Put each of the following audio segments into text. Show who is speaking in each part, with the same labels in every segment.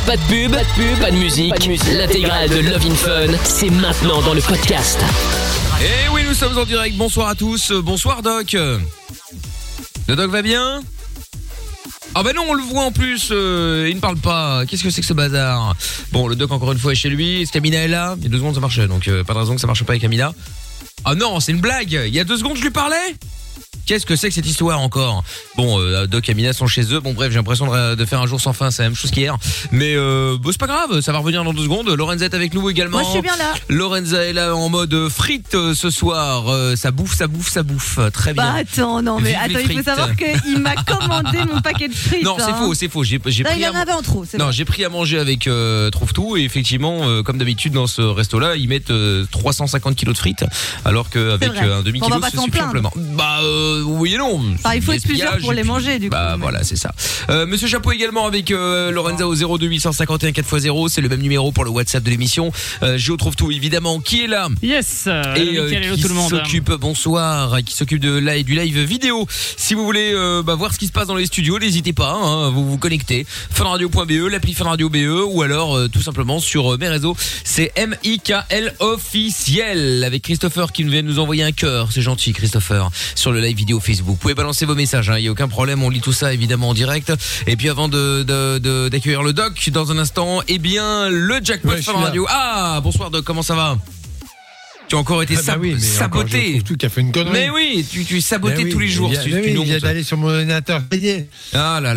Speaker 1: Pas de pub, pas de musique. L'intégrale de Love in Fun, c'est maintenant dans le podcast.
Speaker 2: Et oui, nous sommes en direct. Bonsoir à tous. Bonsoir Doc. Le Doc va bien ? Ah bah non, on le voit en plus, il ne parle pas. Qu'est-ce que c'est que ce bazar ? Bon, le Doc encore une fois est chez lui. Est-ce qu'Amina est là ? Il y a 2 secondes ça marchait, donc pas de raison que ça marche pas avec Amina. Ah non, c'est une blague. Il y a 2 secondes je lui parlais ? Qu'est-ce que c'est que cette histoire encore ? Bon, Doc et Amina sont chez eux. Bon bref, j'ai l'impression de faire un jour sans fin, c'est la même chose qu'hier. Mais c'est pas grave, ça va revenir dans 2 secondes. Lorenza est avec nous également.
Speaker 3: Moi je suis bien là.
Speaker 2: Lorenza est là en mode frites ce soir. Ça bouffe. Très bien.
Speaker 3: Bah attends, non mais
Speaker 2: Vive
Speaker 3: attends,
Speaker 2: les
Speaker 3: il faut
Speaker 2: frites.
Speaker 3: savoir qu'il m'a commandé mon paquet de frites.
Speaker 2: Non, c'est faux. J'ai
Speaker 3: Non,
Speaker 2: pris
Speaker 3: il en avait en trop, c'est
Speaker 2: Non,
Speaker 3: vrai.
Speaker 2: j'ai pris à manger avec Trouve Tout et effectivement, comme d'habitude dans ce resto-là, ils mettent 350 kilos de frites, alors qu'avec un demi-kilo,
Speaker 3: On va pas
Speaker 2: c'est
Speaker 3: s'en
Speaker 2: suffit
Speaker 3: plaindre.
Speaker 2: amplement. Bah oui et non.
Speaker 3: Enfin, il faut être plusieurs pour les manger du coup.
Speaker 2: Bah voilà, c'est ça. Monsieur Chapeau également avec Lorenza au 02 851 4x0, c'est le même numéro pour le WhatsApp de l'émission. Géo Trouve Tout évidemment, qui est là ?
Speaker 4: Yes.
Speaker 2: Et
Speaker 4: Mickaël, hello
Speaker 2: qui
Speaker 4: tout le monde.
Speaker 2: qui s'occupe du live vidéo. Si vous voulez voir ce qui se passe dans les studios, n'hésitez pas, hein, vous vous connectez funradio.be, l'appli Funradio BE, ou alors tout simplement sur mes réseaux, c'est MIKL officiel avec Christopher qui vient de nous envoyer un cœur, c'est gentil Christopher, sur le live vidéo Facebook. Vous pouvez balancer vos messages, il y a aucun problème, on lit tout ça évidemment en direct. Et puis avant d'accueillir le Doc dans un instant, eh bien le jackpot Fun Radio. Ah, bonsoir Doc, comment ça va ? Tu as encore été saboté.
Speaker 5: Tout qui a fait une connerie.
Speaker 2: Mais oui, tu es saboté tous les jours.
Speaker 5: Il vient d'aller sur mon ordinateur.
Speaker 2: Ah là,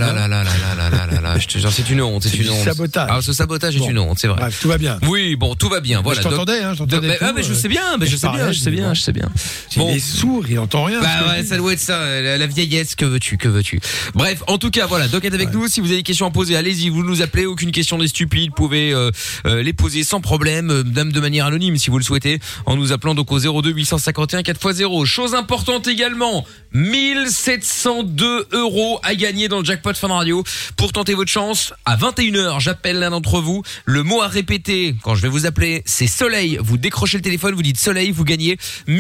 Speaker 2: je te jure, c'est une honte, c'est une honte.
Speaker 5: Sabotage.
Speaker 2: Ah, ce sabotage est une honte, c'est vrai.
Speaker 5: Bref, tout va bien.
Speaker 2: Oui, bon, tout va bien. Voilà.
Speaker 5: Je t'entendais,
Speaker 2: mais je sais bien, je sais bien.
Speaker 5: Bon, il est sourd, il entend rien.
Speaker 2: Bah ouais, ça doit être ça, la vieillesse, que veux-tu. Bref, en tout cas, voilà, Doc est avec nous. Si vous avez des questions à poser, allez-y, vous nous appelez. Aucune question des stupides, vous pouvez les poser sans problème, même de manière anonyme si vous le souhaitez, en nous appelant donc au 02 851 4x0. Chose importante également, 1702 € à gagner dans le jackpot Fun Radio. Pour tenter votre chance, à 21h, j'appelle l'un d'entre vous. Le mot à répéter quand je vais vous appeler, c'est soleil. Vous décrochez le téléphone, vous dites soleil, vous gagnez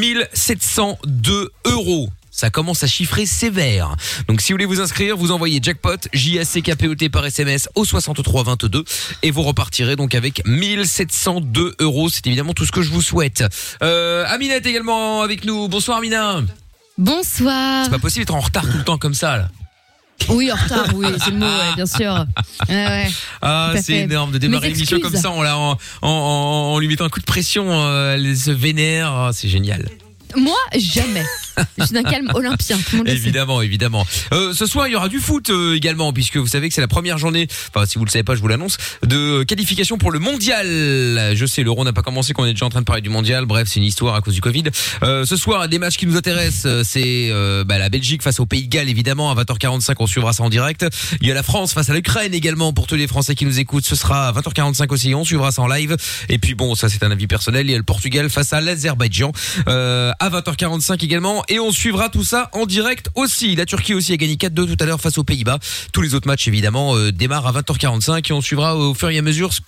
Speaker 2: 1702 €. Ça commence à chiffrer sévère. Donc si vous voulez vous inscrire, vous envoyez jackpot, JACKPOT par SMS au 6322 et vous repartirez donc avec 1702 €. C'est évidemment tout ce que je vous souhaite. Amina est également avec nous. Bonsoir Amina.
Speaker 6: Bonsoir.
Speaker 2: C'est pas possible d'être en retard tout le temps comme ça là.
Speaker 6: Oui, en retard, oui, c'est le mot, ouais, bien sûr. Ouais.
Speaker 2: Ah, c'est énorme de démarrer l'émission comme ça, en lui mettant un coup de pression, elle se vénère, oh, c'est génial.
Speaker 6: Moi, jamais. Je suis d'un calme olympien. Tout le monde le sait.
Speaker 2: Évidemment. Ce soir, il y aura du foot également, puisque vous savez que c'est la première journée, enfin si vous le savez pas, je vous l'annonce, de qualification pour le mondial. Je sais, l'Euro n'a pas commencé, qu'on est déjà en train de parler du mondial. Bref, c'est une histoire à cause du Covid. Ce soir, des matchs qui nous intéressent, c'est la Belgique face au Pays de Galles, évidemment, à 20h45, on suivra ça en direct. Il y a la France face à l'Ukraine également, pour tous les Français qui nous écoutent, ce sera à 20h45 aussi, on suivra ça en live. Et puis bon, ça c'est un avis personnel, il y a le Portugal face à l'Azerbaïdjan, à 20h45 également, et on suivra tout ça en direct aussi. La Turquie aussi a gagné 4-2 tout à l'heure face aux Pays-Bas. Tous les autres matchs évidemment démarrent à 20h45 et on suivra au fur et à mesure ce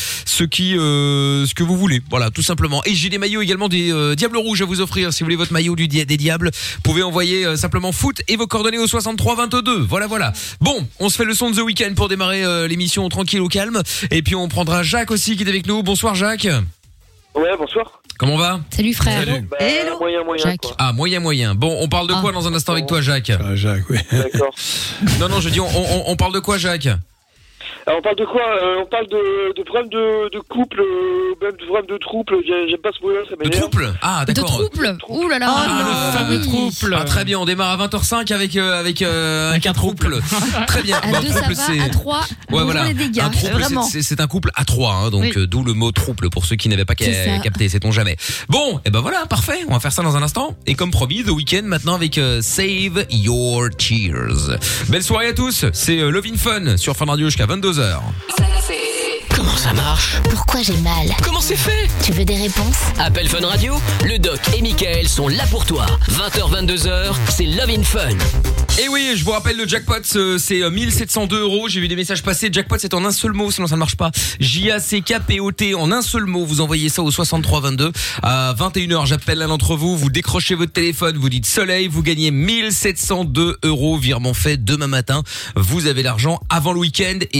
Speaker 2: que vous voulez. Voilà, tout simplement. Et j'ai des maillots également des Diables Rouges à vous offrir. Si vous voulez votre maillot des Diables, vous pouvez envoyer simplement foot et vos coordonnées au 6322. Voilà. Bon, on se fait le son de The Weeknd pour démarrer l'émission tranquille au calme. Et puis on prendra Jacques aussi qui est avec nous. Bonsoir Jacques.
Speaker 7: Ouais, bonsoir.
Speaker 2: Comment on va ?
Speaker 6: Salut frère.
Speaker 2: Salut.
Speaker 7: Bah,
Speaker 3: Hello.
Speaker 7: moyen,
Speaker 6: Jacques.
Speaker 7: quoi.
Speaker 2: Ah, moyen. Bon, on parle de quoi dans un instant avec toi, Jacques ?
Speaker 5: Jacques, oui.
Speaker 7: D'accord.
Speaker 2: Non, je dis, on parle de quoi, Jacques ?
Speaker 7: Alors, on parle de quoi On parle de problèmes de couple, même de problèmes de trouble. J'aime pas ce mot-là, ça
Speaker 2: De
Speaker 7: m'énerve.
Speaker 2: trouble ? Ah,
Speaker 6: De
Speaker 2: d'accord.
Speaker 6: trouble. Ouh là là.
Speaker 4: le fameux trouble.
Speaker 2: Ah, très bien, on démarre à 20h05 avec un couple. Très bien.
Speaker 6: À 2 ça
Speaker 2: couple,
Speaker 6: va, à 3
Speaker 2: Ouais, voilà.
Speaker 6: les dégâts.
Speaker 2: Un trouble,
Speaker 6: Vraiment.
Speaker 2: c'est un couple à 3, hein, donc
Speaker 6: Oui.
Speaker 2: d'où le mot trouble pour ceux qui n'avaient pas
Speaker 6: C'est ça.
Speaker 2: capté, sait-on jamais. Bon, et ben voilà, parfait, on va faire ça dans un instant. Et comme promis, The Weeknd maintenant avec Save Your Tears. Belle soirée à tous, c'est Love in Fun sur Fun Radio jusqu'à 22h.
Speaker 1: Comment ça marche ?
Speaker 8: Pourquoi j'ai mal?
Speaker 1: Comment c'est fait ?
Speaker 8: Tu veux des réponses?
Speaker 1: Appel Fun Radio, le Doc et Mickaël sont là pour toi. 20h-22h, c'est Love in Fun.
Speaker 2: Et oui, je vous rappelle le jackpot, c'est 1702 €. J'ai vu des messages passer. Jackpot, c'est en un seul mot, sinon ça ne marche pas. JACKPOT en un seul mot. Vous envoyez ça au 6322. À 21h, j'appelle l'un d'entre vous. Vous décrochez votre téléphone, vous dites soleil, vous gagnez 1702 €. Virement fait demain matin. Vous avez l'argent avant le week-end et ça,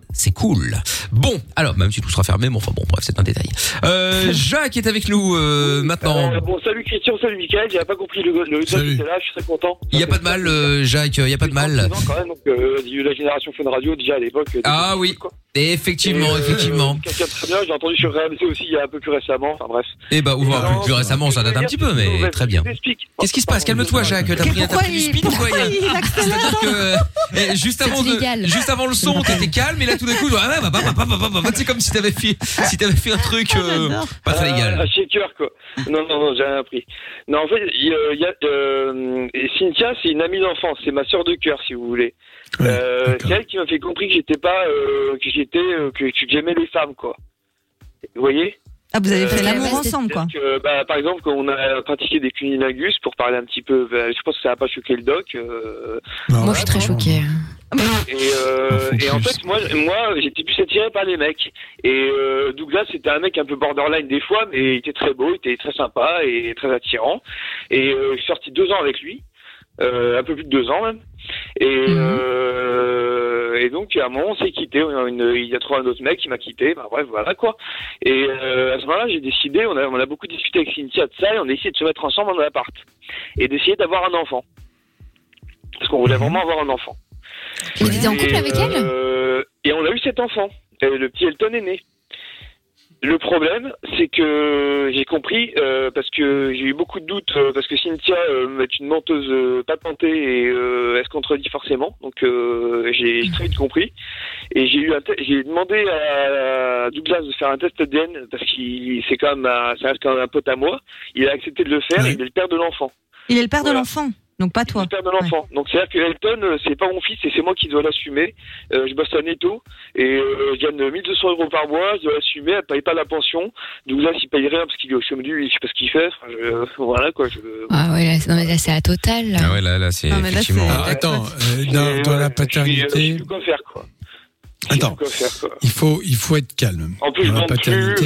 Speaker 2: c'est cool. Bon, alors même si tout sera fermé, mais enfin bon, bref, c'est un détail. Jacques est avec nous maintenant.
Speaker 7: Bon, salut Christian, salut Mickaël, j'avais pas compris le doc était là, je suis très content.
Speaker 2: Il y a pas de mal, Jacques, il y a pas de mal.
Speaker 7: Quand même, donc il y a eu la génération Fun Radio déjà à l'époque.
Speaker 2: Ah oui.
Speaker 7: Quoi.
Speaker 2: Effectivement.
Speaker 7: Quelqu'un de très bien, j'ai entendu sur RMC aussi il y a un peu plus récemment, enfin bref.
Speaker 2: Eh bah, un peu plus récemment, ça date un petit peu, mais très bien. Qu'est-ce qui se passe? Calme-toi, Jacques, t'as pris du speed ou quoi? C'est-à-dire que juste avant le son, t'étais calme, et là tout d'un coup, c'est comme si t'avais fait un truc pas très légal.
Speaker 7: Un shaker, quoi. Non, j'ai rien appris. Non, en fait, Cynthia, c'est une amie d'enfance, c'est ma sœur de cœur, si vous voulez. C'est elle qui m'a fait comprendre que que j'aimais les femmes, quoi. Vous voyez?
Speaker 3: Ah, vous avez fait l'amour ensemble, quoi.
Speaker 7: Par exemple, quand on a pratiqué des cunilingus, pour parler un petit peu, je pense que ça n'a pas choqué le doc.
Speaker 6: Moi, je suis très choquée.
Speaker 7: Et en fait, moi, j'étais plus attiré par les mecs. Et Douglas, c'était un mec un peu borderline des fois, mais il était très beau, il était très sympa et très attirant. Et je suis sorti 2 ans avec lui. Un peu plus de 2 ans même. Et donc à un moment on s'est quitté. Il a trouvé un autre mec qui m'a quitté. Bah bref, voilà quoi. Et à ce moment-là, j'ai décidé. On a beaucoup discuté avec Cynthia de ça et on a essayé de se mettre ensemble dans l'appart et d'essayer d'avoir un enfant. Parce qu'on voulait vraiment avoir un enfant.
Speaker 6: Vous étiez en couple avec elle?
Speaker 7: Et on a eu cet enfant. Le petit Elton est né. Le problème, c'est que j'ai compris, parce que j'ai eu beaucoup de doutes, parce que Cynthia est une menteuse patentée et elle se contredit forcément, donc j'ai très vite compris. Et j'ai demandé à Douglas de faire un test ADN, parce qu'il ça reste quand même un pote à moi. Il a accepté de le faire, et il est le père de l'enfant.
Speaker 3: Il est le père de l'enfant? Donc pas toi.
Speaker 7: Le père de l'enfant. Ouais. Donc c'est-à-dire que Elton, c'est pas mon fils et c'est moi qui dois l'assumer. Je bosse à Netto et je gagne 1 200 € par mois, je dois l'assumer, elle paye pas la pension. Douglas, il paye rien parce qu'il est au chômage, il sait pas ce qu'il fait. Voilà quoi.
Speaker 6: Ah ouais, là c'est la totale. Là.
Speaker 2: Ah ouais, là c'est effectivement.
Speaker 5: Attends, dans la paternité.
Speaker 7: Je sais quoi faire quoi.
Speaker 5: Attends, il faut être calme.
Speaker 7: En plus,
Speaker 5: dans la paternité.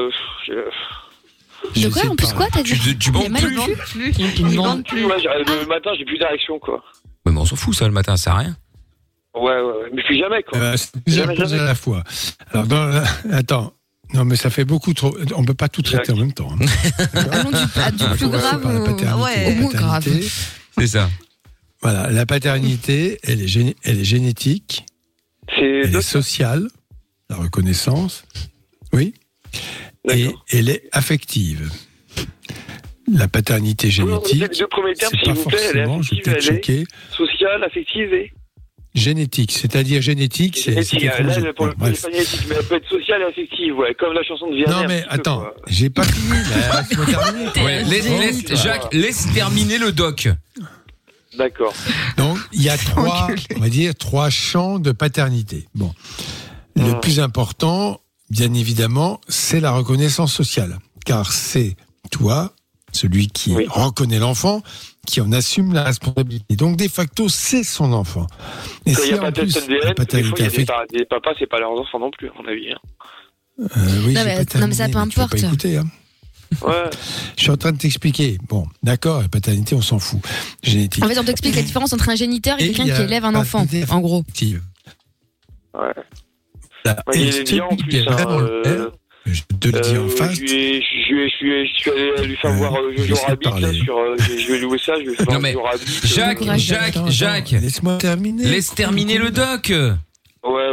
Speaker 6: De quoi? En plus quoi? T'as dit?
Speaker 2: Tu bandes plus?
Speaker 7: Je bande plus. Ouais, le matin, j'ai plus d'érection, quoi.
Speaker 2: Ouais, mais on s'en fout, ça, le matin, ça sert à rien.
Speaker 7: Ouais. Mais plus jamais, quoi.
Speaker 5: C'est déjà posé à la fois. Alors, attends. Non, mais ça fait beaucoup trop. On peut pas tout traiter en même temps.
Speaker 6: Allons du plus grave au moins grave.
Speaker 2: C'est ça.
Speaker 5: Voilà, la paternité, elle est génétique. Elle est sociale. La reconnaissance. Oui. Et elle est affective. La paternité génétique,
Speaker 7: les 2 premiers termes,
Speaker 5: c'est pas forcément, je vais peut-être choquer.
Speaker 7: Sociale, affective et
Speaker 5: génétique, c'est-à-dire génétique, c'est
Speaker 7: là, pour le génétique, mais elle peut être sociale et affective, ouais, comme la chanson de Vianney.
Speaker 5: Non mais attends, j'ai pas fini. Laisse-moi terminer.
Speaker 2: Jacques, laisse terminer le doc.
Speaker 7: D'accord.
Speaker 5: Donc il y a 3 champs de paternité. Bon, le plus important, bien évidemment, c'est la reconnaissance sociale, car c'est toi, celui qui reconnaît l'enfant, qui en assume la responsabilité. Donc, de facto, c'est son enfant. Et
Speaker 7: si en plus, la
Speaker 5: paternité affective...
Speaker 7: Les papas, c'est pas leurs enfants non plus, à mon avis.
Speaker 5: Oui,
Speaker 6: non, mais ça peu importe.
Speaker 5: Pas écouter, hein.
Speaker 7: Ouais.
Speaker 5: Je suis en train de t'expliquer. Bon, d'accord, la paternité, on s'en fout. Génétique.
Speaker 6: En fait, on t'explique la différence entre un géniteur et quelqu'un qui élève un enfant, en gros.
Speaker 7: Ouais.
Speaker 5: Et celui qui est vraiment le père, je te le dis en face.
Speaker 7: Je suis allé lui faire voir Jojo Rabbit. Je vais louer ça, je vais faire Jojo Rabbit.
Speaker 2: Jacques,
Speaker 5: laisse-moi terminer.
Speaker 2: Laisse terminer le doc.
Speaker 7: Ouais.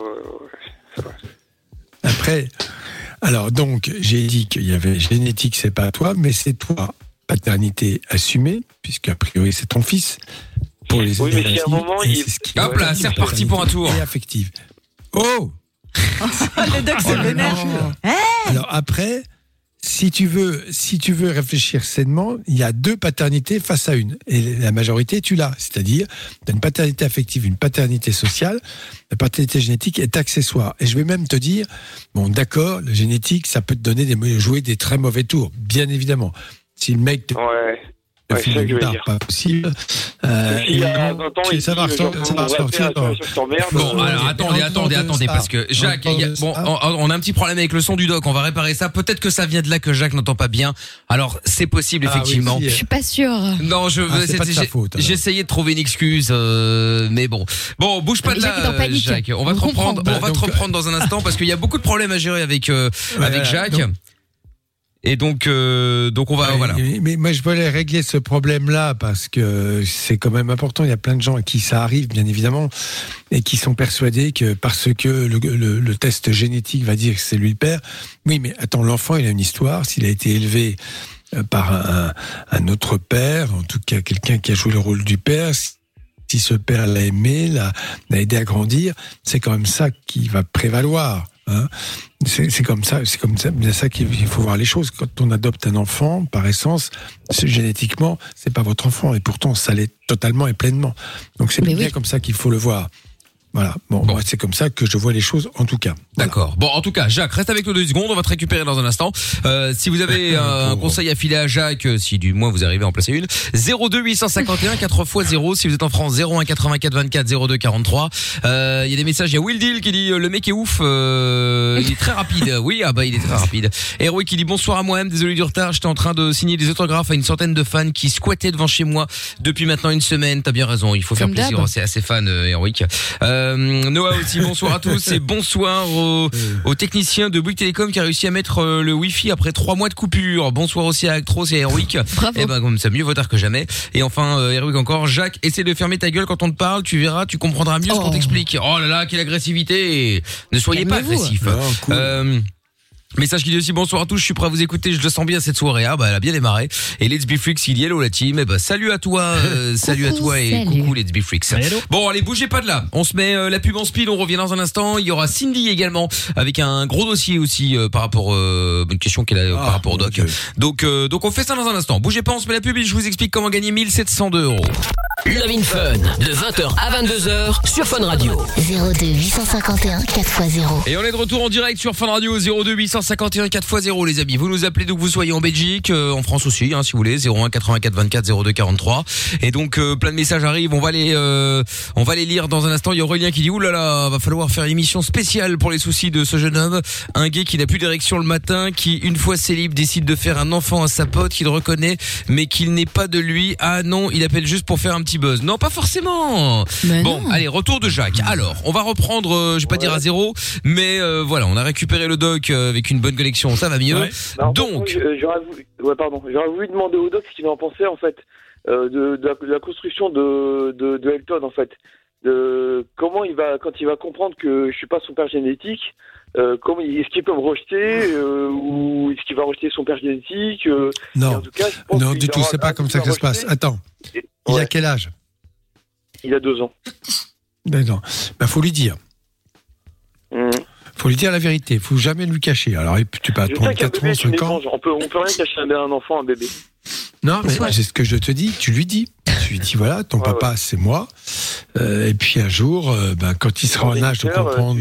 Speaker 5: Après, alors donc, j'ai dit qu'il y avait génétique, c'est pas toi, mais c'est toi, paternité assumée, puisqu'a priori c'est ton fils. Pour les
Speaker 7: oui, mais si à un moment,
Speaker 2: hop là, c'est reparti pour un tour.
Speaker 5: Et affective. Oh!
Speaker 3: Le doc se vénère.
Speaker 5: Alors après, si tu veux réfléchir sainement, il y a 2 paternités face à une. Et la majorité, tu l'as. C'est-à-dire, tu as une paternité affective, une paternité sociale. La paternité génétique est accessoire. Et je vais même te dire, bon, d'accord, le génétique, ça peut te donner jouer des très mauvais tours, bien évidemment. Si le mec le fil de guitare, pas possible.
Speaker 7: Il a 20 ans, il
Speaker 5: ça va ressortir.
Speaker 2: Bon, alors attendez, parce que Jacques, on a un petit problème avec le son du doc. On va réparer ça. Peut-être que ça vient de là que Jacques n'entend pas bien. Alors c'est possible effectivement.
Speaker 6: Je suis pas sûre.
Speaker 2: Non,
Speaker 5: c'est pas de sa faute.
Speaker 2: J'essayais de trouver une excuse, mais bon, bouge pas de là, Jacques. On va te reprendre. On va te reprendre dans un instant parce qu'il y a beaucoup de problèmes à gérer avec Jacques. Et donc on va voilà.
Speaker 5: Mais moi je voulais régler ce problème-là parce que c'est quand même important. Il y a plein de gens à qui ça arrive, bien évidemment, et qui sont persuadés que parce que le test génétique va dire que c'est lui le père. Oui, mais attends, l'enfant il a une histoire. S'il a été élevé par un autre père, en tout cas quelqu'un qui a joué le rôle du père. Si ce père l'a aimé, l'a aidé à grandir, c'est quand même ça qui va prévaloir. Hein, c'est comme ça qu'il faut voir les choses. Quand on adopte un enfant, par essence, génétiquement, c'est pas votre enfant, et pourtant ça l'est totalement et pleinement. Donc c'est bien comme ça qu'il faut le voir. Voilà. Bon. Moi, c'est comme ça que je vois les choses, en tout cas. Voilà.
Speaker 2: D'accord. Bon, en tout cas, Jacques, reste avec nous 2 secondes. On va te récupérer dans un instant. Si vous avez un conseil à filer à Jacques, si du moins vous arrivez à en placer une, 02 851 4x0. Si vous êtes en France, 01 84 24 02 43. Il y a des messages. Il y a Will Deal qui dit le mec est ouf. Il est très rapide. Oui, il est très rapide. Héroïque qui dit bonsoir à moi-même. Désolé du retard. J'étais en train de signer des autographes à une centaine de fans qui squattaient devant chez moi depuis maintenant une semaine. T'as bien raison. Il faut faire plaisir à ses fans, Héroïque. Noah aussi, bonsoir à tous et bonsoir au technicien de Bouygues Télécom qui a réussi à mettre le Wi-Fi après 3 mois de coupure. Bonsoir aussi à Actros et Héroïque.
Speaker 6: Bravo.
Speaker 2: Et comme ça, mieux vaut tard que jamais. Et enfin, Héroïque encore, Jacques, essaie de fermer ta gueule quand on te parle, tu verras, tu comprendras mieux ce qu'on t'explique. Oh là là, quelle agressivité. Ne soyez pas agressif. Cool. Message qui dit aussi bonsoir à tous, je suis prêt à vous écouter, je le sens bien cette soirée. Elle a bien démarré. Et Let's Be Freaks, il y est, hello la team. Salut à toi, salut à toi et coucou Let's Be Freaks. Bon, allez, bougez pas de là. On se met la pub en speed, on revient dans un instant. Il y aura Cindy également avec un gros dossier aussi par rapport une question qu'elle a par rapport au doc. Donc on fait ça dans un instant. Bougez pas, on se met la pub et je vous explique comment gagner 1702 €.
Speaker 1: Love in Fun, de 20h à 22h sur Fun Radio.
Speaker 4: 02 851 4x0.
Speaker 2: Et on est de retour en direct sur Fun Radio, 02 851 4x0 les amis. Vous nous appelez d'où que vous soyez en Belgique, en France aussi, si vous voulez, 01 84 24 02 43. Et donc plein de messages arrivent, on va les lire dans un instant. Il y a Aurélien qui dit oulala, va falloir faire une émission spéciale pour les soucis de ce jeune homme, un gay qui n'a plus d'érection le matin, qui une fois célib décide de faire un enfant à sa pote qu'il reconnaît mais qu'il n'est pas de lui. Ah non, il appelle juste pour faire un petit buzz. Non, pas forcément. Bon, allez, retour de Jacques. Alors, on va reprendre, je vais pas dire à zéro, mais voilà, on a récupéré le doc avec une bonne connexion, ça va mieux. Ouais. Donc,
Speaker 7: j'aurais voulu demander au doc ce qu'il en pensait en fait de la construction de Elton en fait. Comment il va quand il va comprendre que je suis pas son père génétique. Comment est-ce qu'il peut me rejeter ou est-ce qu'il va rejeter son père génétique
Speaker 5: Non, en tout cas, non du tout, c'est pas comme ça que ça se passe. Attends, il a quel âge?
Speaker 7: Il a 2 ans.
Speaker 5: D'accord. Faut lui dire. Faut lui dire la vérité. Faut jamais lui cacher. Alors, tu peux attendre 4 ans, 5 ans.
Speaker 7: On peut rien cacher à un enfant, un bébé.
Speaker 5: Non, mais c'est ce que je te dis. Tu lui dis. Tu lui dis, voilà, ton papa, c'est moi. Et puis un jour, quand il sera en âge de comprendre...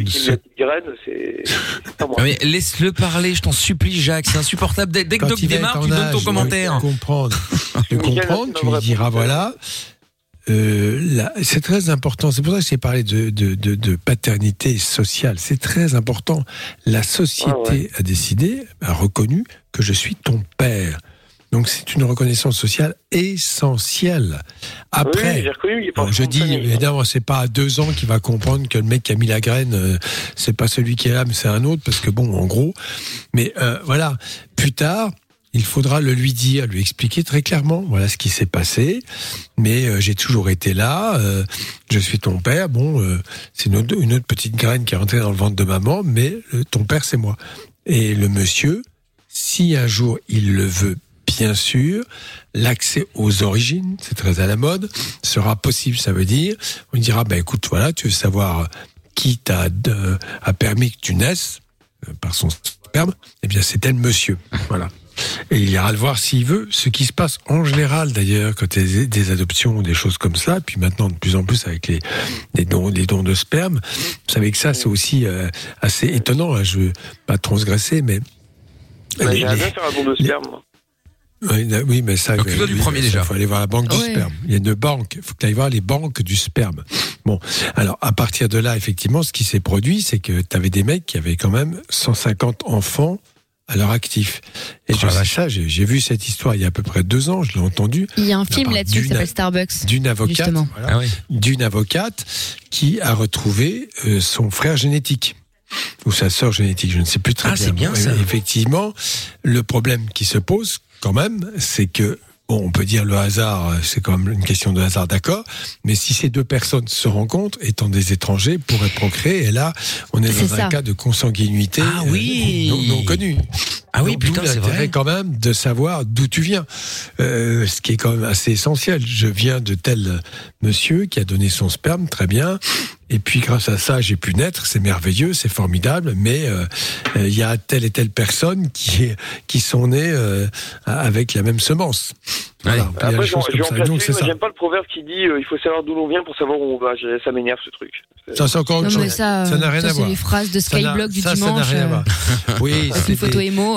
Speaker 2: Mais laisse-le parler, je t'en supplie, Jacques. C'est insupportable. Dès que Doc démarre, tu donnes ton commentaire.
Speaker 5: Tu lui diras, voilà... c'est très important. C'est pour ça que j'ai parlé de paternité sociale. C'est très important. La société a décidé, a reconnu que je suis ton père. Donc c'est une reconnaissance sociale essentielle. Après, je dis évidemment, c'est pas à 2 ans qu'il va comprendre que le mec qui a mis la graine, c'est pas celui qui est là, mais c'est un autre, parce que bon, en gros. Mais voilà, plus tard. Il faudra le lui dire, lui expliquer très clairement, voilà ce qui s'est passé. Mais j'ai toujours été là, je suis ton père. Bon, c'est une autre petite graine qui est rentrée dans le ventre de maman, mais ton père, c'est moi. Et le monsieur, si un jour il le veut, bien sûr, l'accès aux origines, c'est très à la mode, sera possible. Ça veut dire, on dira, écoute, voilà, tu veux savoir qui a permis que tu naisses par son sperme, eh bien c'est tel monsieur. Voilà. Et il ira le voir s'il veut, ce qui se passe en général d'ailleurs quand il y a des adoptions ou des choses comme ça, puis maintenant de plus en plus avec les dons de sperme. Vous savez que ça c'est aussi assez étonnant, je veux pas transgresser, mais...
Speaker 7: J'aimerais bien faire un don de sperme.
Speaker 5: Oui, mais ça.
Speaker 2: Occupe-toi du premier déjà.
Speaker 5: Il faut aller voir la banque du sperme. Il y a une banque. Il faut que tu ailles voir les banques du sperme. Bon, alors à partir de là, effectivement, ce qui s'est produit, c'est que tu avais des mecs qui avaient quand même 150 enfants à leur actif. Et je sais ça, j'ai vu cette histoire il y a à peu près 2 ans, je l'ai entendu.
Speaker 6: Il y a un film là-dessus qui s'appelle Starbucks.
Speaker 5: D'une avocate,
Speaker 2: Ah oui.
Speaker 5: d'une avocate qui a retrouvé son frère génétique. Ou sa sœur génétique, je ne sais plus très bien.
Speaker 2: Ah, c'est bien ça.
Speaker 5: Effectivement, le problème qui se pose quand même, c'est que bon, on peut dire le hasard, c'est quand même une question de hasard, d'accord. Mais si ces 2 personnes se rencontrent, étant des étrangers, pourraient procréer, et là, on est dans un cas de consanguinité non connu.
Speaker 2: Ah oui,
Speaker 5: Donc,
Speaker 2: putain,
Speaker 5: d'où
Speaker 2: c'est
Speaker 5: l'intérêt
Speaker 2: vrai.
Speaker 5: quand même de savoir d'où tu viens. Ce qui est quand même assez essentiel. Je viens de tel monsieur qui a donné son sperme, très bien. Et puis grâce à ça, j'ai pu naître, c'est merveilleux, c'est formidable, mais il y a telle et telle personne qui sont nées avec la même semence. Voilà, il y a
Speaker 7: Après,
Speaker 5: des
Speaker 7: je
Speaker 5: choses
Speaker 7: vais
Speaker 5: comme
Speaker 7: en
Speaker 5: ça.
Speaker 7: placer
Speaker 5: Donc c'est
Speaker 7: une,
Speaker 5: ça.
Speaker 7: j'aime pas le proverbe qui dit il faut savoir d'où l'on vient pour savoir où on va. Ça m'énerve ce truc.
Speaker 5: Ça, c'est encore autre
Speaker 6: Non, mais
Speaker 5: chose.
Speaker 6: ça
Speaker 5: n'a rien à
Speaker 6: c'est
Speaker 5: voir.
Speaker 6: les phrases de Skyblock du
Speaker 5: Ça n'a
Speaker 6: dimanche.
Speaker 5: rien à voir. Oui,
Speaker 6: Avec une photo émo.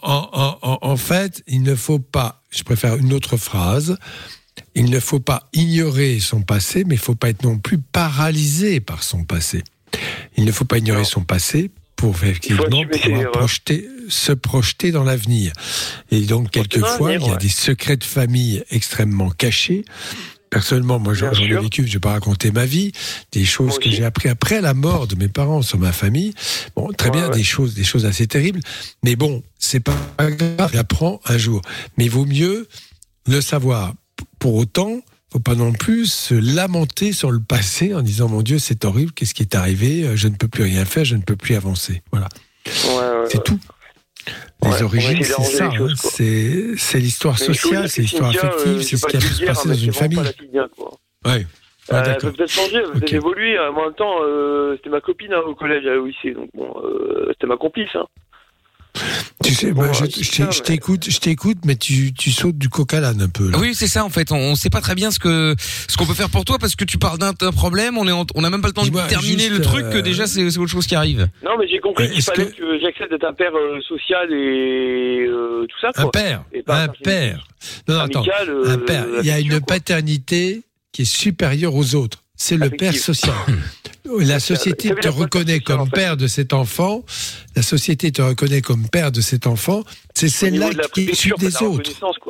Speaker 5: En fait, il ne faut pas, je préfère une autre phrase, il ne faut pas ignorer son passé, mais il ne faut pas être non plus paralysé par son passé. Il ne faut pas ignorer son passé pour effectivement pouvoir se projeter dans l'avenir. Et donc, quelquefois, il y a des secrets de famille extrêmement cachés. Personnellement, moi, j'en ai vécu, je ne vais pas raconter ma vie, des choses que j'ai appris après la mort de mes parents sur ma famille. Bon, très bien, des choses assez terribles. Mais bon, c'est pas grave, j'apprends un jour. Mais il vaut mieux le savoir. Pour autant, faut pas non plus se lamenter sur le passé en disant mon Dieu, c'est horrible, qu'est-ce qui est arrivé, je ne peux plus rien faire, je ne peux plus avancer. Voilà. C'est tout. Les origines, c'est ça. C'est l'histoire sociale, c'est l'histoire affective, c'est ce qui a pu se passer dans une famille. Ouais.
Speaker 7: Elle peut peut-être changer, elle peut peut-être évoluer. En même temps, c'était ma copine au collège, au lycée, donc bon, c'était ma complice.
Speaker 5: Tu sais, je t'écoute, mais tu sautes du coq à l'âne un peu. Là.
Speaker 2: Oui, c'est ça en fait. On sait pas très bien ce qu'on peut faire pour toi parce que tu parles d'un problème. On a même pas le temps de terminer le truc que déjà c'est autre chose qui arrive.
Speaker 7: Non, mais j'ai compris qu'il fallait que j'accepte d'être un père social et tout ça. Quoi.
Speaker 5: Un père. Non, attends. Un père. Il y a une paternité qui est supérieure aux autres. C'est le père social. La société te reconnaît comme père de cet enfant. La société te reconnaît comme père de cet enfant. C'est celle-là qui est issue des autres.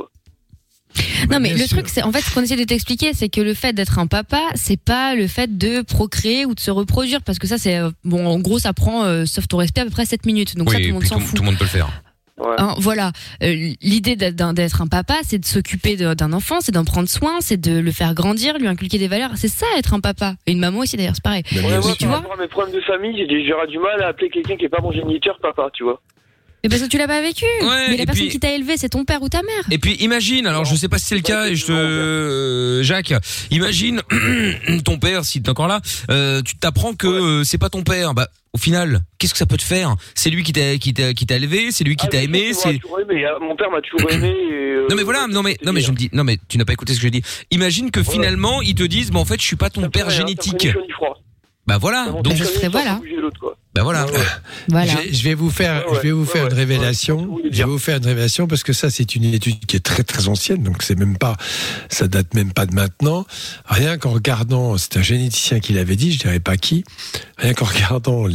Speaker 6: Non, mais le truc, c'est en fait ce qu'on essaie de t'expliquer, c'est que le fait d'être un papa, c'est pas le fait de procréer ou de se reproduire, parce que ça, c'est bon. En gros, ça prend, sauf ton respect, à peu près 7 minutes. Donc ça, tout le monde s'en fout.
Speaker 2: Tout le monde peut le faire.
Speaker 6: Hein, voilà, l'idée d'être un papa, c'est de s'occuper d'un enfant, c'est d'en prendre soin, c'est de le faire grandir, lui inculquer des valeurs. C'est ça, être un papa. Et une maman aussi, d'ailleurs, c'est pareil.
Speaker 7: Mais tu vois, par rapport à mes problèmes de famille, j'aurais du mal à appeler quelqu'un qui est pas mon géniteur papa, tu vois.
Speaker 6: Mais parce que tu l'as pas vécu. Mais la personne qui t'a élevé, c'est ton père ou ta mère.
Speaker 2: Et puis imagine, alors je sais pas si c'est le cas, et Jacques, imagine ton père, s'il est encore là, tu t'apprends que c'est pas ton père. Bah au final, qu'est-ce que ça peut te faire? C'est lui qui t'a élevé, c'est lui qui t'a aimé, c'est.
Speaker 7: Mon père m'a toujours aimé.
Speaker 2: Non mais voilà, non mais je me dis, non mais tu n'as pas écouté ce que je dis. Imagine que finalement ils te disent, bah en fait je suis pas ton père génétique. Bah voilà, donc
Speaker 6: voilà.
Speaker 2: Bah voilà.
Speaker 5: Je vais vous faire une révélation. Je vais vous faire une révélation parce que ça c'est une étude qui est très très ancienne, donc ça date même pas de maintenant. Rien qu'en regardant, c'est un généticien qui l'avait dit, je dirais pas qui. Rien qu'en regardant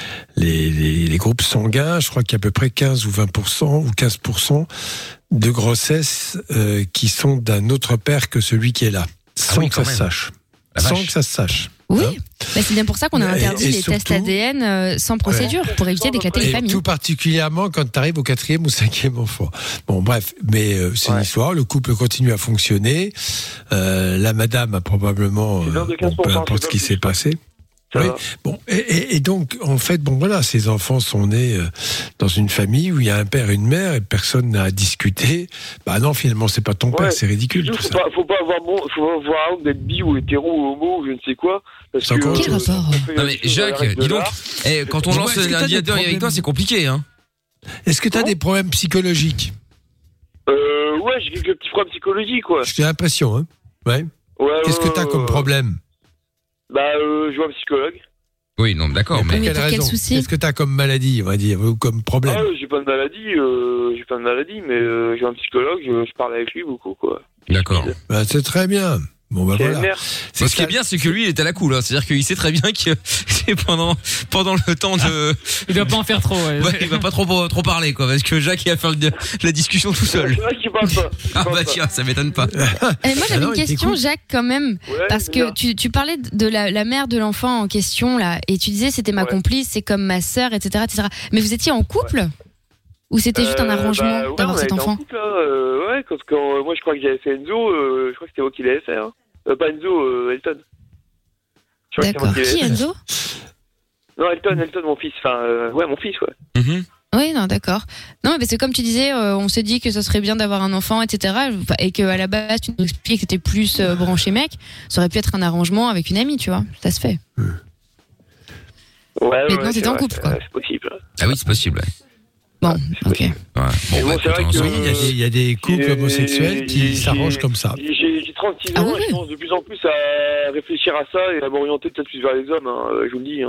Speaker 5: les groupes sanguins, je crois qu'il y a à peu près 15 ou 20% ou 15% de grossesses qui sont d'un autre père que celui qui est là, sans que ça se sache. Sans que ça se sache.
Speaker 6: Oui, bah c'est bien pour ça qu'on a interdit les tests ADN sans procédure, pour éviter d'éclater les familles.
Speaker 5: Tout particulièrement quand tu arrives au 4e ou 5e enfant. Bon, bref, mais c'est une histoire, le couple continue à fonctionner, la madame a probablement, peu importe ce qui s'est passé. Oui. Bon, et donc, en fait, bon voilà, ces enfants sont nés dans une famille où il y a un père et une mère et personne n'a à discuter. Bah non, finalement, c'est pas ton père, c'est ridicule. Tout ça.
Speaker 7: Faut pas avoir honte d'être bi ou hétéro ou homo ou je ne sais quoi. Parce que,
Speaker 6: quel rapport?
Speaker 2: Non mais Jacques, dis donc, quand on lance un diateur avec toi, c'est compliqué, hein.
Speaker 5: Est-ce que tu as des problèmes psychologiques?
Speaker 7: Ouais, j'ai quelques petits problèmes psychologiques, quoi.
Speaker 5: J'ai l'impression, hein. Ouais. Qu'est-ce que tu as comme problème?
Speaker 7: Bah, je vois un psychologue.
Speaker 2: Oui, non, d'accord, mais
Speaker 6: Mais
Speaker 5: quelle
Speaker 6: pour quel
Speaker 5: raison?
Speaker 6: souci?
Speaker 5: Qu'est-ce que t'as comme maladie, on va dire, ou comme problème?
Speaker 7: J'ai pas de maladie, mais j'ai un psychologue, je parle avec lui beaucoup, quoi.
Speaker 2: d'accord.
Speaker 5: Bah, c'est très bien. Bon, bah voilà.
Speaker 7: Merde.
Speaker 2: Ce qui est bien, c'est que lui, il est à la cool. Hein. C'est-à-dire qu'il sait très bien que c'est pendant le temps de,
Speaker 8: Il doit pas en faire trop. Ouais.
Speaker 2: il va pas trop parler, quoi, parce que Jacques il va faire la discussion tout seul.
Speaker 7: C'est vrai qu'il parle pas.
Speaker 2: Ah bah tiens, ça m'étonne pas.
Speaker 6: Et moi, j'avais
Speaker 5: non,
Speaker 6: une
Speaker 5: il
Speaker 6: question,
Speaker 5: t'écoute.
Speaker 6: Jacques, quand même.
Speaker 7: Ouais,
Speaker 6: Parce que tu parlais de la mère de l'enfant en question, là. Et tu disais, c'était ma
Speaker 7: Ouais.
Speaker 6: complice, c'est comme ma sœur, etc., etc. Mais vous étiez en couple? Ou c'était juste un arrangement
Speaker 7: ouais,
Speaker 6: d'avoir
Speaker 7: on
Speaker 6: cet
Speaker 7: était en
Speaker 6: enfant?
Speaker 7: couple, hein, ouais, quand moi je crois que j'avais fait Enzo, je crois que c'était moi qui l'avais fait. Hein. Pas Enzo, Elton. Je crois que
Speaker 6: D'accord.
Speaker 7: c'est moi
Speaker 6: Qui,
Speaker 7: l'avais fait.
Speaker 6: Enzo?
Speaker 7: Non, Elton, mon fils. Enfin, ouais, mon fils, ouais.
Speaker 2: Mhm.
Speaker 6: Oui, non, d'accord. Non, mais parce que comme tu disais, on s'est dit que ça serait bien d'avoir un enfant, etc. Et qu'à la base, tu nous expliquais que c'était plus branché mec. Ça aurait pu être un arrangement avec une amie, tu vois. Ça se fait.
Speaker 7: Ouais,
Speaker 6: Mais non,
Speaker 7: c'est
Speaker 6: t'étais en
Speaker 7: vrai,
Speaker 6: couple, quoi.
Speaker 7: C'est possible.
Speaker 2: Ah oui, c'est possible. Ouais.
Speaker 6: Bon,
Speaker 7: c'est
Speaker 6: ok.
Speaker 7: possible.
Speaker 2: Ouais.
Speaker 7: Mais
Speaker 2: Bon,
Speaker 7: bon,
Speaker 2: bah,
Speaker 7: c'est vrai
Speaker 2: écoute,
Speaker 7: que-
Speaker 5: Oui, il y a des couples
Speaker 7: J'ai-
Speaker 5: homosexuels qui
Speaker 7: j'ai-
Speaker 5: s'arrangent comme ça.
Speaker 7: J'ai 36
Speaker 6: Ah
Speaker 7: ans
Speaker 6: oui,
Speaker 7: et je
Speaker 6: oui.
Speaker 7: commence de plus en plus à réfléchir à ça et à m'orienter peut-être plus vers les hommes, hein, je vous le dis. Hein.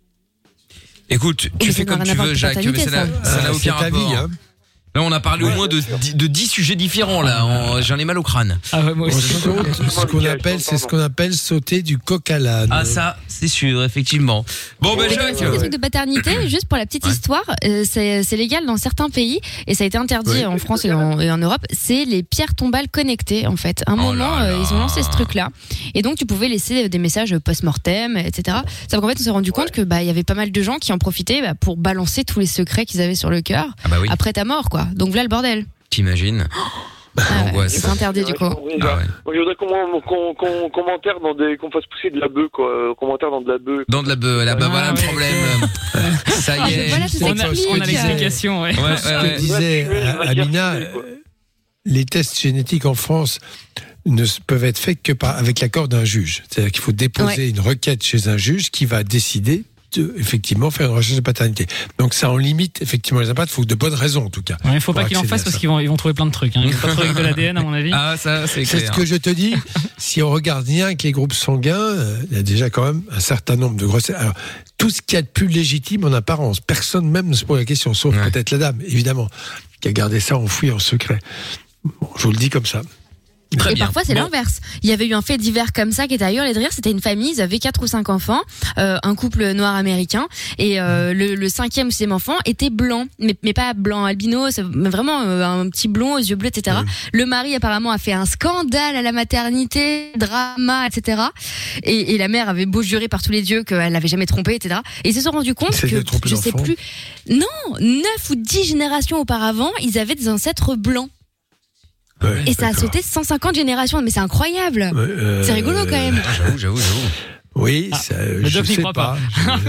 Speaker 2: Écoute, tu
Speaker 6: Mais
Speaker 2: fais
Speaker 6: ça n'a
Speaker 2: comme
Speaker 6: rien
Speaker 2: tu
Speaker 6: à voir
Speaker 2: veux,
Speaker 6: avec la
Speaker 2: Jacques, mais ça n'a
Speaker 5: C'est
Speaker 2: aucun
Speaker 5: ta
Speaker 2: rapport.
Speaker 5: vie, hein.
Speaker 2: Là, on a parlé au moins de 10 sujets différents, là. J'en ai mal au crâne.
Speaker 8: Ah ouais, moi
Speaker 5: On
Speaker 8: aussi.
Speaker 5: saute c'est ce qu'on appelle sauter du coq à l'âne.
Speaker 2: Ah, ça, c'est sûr, effectivement. Bon, ben,
Speaker 6: Mais
Speaker 2: Jacques.
Speaker 6: des trucs de paternité, juste pour la petite histoire, c'est légal dans certains pays et ça a été interdit
Speaker 5: Ouais.
Speaker 6: en France et en Europe. C'est les pierres tombales connectées, en fait. À un moment,
Speaker 2: là là.
Speaker 6: ils ont lancé ce truc-là. Et donc, tu pouvais laisser des messages post-mortem, etc. Sauf qu'en fait, on s'est rendu compte que il y avait pas mal de gens qui en profitaient pour balancer tous les secrets qu'ils avaient sur le cœur
Speaker 2: Ah bah oui,
Speaker 6: après ta mort, quoi. Donc, voilà le bordel.
Speaker 2: t'imagines.
Speaker 6: Ah ouais,
Speaker 2: L'angoisse.
Speaker 6: c'est interdit, du coup.
Speaker 2: Ah ouais.
Speaker 7: Moi, je voudrais qu'on commentaire qu'on fasse pousser de la bœuf, quoi. Commentaire dans de la bœuf.
Speaker 2: Dans de la bœuf, là, bah
Speaker 8: Ah,
Speaker 2: voilà le
Speaker 8: ouais.
Speaker 2: problème. Ça y est.
Speaker 6: Voilà, tout
Speaker 5: On a-
Speaker 6: s'explique.
Speaker 8: On a l'explication, ouais.
Speaker 2: Ouais, ouais,
Speaker 5: Ce que
Speaker 2: ouais.
Speaker 5: disait Amina, les tests génétiques en France peuvent être faits que avec l'accord d'un juge. C'est-à-dire qu'il faut déposer une requête chez un juge qui va décider de, effectivement, faire une recherche de paternité. Donc ça en limite effectivement les impacts, il faut de bonnes raisons en tout cas.
Speaker 8: Il faut pas
Speaker 5: pour
Speaker 8: qu'ils en
Speaker 5: accéder
Speaker 8: fassent
Speaker 5: à
Speaker 8: parce
Speaker 5: ça.
Speaker 8: qu'ils vont trouver plein de trucs. Hein. Ils vont pas trouver avec de l'ADN, à mon avis.
Speaker 2: Ah, ça, c'est
Speaker 5: C'est
Speaker 2: clair.
Speaker 5: ce que je te dis. Si on regarde rien que les groupes sanguins, il y a déjà quand même un certain nombre de grossesses. Alors, tout ce qu'il y a de plus légitime en apparence, personne même ne se pose la question, sauf
Speaker 2: Ouais.
Speaker 5: peut-être la dame, évidemment, qui a gardé ça enfoui en secret. Bon, je vous le dis comme ça.
Speaker 2: Très
Speaker 6: Et
Speaker 2: bien.
Speaker 6: parfois c'est
Speaker 2: Bon.
Speaker 6: l'inverse. Il y avait eu un fait divers comme ça qui était ailleurs les de rire. C'était une famille, ils avaient 4 ou 5 enfants, un couple noir américain, et le 5e ou 6e enfant était blanc, mais pas blanc albino, mais vraiment un petit blond aux yeux bleus, etc. Le mari apparemment a fait un scandale à la maternité, drama, etc. Et la mère avait beau jurer par tous les dieux qu'elle l'avait jamais trompé, etc. Et ils se sont rendus compte
Speaker 5: C'est de
Speaker 6: que
Speaker 5: tromper
Speaker 6: je sais
Speaker 5: l'enfant.
Speaker 6: plus, non, 9 ou 10 générations auparavant, ils avaient des ancêtres blancs.
Speaker 5: Ouais,
Speaker 6: Et ça a
Speaker 5: d'accord.
Speaker 6: sauté 150 générations, mais c'est incroyable.
Speaker 5: Ouais,
Speaker 6: C'est rigolo quand même.
Speaker 2: J'avoue.
Speaker 5: Oui,
Speaker 8: Ah,
Speaker 5: ça,
Speaker 8: le
Speaker 5: je
Speaker 8: doc n'y
Speaker 5: sais
Speaker 8: croit
Speaker 5: pas.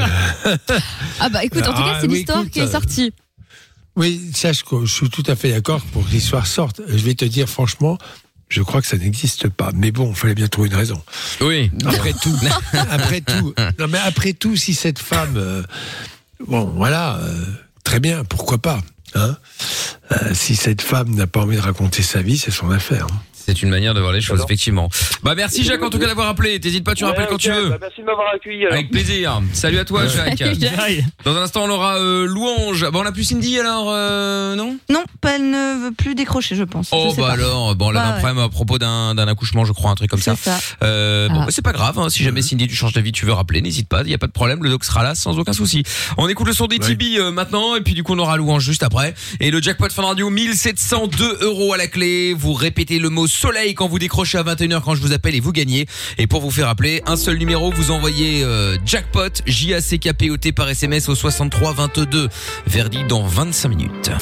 Speaker 6: Ah bah écoute, en tout cas, c'est
Speaker 5: oui,
Speaker 6: l'histoire
Speaker 5: écoute,
Speaker 6: qui est sortie.
Speaker 5: Oui, sache que je suis tout à fait d'accord pour que l'histoire sorte. Je vais te dire franchement, je crois que ça n'existe pas. Mais bon, il fallait bien trouver une raison.
Speaker 2: Oui.
Speaker 5: Après tout, non mais après tout, si cette femme, bon, voilà, très bien, pourquoi pas, hein. Si cette femme n'a pas envie de raconter sa vie, c'est son affaire. Hein.
Speaker 2: C'est une manière de voir les choses, effectivement. Bah, merci Jacques, en tout cas, d'avoir appelé. T'hésites pas, tu rappelles quand tu veux.
Speaker 7: Bah, merci de m'avoir accueilli. Alors.
Speaker 2: Avec plaisir. Salut à toi, Jacques.
Speaker 6: Salut, Jacques.
Speaker 8: Aïe.
Speaker 2: Dans un instant, on aura Louange. Bah, on a plus Cindy alors, non?
Speaker 3: Non, elle ne veut plus décrocher, je pense.
Speaker 2: Oh,
Speaker 3: Je sais
Speaker 2: bah
Speaker 3: pas.
Speaker 2: alors, bon, là,
Speaker 3: Bah,
Speaker 2: un problème à propos d'un accouchement, je crois, un truc comme ça.
Speaker 3: C'est ça.
Speaker 2: Bon, bah, c'est pas grave, hein, si jamais Cindy, tu changes d'avis, tu veux rappeler, n'hésite pas, il y a pas de problème, le doc sera là sans aucun souci. On écoute le son des Tibi maintenant, et puis du coup, on aura Louange juste après. Et le jackpot Fun Radio, 1702 € à la clé. Vous répétez le mot soleil quand vous décrochez à 21h quand je vous appelle et vous gagnez. Et pour vous faire appeler, un seul numéro, vous envoyez jackpot, J-A-C-K-P-O-T par SMS au 63 22. Verdict dans 25 minutes.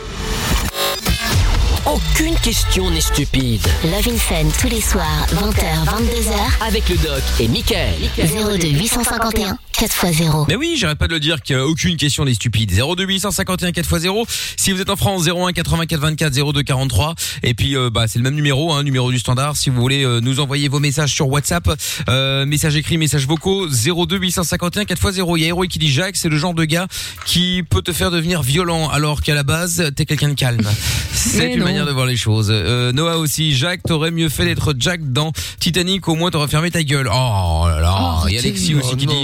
Speaker 1: Aucune question n'est stupide.
Speaker 4: Love in Fun tous les soirs, 20h, 22h,
Speaker 1: Avec le doc et Mickaël.
Speaker 4: 02 851 4x0.
Speaker 2: Mais oui, j'arrête pas de le dire qu'il n'y a aucune question n'est stupide. 02 851 4x0. Si vous êtes en France, 01 84 24 02 43. Et puis, c'est le même numéro, hein, numéro du standard. Si vous voulez nous envoyer vos messages sur WhatsApp, messages écrits, messages vocaux, 02 851 4x0. Il y a Héroï qui dit Jacques, c'est le genre de gars qui peut te faire devenir violent alors qu'à la base, t'es quelqu'un de calme. C'est
Speaker 6: Mais
Speaker 2: une
Speaker 6: non.
Speaker 2: manière de voir les choses. Noah aussi, Jacques, t'aurais mieux fait d'être Jack dans Titanic, au moins t'aurais fermé ta gueule. Oh là là,
Speaker 6: Oh,
Speaker 2: il y a Alexis aussi qui dit Mickaël,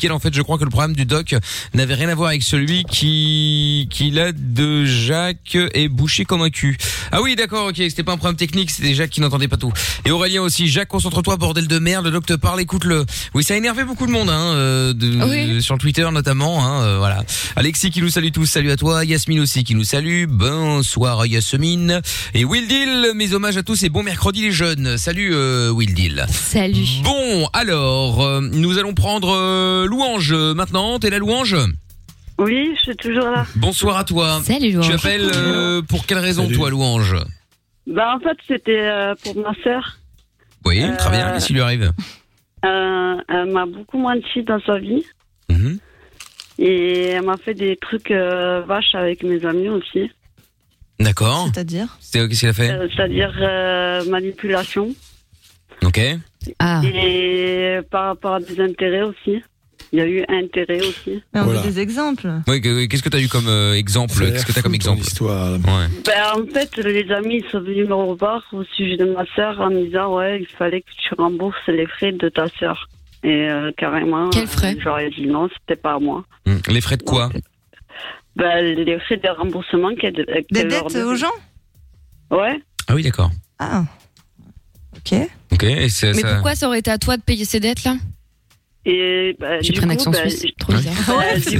Speaker 2: Mickaël, en fait, je crois que le problème du doc n'avait rien à voir avec celui qui l'a de Jacques est bouché comme un cul. Ah oui, d'accord, ok, c'était pas un problème technique, c'était Jacques qui n'entendait pas tout. Et Aurélien aussi, Jacques, concentre-toi, bordel de merde, le doc te parle, écoute-le. Oui, ça a énervé beaucoup de monde, sur le Twitter notamment, voilà. Alexis qui nous salue tous, salut à toi. Yasmine aussi qui nous salue, bonsoir Yasmine. Et Will Deal, mes hommages à tous et bon mercredi les jeunes. Salut Will Deal.
Speaker 6: Salut.
Speaker 2: Bon, alors, nous allons prendre Louange maintenant. T'es la Louange ?
Speaker 9: Oui, je suis toujours là.
Speaker 2: Bonsoir à toi.
Speaker 6: Salut Louange.
Speaker 2: Tu appelles pour quelle raison toi Louange ?
Speaker 9: En fait, c'était pour ma sœur.
Speaker 2: Oui, très bien, qu'est-ce qui lui arrive ?
Speaker 9: Elle m'a beaucoup menti dans sa vie. Et elle m'a fait des trucs vaches avec mes amis aussi.
Speaker 2: D'accord.
Speaker 3: C'est-à-dire ?
Speaker 2: Qu'est-ce qu'elle a fait ?
Speaker 9: C'est-à-dire manipulation.
Speaker 2: Ok.
Speaker 9: Et par rapport à des intérêts aussi. Il y a eu intérêt aussi.
Speaker 3: Mais on veut des exemples.
Speaker 2: Oui, qu'est-ce que tu as eu comme exemple ? Qu'est-ce que tu as comme exemple ?
Speaker 5: Histoire.
Speaker 9: En fait, les amis sont venus me revoir au sujet de ma sœur en me disant il fallait que tu rembourses les frais de ta sœur. Et carrément,
Speaker 6: quels frais ?
Speaker 9: J'aurais dit non, c'était pas à moi.
Speaker 2: Les frais de quoi ?
Speaker 9: Les frais de remboursement
Speaker 3: des dettes aux gens ?
Speaker 9: Ouais.
Speaker 2: Ah oui, d'accord.
Speaker 3: Ah. Ok.
Speaker 2: Et
Speaker 6: mais pourquoi ça aurait été à toi de payer ces dettes là ?
Speaker 9: Et
Speaker 6: j'ai pris un accent suisse, trop bizarre.
Speaker 9: Du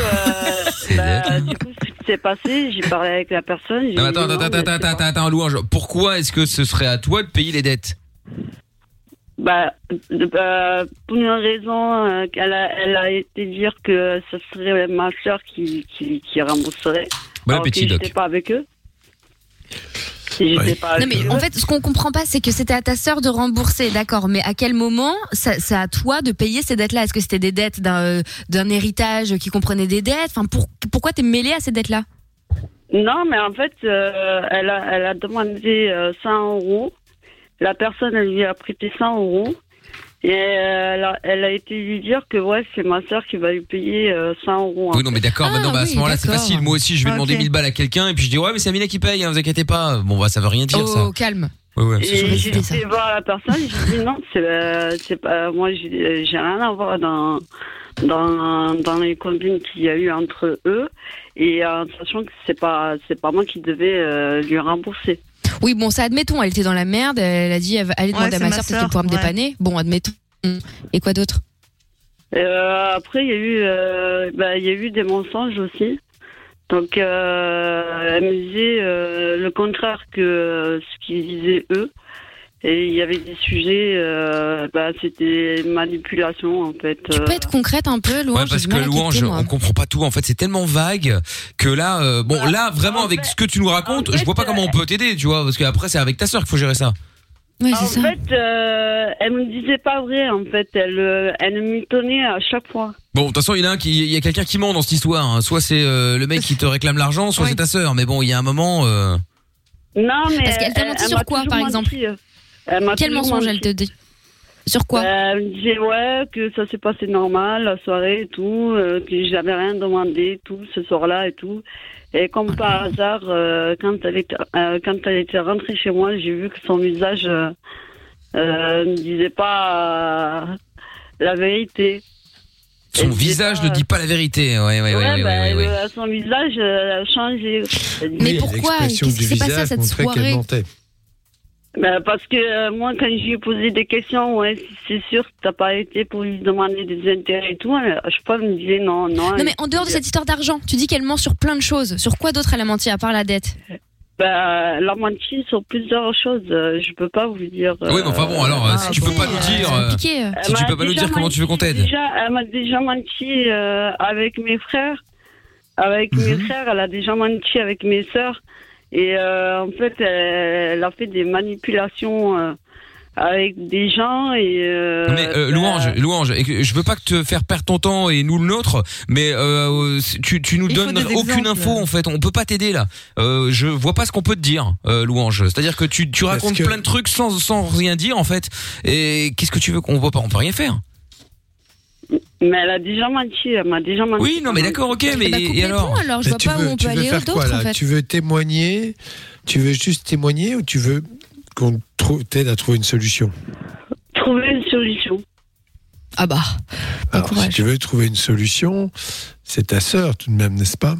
Speaker 9: coup, ce qui s'est passé, j'ai parlé avec la personne.
Speaker 2: Non, attends, Louange. Pourquoi est-ce que ce serait à toi de payer les dettes ?
Speaker 9: Pour une raison, elle a été dire que ce serait ma soeur qui rembourserait.
Speaker 2: Bon appétit, Doc.
Speaker 9: J'étais pas avec eux.
Speaker 6: Non mais en fait, ce qu'on comprend pas, c'est que c'était à ta sœur de rembourser, d'accord. Mais à quel moment c'est à toi de payer ces dettes-là ? Est-ce que c'était des dettes d'un héritage qui comprenait des dettes ? Enfin, pourquoi t'es mêlée à ces dettes-là ?
Speaker 9: Non, mais en fait, elle a demandé 100 €. La personne, elle lui a prêté 100 € et elle a été lui dire que c'est ma sœur qui va lui payer 100 €.
Speaker 2: Oui, non, mais d'accord, maintenant, à ce moment-là, c'est facile. Moi aussi, je vais demander 1000 balles à quelqu'un et puis je dis, mais c'est Amina qui paye, vous inquiétez pas. Bon, ça veut rien dire, ça.
Speaker 6: Oh, calme.
Speaker 2: Ouais,
Speaker 9: et j'ai été voir la personne, j'ai dit non, c'est pas, moi, j'ai rien à voir dans les combines qu'il y a eu entre eux et en sachant que c'est pas moi qui devais lui rembourser.
Speaker 6: Oui, bon, ça admettons, elle était dans la merde, elle a dit allez demander à ma soeur peut-être qu'elle pourra me dépanner. Bon, admettons. Et quoi d'autre ?
Speaker 9: Après, il y a eu des mensonges aussi. Donc, elle me disait le contraire que ce qu'ils disaient eux. Et il y avait des sujets, c'était manipulation en fait.
Speaker 6: Tu peux être concrète un peu, Louange ?
Speaker 2: Ouais, parce que Louange, on comprend pas tout. En fait, c'est tellement vague que là, là, vraiment, avec ce que tu nous racontes, je vois pas comment on peut t'aider, tu vois, parce qu'après, c'est avec ta sœur qu'il faut gérer ça.
Speaker 6: Oui,
Speaker 9: en fait, elle me disait pas vrai. En fait, elle me mitonnait à chaque fois.
Speaker 2: Bon, de toute façon, il y a quelqu'un qui ment dans cette histoire. Hein. Soit c'est le mec qui te réclame l'argent, soit c'est ta sœur. Mais bon, il y a un moment.
Speaker 9: Non, mais
Speaker 6: parce qu'elle t'a menti sur quoi, par exemple ? Quel mensonge elle te dit ? Sur quoi ?
Speaker 9: Elle me disait que ça s'est passé normal, la soirée et tout, que j'avais rien demandé, tout, ce soir-là et tout. Et comme par hasard, quand elle était rentrée chez moi, j'ai vu que son visage ne disait pas la vérité.
Speaker 2: Son visage ne dit pas la vérité. Ouais.
Speaker 9: Son visage a changé.
Speaker 6: Mais pourquoi ? Qu'est-ce qui s'est passé à cette soirée ?
Speaker 9: Parce que moi, quand je lui ai posé des questions, c'est sûr que t'as pas été pour lui demander des intérêts et tout, à chaque fois, elle me disait non. Non, mais
Speaker 6: en dehors de cette histoire d'argent, tu dis qu'elle ment sur plein de choses. Sur quoi d'autre elle a menti à part la dette ?
Speaker 9: Elle a menti sur plusieurs choses. Je peux pas vous dire.
Speaker 2: Oui, mais enfin bon, alors, si tu peux pas nous dire, si tu peux pas nous dire comment tu veux qu'on t'aide.
Speaker 9: Elle m'a déjà menti avec mes frères. Avec mes frères, elle a déjà menti avec mes sœurs. Et en fait, elle a fait des manipulations avec des gens et.
Speaker 2: Mais Louange, je veux pas que te faire perdre ton temps et nous le nôtre, mais tu nous donnes aucune info en fait. On peut pas t'aider là. Je vois pas ce qu'on peut te dire, Louange. C'est-à-dire que tu racontes plein de trucs sans rien dire en fait. Et qu'est-ce que tu veux qu'on voit pas ? On peut rien faire.
Speaker 9: Mais elle a déjà menti,
Speaker 2: Oui, non, mais d'accord, ok, mais et alors
Speaker 6: je vois pas où on peut aller d'autre en fait.
Speaker 5: Tu veux témoigner ? Tu veux juste témoigner ou tu veux qu'on t'aide à trouver une solution ?
Speaker 9: Trouver une solution.
Speaker 6: Ah bah. Bon
Speaker 5: Alors,
Speaker 6: courage.
Speaker 5: si tu veux trouver une solution, c'est ta sœur tout de même, n'est-ce pas?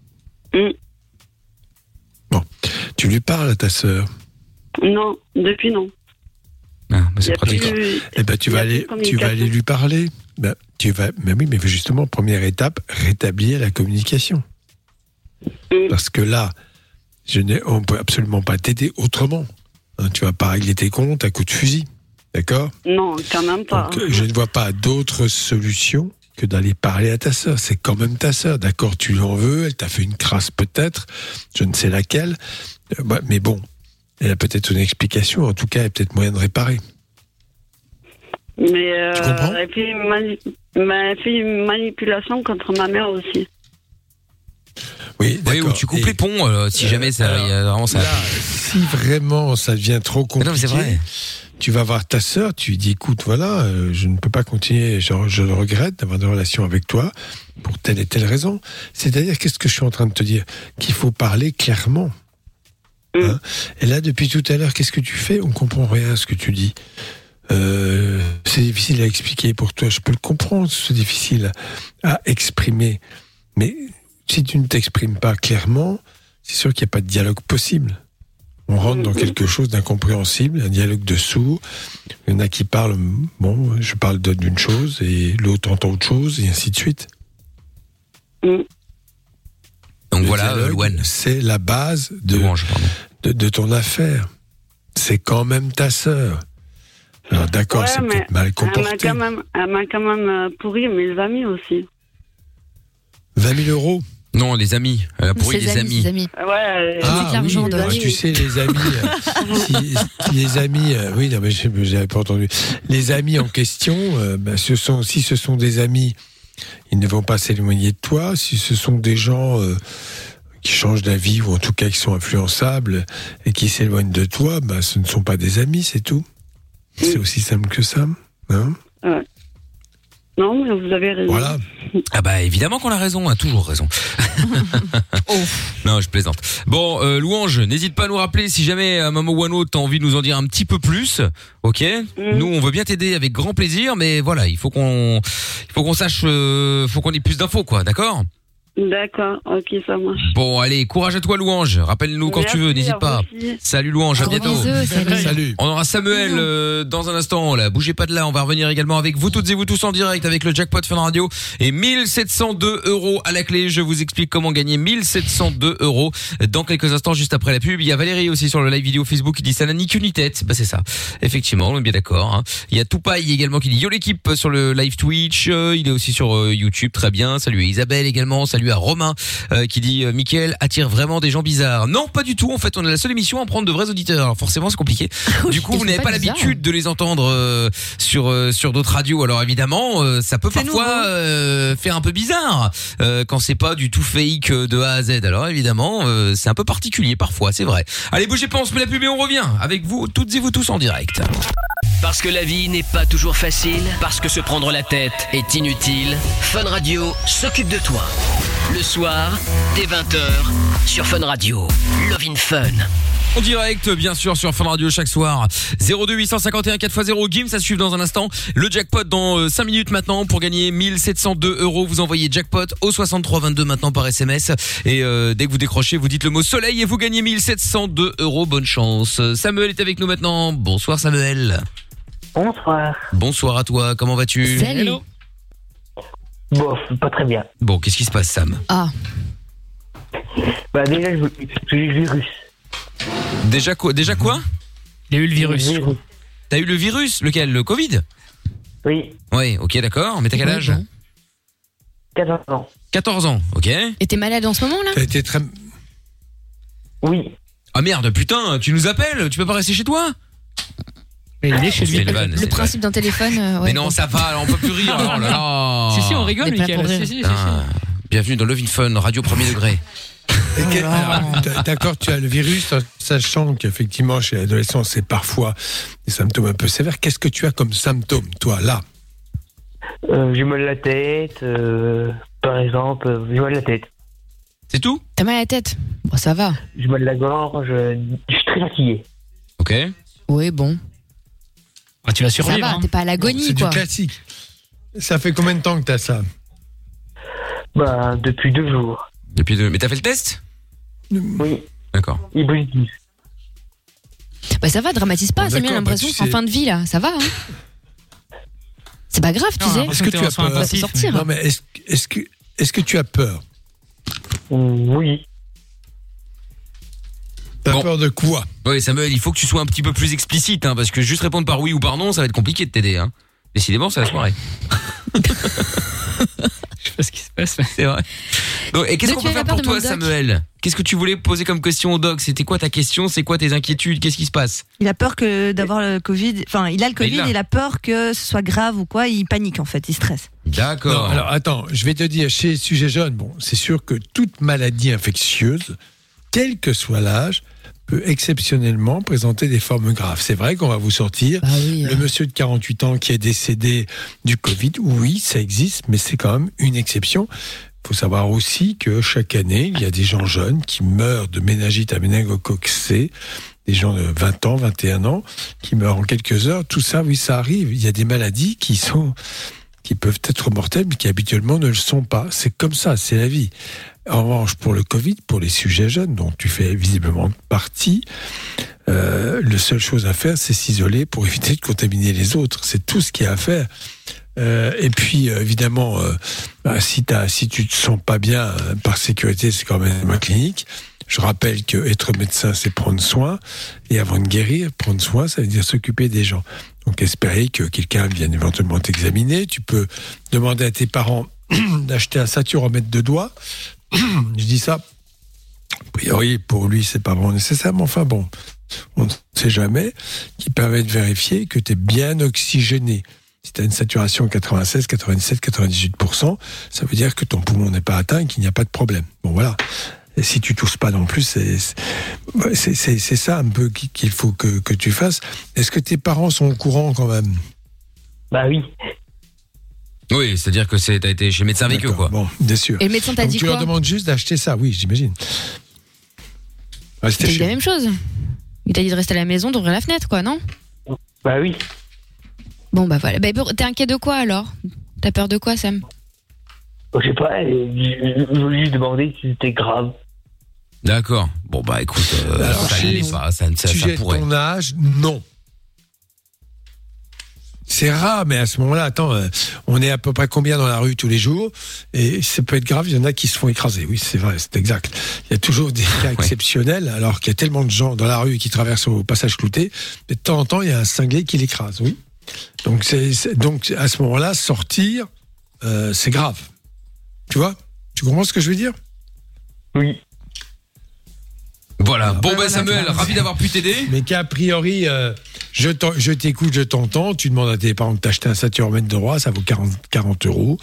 Speaker 5: Bon, tu lui parles à ta sœur.
Speaker 9: Non, depuis non.
Speaker 2: Ah, bah,
Speaker 9: Il y
Speaker 2: c'est
Speaker 9: a
Speaker 2: pratique.
Speaker 9: plus-
Speaker 5: Eh ben, tu
Speaker 9: il y
Speaker 5: vas
Speaker 9: a plus
Speaker 5: aller,
Speaker 9: de
Speaker 5: tu vas
Speaker 9: communication.
Speaker 5: aller lui parler. Mais oui, mais justement, première étape, rétablir la communication. Parce que là, on peut absolument pas t'aider autrement. Hein, tu vas pas régler tes comptes à coup de fusil, d'accord?
Speaker 9: Non, quand même pas.
Speaker 5: Donc, je ne vois pas d'autre solution que d'aller parler à ta sœur. C'est quand même ta sœur, d'accord? Tu lui en veux, elle t'a fait une crasse peut-être, je ne sais laquelle, mais bon, elle a peut-être une explication. En tout cas, il y a peut-être moyen de réparer.
Speaker 9: Mais
Speaker 5: Tu comprends?
Speaker 9: elle fait une manipulation contre ma mère aussi.
Speaker 5: Oui,
Speaker 2: Oui,
Speaker 5: d'accord.
Speaker 2: ou tu coupes
Speaker 5: Et
Speaker 2: les ponts si jamais ça,
Speaker 5: alors,
Speaker 2: y a vraiment ça.
Speaker 5: là, si vraiment ça devient trop
Speaker 2: Ah non,
Speaker 5: compliqué,
Speaker 2: mais c'est vrai.
Speaker 5: tu vas voir ta sœur, tu lui dis, écoute, voilà, je ne peux pas continuer, je le regrette d'avoir des relations avec toi pour telle et telle raison. C'est-à-dire, qu'est-ce que je suis en train de te dire? Qu'il faut parler clairement. Hein? Et là, depuis tout à l'heure, qu'est-ce que tu fais? On comprend rien à ce que tu dis. C'est difficile à expliquer pour toi. Je peux le comprendre, c'est difficile à exprimer. Mais si tu ne t'exprimes pas clairement, c'est sûr qu'il n'y a pas de dialogue possible. On rentre dans quelque chose d'incompréhensible, un dialogue de sourds. Il y en a qui parlent, bon, je parle d'une chose et l'autre entend autre chose, et ainsi de suite.
Speaker 2: Donc
Speaker 5: Le
Speaker 2: voilà,
Speaker 5: dialogue,
Speaker 2: Louane.
Speaker 5: c'est la base
Speaker 2: Louange, pardon.
Speaker 5: de ton affaire. C'est quand même ta sœur. Alors d'accord, c'est
Speaker 9: mais
Speaker 5: peut-être mal
Speaker 9: elle
Speaker 5: comporté.
Speaker 9: m'a quand même pourri mes amis aussi.
Speaker 5: 20 000 euros.
Speaker 2: Non, les amis. Elle a pourri les amis.
Speaker 9: Ouais.
Speaker 5: Ah,
Speaker 6: l'argent
Speaker 5: oui,
Speaker 6: de-
Speaker 5: bah, tu sais, les amis, si les amis, oui, non, mais j'avais pas entendu. Les amis en question, si ce sont des amis, ils ne vont pas s'éloigner de toi. Si ce sont des gens qui changent d'avis ou en tout cas qui sont influençables et qui s'éloignent de toi, ce ne sont pas des amis, c'est tout. C'est aussi simple que ça. Hein?
Speaker 9: Ouais. Non, mais vous avez raison.
Speaker 5: Voilà.
Speaker 2: Ah bah évidemment qu'on a raison, on a toujours raison. Non, je plaisante. Bon, Louange, n'hésite pas à nous rappeler si jamais à un moment ou un autre t'as envie de nous en dire un petit peu plus, ok? Nous, on veut bien t'aider avec grand plaisir, mais voilà, il faut qu'on sache, faut qu'on ait plus d'infos, quoi, d'accord?
Speaker 9: D'accord, ok, ça marche.
Speaker 2: Bon, allez, courage à toi, Louange. Rappelle-nous quand tu veux,
Speaker 9: Merci,
Speaker 2: n'hésite
Speaker 9: à
Speaker 2: pas.
Speaker 9: vous aussi.
Speaker 2: Salut Louange, à
Speaker 6: Gros
Speaker 2: bientôt.
Speaker 6: bisous, salut.
Speaker 5: Salut.
Speaker 2: On aura Samuel dans un instant, là. Bougez pas de là, on va revenir également avec vous toutes et vous tous en direct avec le jackpot Fun Radio et 1702 € à la clé. Je vous explique comment gagner 1702 € dans quelques instants, juste après la pub. Il y a Valérie aussi sur le live vidéo Facebook qui dit ça n'a ni queue ni tête. Bah c'est ça. Effectivement, on est bien d'accord. Hein. Il y a Toupaille également qui dit yo l'équipe sur le live Twitch. Il est aussi sur YouTube, très bien. Salut à Isabelle également. Salut à Romain qui dit Mickaël attire vraiment des gens bizarres. Non, pas du tout. En fait, on est la seule émission à prendre de vrais auditeurs. Alors forcément, c'est compliqué. Du coup,
Speaker 6: ils
Speaker 2: vous
Speaker 6: sont
Speaker 2: n'avez pas
Speaker 6: bizarres.
Speaker 2: l'habitude de les entendre sur d'autres radios. Alors évidemment, ça peut parfois faire un peu bizarre quand c'est pas du tout fake de A à Z. Alors évidemment, c'est un peu particulier parfois, c'est vrai. Allez, bougez pas, on se met la pub et on revient avec vous toutes et vous tous en direct.
Speaker 1: Parce que la vie n'est pas toujours facile, parce que se prendre la tête est inutile, Fun Radio s'occupe de toi. Le soir, dès 20h, sur Fun Radio. Love in Fun.
Speaker 2: En direct, bien sûr, sur Fun Radio chaque soir. 02 851 4x0 Gim, ça se suit dans un instant. Le jackpot dans 5 minutes maintenant pour gagner 1702 €. Vous envoyez jackpot au 6322 maintenant par SMS. Et dès que vous décrochez, vous dites le mot soleil et vous gagnez 1702 €. Bonne chance. Samuel est avec nous maintenant. Bonsoir Samuel.
Speaker 10: Bonsoir.
Speaker 2: Bonsoir à toi, comment vas-tu?
Speaker 6: Salut.
Speaker 8: Hello.
Speaker 10: Bon, pas très bien.
Speaker 2: Bon, qu'est-ce qui se passe Sam?
Speaker 6: Ah,
Speaker 10: Bah déjà, j'ai eu le virus.
Speaker 2: Déjà quoi?
Speaker 8: Il a eu le virus.
Speaker 2: T'as eu le virus? Lequel? Le Covid?
Speaker 10: Oui,
Speaker 2: Oui, ok, d'accord. Mais t'as quel
Speaker 6: Oui,
Speaker 2: âge?
Speaker 6: bon.
Speaker 10: 14 ans.
Speaker 2: 14 ans, ok.
Speaker 6: Et t'es malade en ce moment là?
Speaker 5: Ça a été très...
Speaker 10: Oui.
Speaker 2: Ah merde, putain, tu nous appelles? Tu peux pas rester chez toi?
Speaker 8: Mais il est chez
Speaker 2: On se fait
Speaker 8: lui.
Speaker 2: une vanne,
Speaker 6: Le
Speaker 2: c'est
Speaker 6: principe d'un téléphone. Ouais,
Speaker 2: Mais non,
Speaker 6: bon.
Speaker 2: ça va, on peut plus rire. Oh là là.
Speaker 8: Si, on rigole,
Speaker 6: Mais pas
Speaker 8: Mickaël.
Speaker 6: pour rire.
Speaker 8: Si.
Speaker 2: Ah, bienvenue dans Love in Fun, radio premier degré.
Speaker 5: D'accord, tu as le virus, sachant qu'effectivement, chez l'adolescent, c'est parfois des symptômes un peu sévères. Qu'est-ce que tu as comme symptômes, toi, là?
Speaker 10: J'ai mal à la tête, par exemple. J'ai mal à la tête.
Speaker 2: C'est tout?
Speaker 6: T'as mal à la tête? Bon, ça va.
Speaker 10: J'ai mal à la gorge. Je suis très fatigué.
Speaker 2: Ok.
Speaker 6: Oui, bon.
Speaker 8: Ah, tu vas
Speaker 6: Ça
Speaker 8: survivre.
Speaker 6: va,
Speaker 8: Hein.
Speaker 6: t'es pas à l'agonie
Speaker 5: C'est du
Speaker 6: quoi.
Speaker 5: classique. Ça fait combien de temps que t'as ça?
Speaker 10: Bah, depuis 2 jours.
Speaker 2: Mais t'as fait le test?
Speaker 10: Oui.
Speaker 2: D'accord.
Speaker 10: Il est positif.
Speaker 6: Bah ça va, dramatise pas,
Speaker 5: Bon,
Speaker 6: c'est bien
Speaker 5: d'accord,
Speaker 6: l'impression
Speaker 5: bah, tu
Speaker 6: qu'en
Speaker 5: sais-
Speaker 6: fin de vie là, ça va. Hein. C'est pas grave, tu
Speaker 8: Non,
Speaker 6: sais.
Speaker 8: parce
Speaker 5: Est-ce que
Speaker 8: t'es
Speaker 5: tu as
Speaker 8: en soins
Speaker 5: peur?
Speaker 8: intensifs,
Speaker 6: sortir.
Speaker 5: Non, mais est-ce que tu as peur?
Speaker 10: Oui.
Speaker 5: T'as
Speaker 2: Bon.
Speaker 5: peur de quoi?
Speaker 2: Oui, Samuel, il faut que tu sois un petit peu plus explicite, hein, parce que juste répondre par oui ou par non, ça va être compliqué de t'aider. Hein. Décidément, c'est la soirée.
Speaker 8: Je sais pas ce qui se passe.
Speaker 2: C'est vrai. Donc, et qu'est-ce
Speaker 6: Donc,
Speaker 2: qu'on peut
Speaker 6: tu as
Speaker 2: faire
Speaker 6: peur
Speaker 2: pour
Speaker 6: de
Speaker 2: toi,
Speaker 6: mon doc
Speaker 2: Samuel? Qu'est-ce que tu voulais poser comme question au doc? C'était quoi ta question? C'est quoi tes inquiétudes? Qu'est-ce qui se passe?
Speaker 3: Il a peur d'avoir le Covid. Enfin, il a le Covid
Speaker 2: il l'a.
Speaker 3: et il a peur que ce soit grave ou quoi. Il panique en fait, il stresse.
Speaker 2: D'accord.
Speaker 5: Non, alors attends, je vais te dire, chez Sujet Jeune, bon, c'est sûr que toute maladie infectieuse, quel que soit l'âge, peut exceptionnellement présenter des formes graves. C'est vrai qu'on va vous sortir
Speaker 6: Bah oui,
Speaker 5: le monsieur de 48 ans qui est décédé du Covid. Oui, ça existe, mais c'est quand même une exception. Il faut savoir aussi que chaque année, il y a des gens jeunes qui meurent de méningite à méningocoque C, des gens de 20 ans, 21 ans, qui meurent en quelques heures. Tout ça, oui, ça arrive. Il y a des maladies qui peuvent être mortelles, mais qui habituellement ne le sont pas. C'est comme ça, c'est la vie. En revanche, pour le Covid, pour les sujets jeunes, dont tu fais visiblement partie, la seule chose à faire, c'est s'isoler pour éviter de contaminer les autres. C'est tout ce qu'il y a à faire. Et puis, évidemment, si tu te sens pas bien, par sécurité, c'est quand même ma clinique. Je rappelle que être médecin, c'est prendre soin. Et avant de guérir, prendre soin, ça veut dire s'occuper des gens. Donc, espérer que quelqu'un vienne éventuellement t'examiner. Tu peux demander à tes parents d'acheter un saturomètre de doigts. Je dis ça. A priori, pour lui, c'est pas vraiment nécessaire, mais enfin bon, on ne sait jamais, qui permet de vérifier que tu es bien oxygéné. Si tu as une saturation 96, 97, 98%, ça veut dire que ton poumon n'est pas atteint et qu'il n'y a pas de problème. Bon, voilà. Et si tu tousses pas non plus, c'est ça un peu qu'il faut que tu fasses. Est-ce que tes parents sont au courant quand même?
Speaker 10: Bah oui.
Speaker 2: Oui, c'est-à-dire que t'as été chez le médecin avec eux, quoi.
Speaker 5: Bon, bien sûr.
Speaker 6: Et le médecin t'a
Speaker 5: Donc,
Speaker 6: dit
Speaker 5: tu
Speaker 6: quoi?
Speaker 5: leur demandes juste d'acheter ça, oui, j'imagine.
Speaker 6: Il t'a dit la même chose. Il t'a dit de rester à la maison, d'ouvrir la fenêtre, quoi, non?
Speaker 10: Bah oui.
Speaker 6: Bon, bah voilà. Bah, t'es inquiet de quoi alors? T'as peur de quoi, Sam?
Speaker 10: Je sais pas, je voulais juste demander si c'était grave.
Speaker 2: D'accord. Bon, bah écoute,
Speaker 5: Alors,
Speaker 2: ça l'est pas, ça
Speaker 5: sujet de
Speaker 2: pourrait.
Speaker 5: ton âge, non. C'est rare, mais à ce moment-là, attends, on est à peu près combien dans la rue tous les jours? Et ça peut être grave, il y en a qui se font écraser. Oui, c'est vrai, c'est exact. Il y a toujours des cas exceptionnels, alors qu'il y a tellement de gens dans la rue qui traversent au passage clouté, mais de temps en temps, il y a un cinglé qui l'écrase, oui. Donc, donc à ce moment-là, sortir, c'est grave. Tu vois? Tu comprends ce que je veux dire?
Speaker 10: Oui.
Speaker 2: Voilà. Bon, bah
Speaker 5: voilà,
Speaker 2: Samuel,
Speaker 5: voilà.
Speaker 2: ravi d'avoir pu t'aider.
Speaker 5: Mais qu'a priori, je t'écoute, je t'entends. Tu demandes à tes parents de t'acheter un saturomètre de droit, ça vaut 40 €.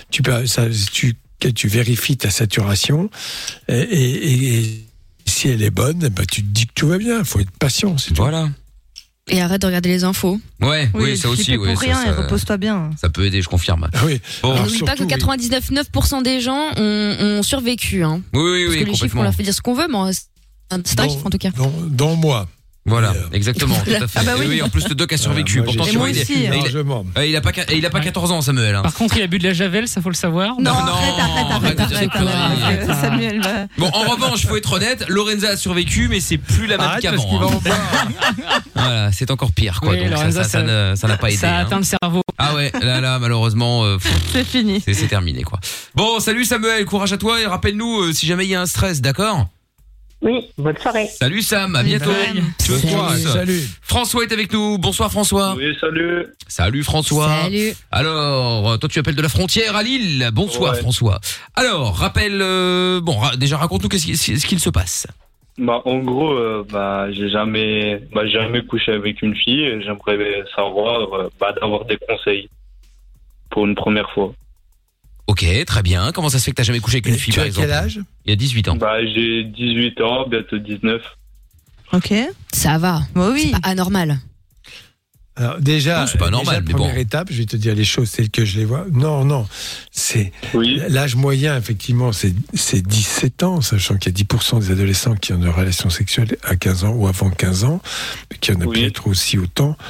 Speaker 5: Tu vérifies ta saturation et si elle est bonne, bah, tu te dis que tout va bien. Il faut être patient, c'est tout.
Speaker 2: Voilà.
Speaker 6: Et arrête de regarder les infos.
Speaker 2: Ouais, oui, ça aussi.
Speaker 3: Pour
Speaker 2: Ouais,
Speaker 3: rien,
Speaker 2: ça,
Speaker 3: et repose-toi bien.
Speaker 2: ça peut aider, je confirme.
Speaker 5: Ah oui.
Speaker 2: Bon.
Speaker 5: Alors,
Speaker 6: N'oublie pas que
Speaker 5: surtout,
Speaker 6: 99% des gens ont survécu. Hein.
Speaker 2: Oui,
Speaker 6: Parce que les chiffres,
Speaker 2: complètement.
Speaker 6: on leur fait dire ce qu'on veut, mais c'est un chiffre en tout cas.
Speaker 5: Dans moi.
Speaker 2: Voilà,
Speaker 5: Mais,
Speaker 2: exactement, tout à fait.
Speaker 3: Ah bah oui.
Speaker 2: Et oui, en plus le doc a survécu.
Speaker 5: moi,
Speaker 2: Pourtant,
Speaker 5: j'ai
Speaker 2: tu vois,
Speaker 3: survécu.
Speaker 2: il est-
Speaker 5: largement.
Speaker 2: il a pas 14 ans, Samuel. Hein.
Speaker 8: Par contre, il a bu de la javel, ça faut le savoir.
Speaker 3: Non,
Speaker 2: non,
Speaker 3: arrête,
Speaker 2: arrête,
Speaker 3: arrête. Samuel va.
Speaker 2: Bon, en revanche, faut être honnête, Lorenza a survécu, mais c'est plus la même
Speaker 5: Arrête parce
Speaker 2: qu'avant.
Speaker 5: qu'il va
Speaker 2: hein.
Speaker 5: en boire.
Speaker 2: Voilà, c'est encore pire, quoi.
Speaker 8: Oui,
Speaker 2: Donc
Speaker 8: Lorenza,
Speaker 2: ça n'a pas aidé.
Speaker 8: Ça a
Speaker 2: hein.
Speaker 8: atteint le cerveau.
Speaker 2: Ah ouais, là, malheureusement,
Speaker 3: C'est fini.
Speaker 2: c'est terminé, quoi. Bon, salut Samuel, courage à toi et rappelle-nous si jamais il y a un stress, d'accord?
Speaker 10: Oui, bonne soirée.
Speaker 2: Salut Sam, à bientôt.
Speaker 8: bye.
Speaker 2: Tu veux quoi
Speaker 5: Salut.
Speaker 2: François est avec nous. Bonsoir François.
Speaker 7: Oui, salut.
Speaker 2: Salut François.
Speaker 6: Salut.
Speaker 2: Alors, toi tu appelles de la frontière à Lille. Bonsoir
Speaker 7: Ouais.
Speaker 2: François. Alors, rappelle, déjà raconte-nous ce qu'il se passe.
Speaker 7: Bah, en gros, j'ai jamais couché avec une fille et j'aimerais savoir, d'avoir des conseils pour une première fois.
Speaker 2: Ok, très bien. Comment ça se fait que t'as jamais couché avec une
Speaker 5: Et
Speaker 2: fille
Speaker 5: tu
Speaker 2: par
Speaker 5: as
Speaker 2: exemple?
Speaker 5: quel âge?
Speaker 2: Il y a 18 ans.
Speaker 7: Bah, j'ai 18 ans, bientôt 19.
Speaker 3: Ok.
Speaker 6: Ça va.
Speaker 3: Bah oui.
Speaker 6: C'est pas anormal.
Speaker 5: Alors déjà,
Speaker 2: Non, c'est pas normal, mais
Speaker 5: première
Speaker 2: bon.
Speaker 5: étape, je vais te dire les choses telles que je les vois. Non, c'est
Speaker 7: Oui.
Speaker 5: l'âge moyen, effectivement, c'est 17 ans, sachant qu'il y a 10% des adolescents qui ont des relations sexuelles à 15 ans ou avant 15 ans, mais qu'il y en a
Speaker 7: Oui.
Speaker 5: peut-être aussi autant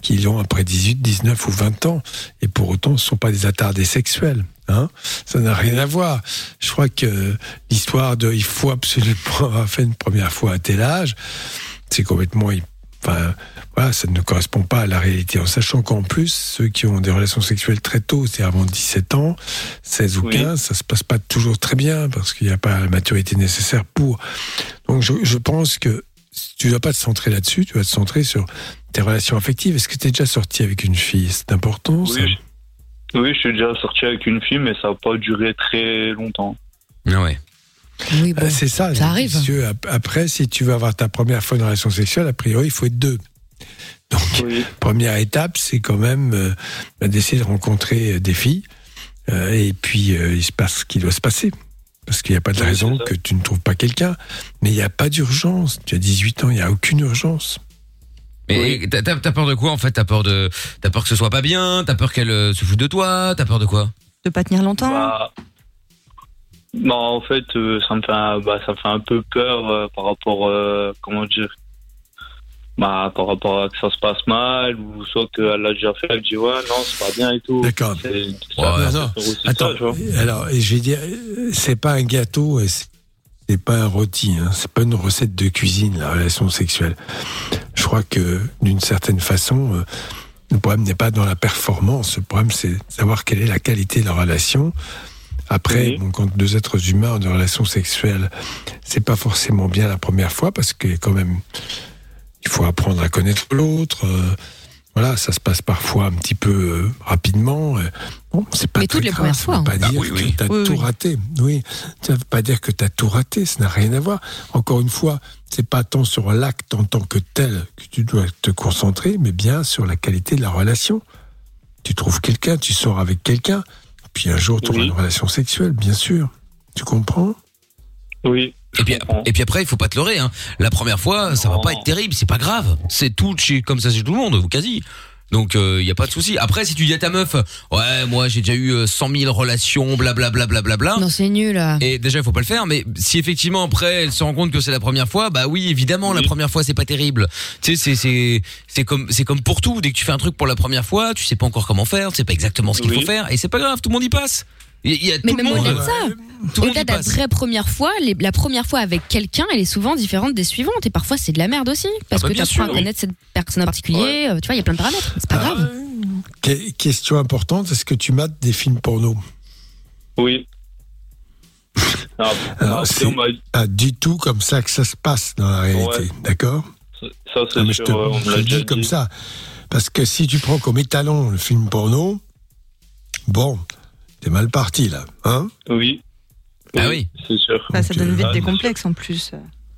Speaker 5: qui l'ont après 18, 19 ou 20 ans. Et pour autant, ce ne sont pas des attardés sexuels. Hein, ça n'a rien à voir. Je crois que l'histoire de il faut absolument avoir fait une première fois à tel âge, c'est complètement... Enfin, voilà, ça ne correspond pas à la réalité. En sachant qu'en plus, ceux qui ont des relations sexuelles très tôt, c'est avant 17 ans, 16 ou 15, ça se passe pas toujours très bien parce qu'il n'y a pas la maturité nécessaire pour. Donc, je pense que tu ne dois pas te centrer là-dessus, tu vas te centrer sur tes relations affectives. Est-ce que tu es déjà sorti avec une fille? C'est important, ça?
Speaker 11: Oui, je suis déjà sorti avec une fille, mais ça n'a pas duré très longtemps.
Speaker 2: Ah ouais.
Speaker 6: Oui, bon,
Speaker 5: c'est ça.
Speaker 6: Ça arrive.
Speaker 5: Après, si tu veux avoir ta première fois une relation sexuelle, a priori, il faut être 2. Donc, première étape, c'est quand même d'essayer de rencontrer des filles. Et puis, il se passe ce qui doit se passer. Parce qu'il n'y a pas de raison que tu ne trouves pas quelqu'un. Mais il n'y a pas d'urgence. Tu as 18 ans, il n'y a aucune urgence.
Speaker 2: Mais t'as peur de quoi, en fait? T'as peur que ce soit pas bien? T'as peur qu'elle se foute de toi? T'as peur de quoi?
Speaker 3: De pas tenir longtemps?
Speaker 11: En fait, ça me fait un peu peur par rapport, comment dire, par rapport à que ça se passe mal, ou soit qu'elle l'a déjà fait, elle dit ouais, non, c'est pas bien et tout.
Speaker 5: D'accord. Attends, alors, je vais dire, c'est pas un gâteau, c'est pas un rôti, hein, c'est pas une recette de cuisine, la relation sexuelle. Je crois que, d'une certaine façon, le problème n'est pas dans la performance, le problème c'est savoir quelle est la qualité de la relation. Après, quand deux êtres humains ont des relations sexuelles, c'est pas forcément bien la première fois parce que quand même, il faut apprendre à connaître l'autre. Voilà, ça se passe parfois un petit peu rapidement. Bon, c'est pas.
Speaker 6: Mais toutes les premières fois.
Speaker 5: Ça veut pas dire que t'as tout raté. Oui, ça veut pas dire que t'as tout raté. Ça n'a rien à voir. Encore une fois, c'est pas tant sur l'acte en tant que tel que tu dois te concentrer, mais bien sur la qualité de la relation. Tu trouves quelqu'un, tu sors avec quelqu'un. Puis un jour, tu auras une relation sexuelle, bien sûr. Tu comprends?
Speaker 11: Oui.
Speaker 2: Et puis après, il faut pas te leurrer. Hein. La première fois, ça va pas être terrible, c'est pas grave. C'est tout comme ça chez tout le monde, ou quasi. Donc y a pas de souci. Après, si tu dis à ta meuf, ouais, moi j'ai déjà eu 100 000 relations, blablabla, blablabla.
Speaker 6: Non, c'est nul.
Speaker 2: Et déjà, il faut pas le faire. Mais si effectivement après, elle se rend compte que c'est la première fois, bah oui, évidemment, la première fois c'est pas terrible. Tu sais, c'est comme pour tout. Dès que tu fais un truc pour la première fois, tu sais pas encore comment faire, tu sais pas exactement ce qu'il faut faire, et c'est pas grave, tout le monde y passe.
Speaker 6: Mais même au-delà de ça, au-delà de la vraie première fois, la première fois avec quelqu'un, elle est souvent différente des suivantes. Et parfois, c'est de la merde aussi. Parce que tu apprends à connaître cette personne en particulier. Tu vois, il y a plein de paramètres. C'est pas grave.
Speaker 5: Question importante, est-ce que tu mates des films porno?
Speaker 11: Oui.
Speaker 5: Alors, c'est pas du tout comme ça que ça se passe dans la réalité. D'accord?
Speaker 11: Ça, c'est
Speaker 5: sûr. Je te le dis comme ça. Parce que si tu prends comme étalon le film porno, bon... T'es mal parti, là, hein?
Speaker 11: Oui.
Speaker 2: Ah oui.
Speaker 11: C'est sûr.
Speaker 3: Ça donne vite des complexes, en plus.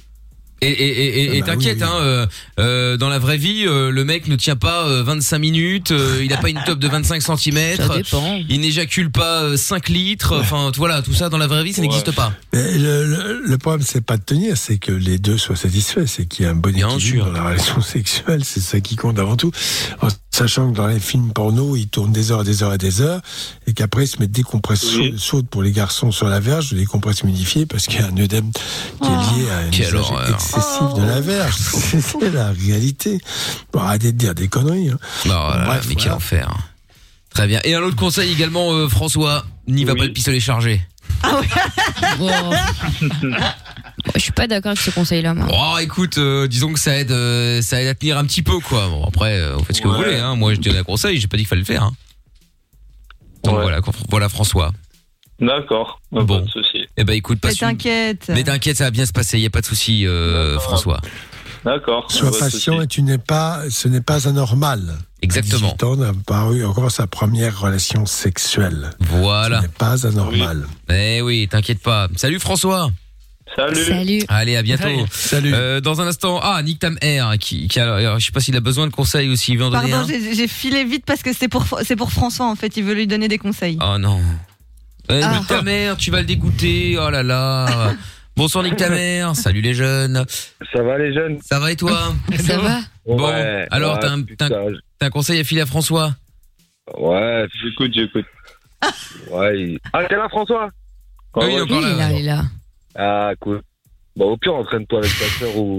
Speaker 2: Et t'inquiète, dans la vraie vie, le mec ne tient pas 25 minutes, il a pas une top de 25 cm, il n'éjacule pas 5 litres, enfin voilà, tout ça dans la vraie vie, ça n'existe pas.
Speaker 5: Mais le problème, c'est pas de tenir, c'est que les deux soient satisfaits, c'est qu'il y a un bon équilibre dans la relation sexuelle, c'est ça qui compte avant tout. En sachant que dans les films porno, ils tournent des heures et des heures et des heures, et qu'après ils se mettent des compresses chaudes pour les garçons sur la verge, des compresses humidifiées, parce qu'il y a un œdème qui est lié à une usage excessif de la verge. C'est la réalité. Bon, arrêtez de dire des conneries. Hein.
Speaker 2: Non, bref, mais quel enfer. Très bien. Et un autre conseil également, François, n'y va pas le pistolet chargé.
Speaker 3: Ah ouais.
Speaker 6: Je suis pas d'accord avec ce conseil-là, moi.
Speaker 2: Oh, écoute, disons que ça aide à tenir un petit peu, quoi. Bon, après, vous faites ce que vous voulez, hein. Moi, je donne un conseil, j'ai pas dit qu'il fallait le faire, hein. Donc voilà, François.
Speaker 11: D'accord.
Speaker 2: Bon.
Speaker 11: Pas de souci.
Speaker 2: Eh ben, écoute,
Speaker 3: Mais t'inquiète.
Speaker 2: Mais t'inquiète, ça va bien se passer, y a pas de souci, François.
Speaker 11: D'accord.
Speaker 5: Sois patient et ce n'est pas anormal.
Speaker 2: Exactement.
Speaker 5: 18 ans n'a pas eu encore sa première relation sexuelle.
Speaker 2: Voilà.
Speaker 5: Ce n'est pas anormal.
Speaker 2: Eh oui, t'inquiète pas. Salut François.
Speaker 11: Salut.
Speaker 2: Allez, à bientôt.
Speaker 5: Salut.
Speaker 2: Dans un instant, Nick Tam Air, qui alors, je sais pas s'il a besoin de conseils ou s'il veut en donner un.
Speaker 3: Pardon, j'ai filé vite parce que c'est pour François, en fait. Il veut lui donner des conseils.
Speaker 2: Oh non. Nick ta mère, tu vas le dégoûter. Oh là là. Bonsoir Nick ta mère. Salut les jeunes.
Speaker 12: Ça va les jeunes?
Speaker 2: Ça va et toi?
Speaker 6: Ça va?
Speaker 2: Bon, alors t'as un conseil à filer à François?
Speaker 12: Ouais, j'écoute. Ouais. Ah, t'es là François?
Speaker 2: Oui, il est encore là.
Speaker 6: Il est là.
Speaker 12: Ah, cool. Bon, au pire, entraîne-toi avec ta sœur ou...
Speaker 3: Oh,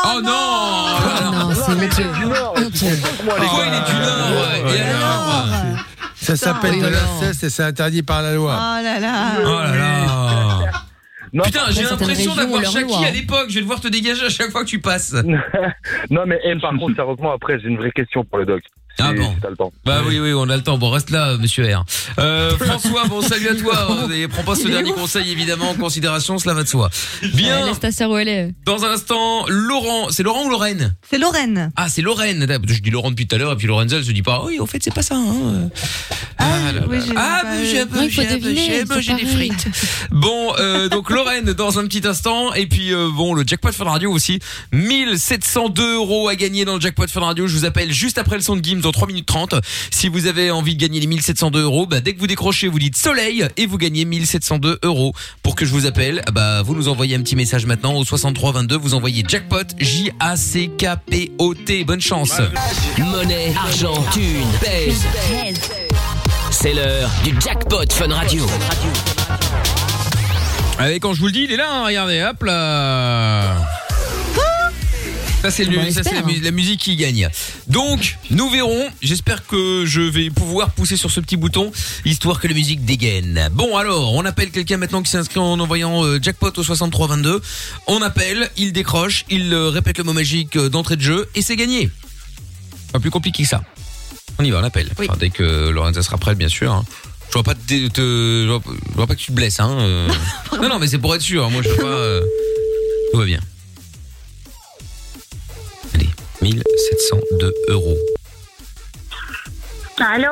Speaker 2: Oh non.
Speaker 6: Non, c'est honteux.
Speaker 2: Pourquoi il est du Nord? Et alors?
Speaker 5: Ça s'appelle de l'inceste et c'est interdit par la loi.
Speaker 3: Oh là là.
Speaker 2: Oh là là.
Speaker 12: Non,
Speaker 2: Putain, j'ai
Speaker 6: certaines
Speaker 2: l'impression
Speaker 6: régions
Speaker 2: d'avoir
Speaker 6: ont leur
Speaker 2: Shaki
Speaker 6: loi.
Speaker 2: à l'époque. Je vais devoir te dégager à chaque fois que tu passes.
Speaker 12: non, mais par contre, sérieusement, après, j'ai une vraie question pour le doc.
Speaker 2: Ah bon.
Speaker 12: Si t'as le temps.
Speaker 2: Bah oui, on a le temps. Bon, reste là, monsieur R. François, bon, salut à toi. Et prends pas ce dernier conseil, évidemment, en considération, cela va de soi. Bien.
Speaker 6: Laisse ta sœur où elle est.
Speaker 2: Dans un instant, Laurent. C'est Laurent ou Lorraine?
Speaker 3: C'est Lorraine.
Speaker 2: Ah, c'est Lorraine. Je dis Laurent depuis tout à l'heure, et puis Lorenza, elle se dit pas, oui, au fait, c'est pas ça, hein.
Speaker 3: Oui, j'ai
Speaker 2: J'ai des frites. Bon, donc Lorraine dans un petit instant, et puis bon, le jackpot Fun Radio aussi, 1702 € à gagner dans le jackpot Fun Radio. Je vous appelle juste après le son de Gims dans 3 minutes 30. Si vous avez envie de gagner les 1702 €, bah dès que vous décrochez, vous dites soleil et vous gagnez 1702 €. Pour que je vous appelle, bah vous nous envoyez un petit message maintenant au 63 22. Vous envoyez jackpot JACKPOT. Bonne chance.
Speaker 1: Monnaie, argent, thune, pèse. C'est l'heure du jackpot Fun Radio.
Speaker 2: Allez, quand je vous le dis, il est là, hein, regardez, hop là. Ça c'est la musique qui gagne. Donc nous verrons. J'espère que je vais pouvoir pousser sur ce petit bouton histoire que la musique dégaine. Bon alors, on appelle quelqu'un maintenant qui s'est inscrit en envoyant jackpot au 63 22. On appelle, il décroche, il répète le mot magique d'entrée de jeu et c'est gagné. Pas plus compliqué que ça. On y va, on appelle.
Speaker 3: Oui.
Speaker 2: Enfin, dès que Lorenza sera prête, bien sûr. Hein. Je vois pas je vois pas que tu te blesses, hein. Non, mais c'est pour être sûr. Moi, je veux pas. Tout va bien. Allez, 1702 €.
Speaker 9: Allô?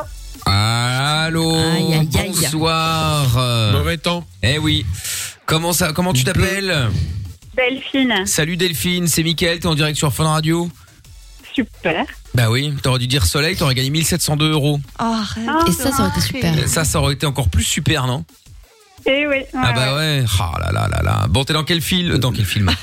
Speaker 2: Allô.
Speaker 6: Aïe, aïe, aïe.
Speaker 2: Bonsoir.
Speaker 5: Mauvais temps.
Speaker 2: Eh oui. Comment tu t'appelles?
Speaker 9: Delphine.
Speaker 2: Salut Delphine, c'est Mickaël, t'es en direct sur Fun Radio.
Speaker 9: Super.
Speaker 2: Bah oui, t'aurais dû dire soleil, t'aurais gagné 1702 €.
Speaker 3: Oh, arrête.
Speaker 6: Et ça aurait été super.
Speaker 2: Ça aurait été encore plus super, non?
Speaker 9: Eh oui.
Speaker 2: Ah bah ouais. Ah là là. Bon, t'es dans quel film? Dans quel film?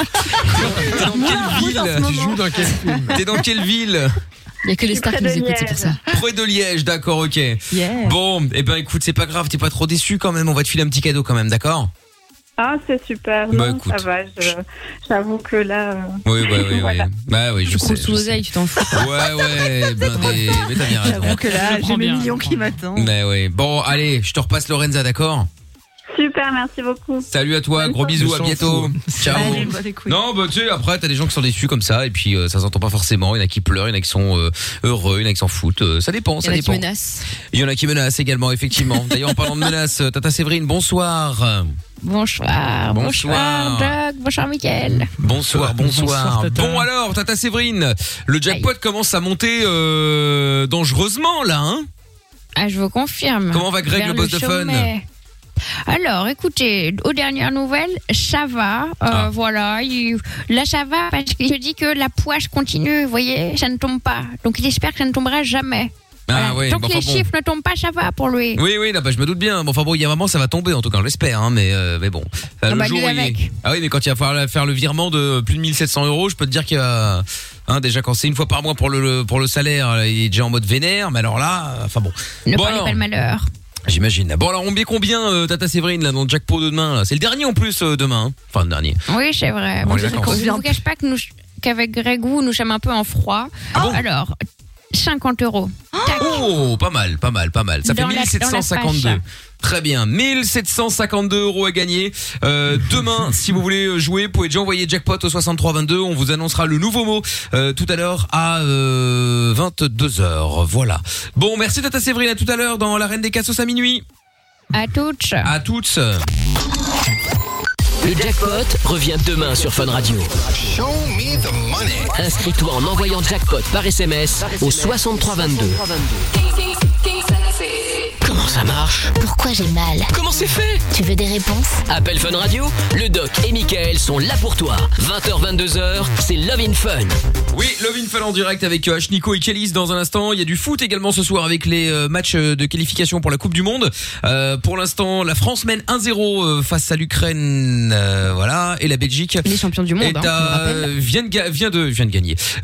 Speaker 2: T'es dans quelle ville?
Speaker 5: Tu joues dans quel film?
Speaker 2: T'es dans quelle ville?
Speaker 6: Il y a que les stars qui nous écoutent, c'est pour ça.
Speaker 2: Près de Liège, d'accord, ok.
Speaker 3: Yeah.
Speaker 2: Bon, eh ben écoute, c'est pas grave, t'es pas trop déçu quand même, on va te filer un petit cadeau quand même, d'accord?
Speaker 9: Ah, c'est super.
Speaker 2: Bah,
Speaker 9: Non,
Speaker 2: écoute.
Speaker 9: ça va. J'avoue que là.
Speaker 2: Oui.
Speaker 9: Voilà.
Speaker 2: Bah oui, je
Speaker 6: Tu
Speaker 2: sais.
Speaker 6: croules sous l'oseille, tu t'en fous.
Speaker 2: Ouais, blindé, mais t'as bien raison.
Speaker 3: J'avoue que là,
Speaker 8: Je le
Speaker 3: j'ai
Speaker 8: prends
Speaker 3: mes
Speaker 8: bien.
Speaker 3: millions qui m'attendent.
Speaker 2: Mais oui. Bon, allez, je te repasse Lorenza, d'accord?
Speaker 9: Super, merci beaucoup.
Speaker 2: Salut à toi, gros bisous, à bientôt. Ciao.
Speaker 3: Allez, bah, des couilles.
Speaker 2: Non, bah tu sais, après t'as des gens qui sont déçus comme ça et puis ça s'entend pas forcément. Il y en a qui pleurent, il y en a qui sont heureux, il y en a qui s'en foutent. Ça dépend,
Speaker 6: Il y
Speaker 2: ça
Speaker 6: en a qui
Speaker 2: dépend.
Speaker 6: menacent.
Speaker 2: Il y en a qui menacent également, effectivement. D'ailleurs, en parlant de menaces, Tata Séverine, bonsoir.
Speaker 6: Bonsoir.
Speaker 2: Bonsoir.
Speaker 6: Doc. Bonsoir, Mickaël.
Speaker 2: Bonsoir.
Speaker 8: Bonsoir, Tata.
Speaker 2: Bon alors, Tata Séverine, le jackpot commence à monter dangereusement là, hein?
Speaker 6: Ah, je vous confirme.
Speaker 2: Comment va Greg,
Speaker 6: Vers
Speaker 2: le boss de Fun?
Speaker 6: sommet. Alors, écoutez, aux dernières nouvelles, ça va. Voilà, là ça va parce qu'il se dit que la poisse continue. Vous voyez, ça ne tombe pas. Donc il espère que ça ne tombera jamais.
Speaker 2: Ah
Speaker 6: Voilà.
Speaker 2: ouais,
Speaker 6: Tant
Speaker 2: bon,
Speaker 6: que les
Speaker 2: enfin, bon.
Speaker 6: chiffres ne tombent pas, ça va pour lui.
Speaker 2: Oui, là, bah, je me doute bien. Bon, enfin bon, il y a un moment, ça va tomber, en tout cas, on l'espère, hein, mais bon.
Speaker 6: Ah bah,
Speaker 2: jour
Speaker 6: lui
Speaker 2: où il-
Speaker 6: avec.
Speaker 2: Ah oui, mais quand il va falloir faire le virement de plus de 1700 €, je peux te dire qu'il y a, hein, déjà quand c'est une fois par mois pour le salaire, il est déjà en mode vénère, mais alors là, enfin bon.
Speaker 6: Ne
Speaker 2: Bon,
Speaker 6: parlez
Speaker 2: alors,
Speaker 6: pas le malheur.
Speaker 2: j'imagine. Bon, alors, on met combien, Tata Séverine, là, dans le jackpot de demain, là? C'est le dernier, en plus, demain, hein. Enfin, le dernier.
Speaker 6: Oui, c'est vrai.
Speaker 2: Bon,
Speaker 6: Bon,
Speaker 2: les
Speaker 6: je
Speaker 2: vacances.
Speaker 6: ne vous cache pas qu'avec Grégou, nous sommes un peu en froid.
Speaker 2: Ah bon
Speaker 6: Alors, 50 €. Tac.
Speaker 2: Oh, pas mal. Ça fait
Speaker 6: Dans la
Speaker 2: 1752.
Speaker 6: poche.
Speaker 2: Très bien, 1752 € à gagner. Demain, si vous voulez jouer, vous pouvez déjà envoyer jackpot au 63 22. On vous annoncera le nouveau mot tout à l'heure à 22h. Voilà. Bon, merci Tata Séverine. À tout à l'heure dans la Reine des Cassos à minuit.
Speaker 6: À toutes.
Speaker 2: À toutes.
Speaker 1: Le jackpot revient demain sur Fun Radio. Inscris-toi en envoyant jackpot par SMS au 63 22. Comment ça marche?
Speaker 4: Pourquoi j'ai mal?
Speaker 1: Comment c'est fait?
Speaker 4: Tu veux des réponses?
Speaker 1: Appel Fun Radio, le doc et Mickaël sont là pour toi. 20h, 22h, c'est Love in Fun.
Speaker 2: Oui, Love in Fun en direct avec Nico et Kélis dans un instant. Il y a du foot également ce soir avec les matchs de qualification pour la Coupe du Monde. Pour l'instant, la France mène 1-0 face à l'Ukraine, voilà, et la Belgique.
Speaker 6: Les champions du monde,
Speaker 2: vient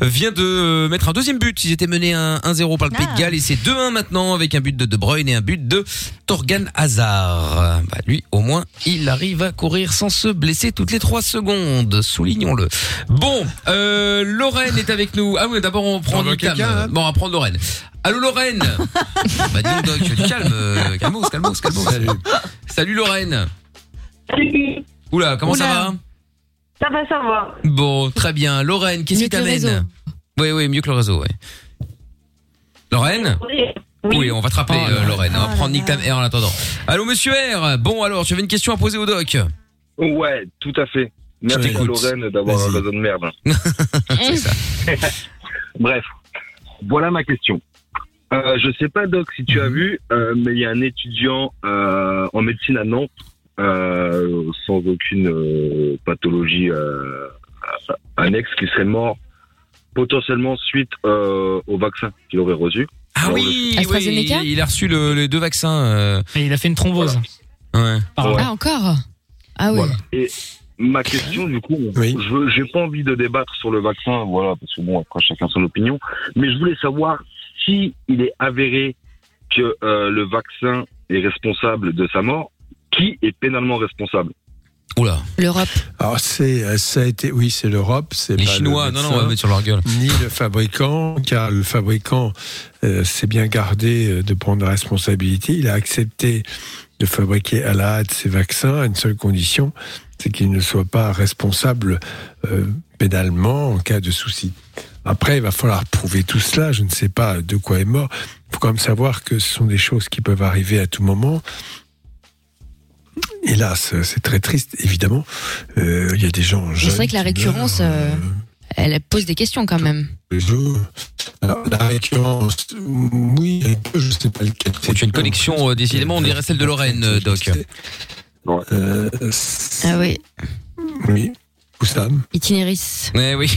Speaker 2: de mettre un deuxième but. Ils étaient menés 1-0 par le Pays de Galles et c'est 2-1 maintenant avec un but de De Bruyne et un but de Torgan Hazard. Bah, lui, au moins, il arrive à courir sans se blesser toutes les 3 secondes. Soulignons-le. Bon, Lorraine est avec nous. Ah oui, d'abord on prend Nitam. Bon, on va prendre Lorraine. Allô Lorraine. Bah dis donc, Doc, du calme. Calmos. Salut Lorraine.
Speaker 9: Salut.
Speaker 2: Oula, comment ça va?
Speaker 9: Ça va.
Speaker 2: Bon, très bien. Lorraine, qu'est-ce qui t'amène? Oui, mieux que le réseau, ouais. Lorraine? Oui, on va te rappeler, Lorraine. On va prendre Nick Tam R en attendant. Allô, monsieur R. Bon, alors, tu avais une question à poser au doc?
Speaker 12: Ouais, tout à fait. Merci à Lorraine d'avoir un réseau de merde.
Speaker 2: C'est ça.
Speaker 12: Bref, voilà ma question. Je sais pas, Doc, si tu as vu, mais il y a un étudiant en médecine à Nantes, sans aucune pathologie annexe, qui serait mort potentiellement suite au vaccin qu'il aurait reçu.
Speaker 2: Ah oui, il a reçu les 2 vaccins.
Speaker 8: Et il a fait une thrombose.
Speaker 2: Ouais.
Speaker 6: Ah, encore? Ah oui.
Speaker 12: Voilà. Et ma question, du coup, j'ai pas envie de débattre sur le vaccin, voilà, parce que bon, après chacun son opinion, mais je voulais savoir si il est avéré que le vaccin est responsable de sa mort, qui est pénalement responsable?
Speaker 2: Oula.
Speaker 6: L'Europe.
Speaker 5: Alors ça a été, oui, c'est l'Europe, c'est
Speaker 2: les
Speaker 5: pas
Speaker 2: Chinois. Non, on va mettre sur leur gueule.
Speaker 5: Ni le fabricant, car le fabricant s'est bien gardé de prendre la responsabilité. Il a accepté de fabriquer à la hâte ces vaccins à une seule condition, c'est qu'il ne soit pas responsable pénalement en cas de souci. Après, il va falloir prouver tout cela. Je ne sais pas de quoi est mort. Il faut quand même savoir que ce sont des choses qui peuvent arriver à tout moment. Hélas, c'est très triste, évidemment. Il y a des gens jeunes.
Speaker 6: C'est vrai que la récurrence, elle pose des questions quand même.
Speaker 5: Alors, la récurrence, oui, je ne sais pas lequel.
Speaker 2: Tu as une connexion, décidément, on dirait celle de Lorraine, Doc.
Speaker 6: Ah oui.
Speaker 5: Oui, Oussam.
Speaker 6: Itinéris.
Speaker 2: Oui.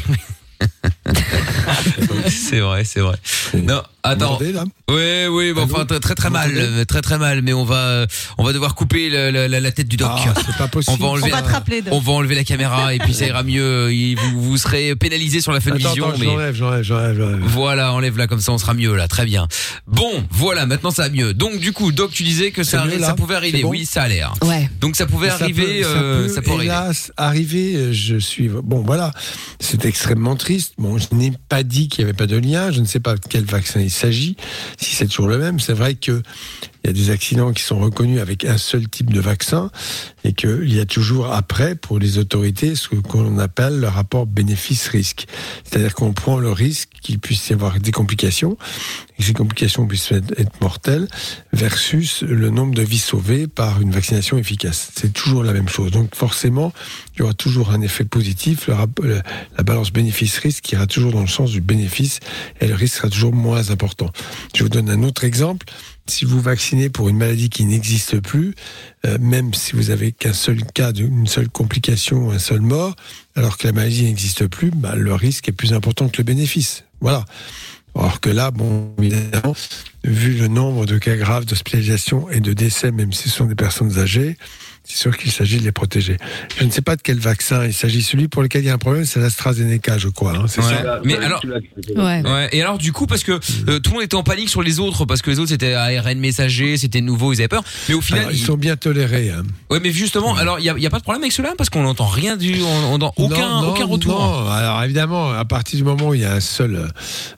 Speaker 2: C'est vrai. Non, attends. Oui, bon, enfin très mal, mais on va devoir couper la tête du doc.
Speaker 5: C'est pas possible.
Speaker 2: On va te rappeler. On va enlever la caméra et puis ça ira mieux. Vous serez pénalisé sur la fin de vision.
Speaker 5: J'enlève.
Speaker 2: Voilà, enlève-la comme ça, on sera mieux là. Très bien. Bon, voilà, maintenant ça va mieux. Donc du coup, Doc, tu disais que ça pouvait arriver. Bon, oui, ça a l'air.
Speaker 6: Ouais.
Speaker 2: Donc ça pouvait arriver. Ça peut
Speaker 5: arriver. Je suis. Bon, voilà. C'est extrêmement triste. Bon, je n'ai pas dit qu'il n'y avait pas de lien. Je ne sais pas de quel vaccin il s'agit. Si c'est toujours le même, c'est vrai que il y a des accidents qui sont reconnus avec un seul type de vaccin et qu'il y a toujours après, pour les autorités, ce qu'on appelle le rapport bénéfice-risque. C'est-à-dire qu'on prend le risque qu'il puisse y avoir des complications et que ces complications puissent être mortelles versus le nombre de vies sauvées par une vaccination efficace. C'est toujours la même chose. Donc forcément, il y aura toujours un effet positif. La balance bénéfice-risque ira toujours dans le sens du bénéfice et le risque sera toujours moins important. Je vous donne un autre exemple. Si vous vaccinez pour une maladie qui n'existe plus, même si vous avez qu'un seul cas, une seule complication, un seul mort, alors que la maladie n'existe plus, le risque est plus important que le bénéfice. Voilà. Alors que là, bon, évidemment, vu le nombre de cas graves d'hospitalisation et de décès, même si ce sont des personnes âgées, c'est sûr qu'il s'agit de les protéger. Je ne sais pas de quel vaccin il s'agit. Celui pour lequel il y a un problème, c'est l'AstraZeneca, je crois. C'est ça.
Speaker 2: Mais alors, et alors du coup, parce que tout le monde était en panique sur les autres, parce que les autres c'était ARN messager, c'était nouveau, ils avaient peur. Mais au final,
Speaker 5: alors, ils sont bien tolérés.
Speaker 2: Ouais, mais justement, alors il y a pas de problème avec ceux-là, parce qu'on n'entend rien on n'entend aucun retour.
Speaker 5: Non. Alors évidemment, à partir du moment où il y a une seule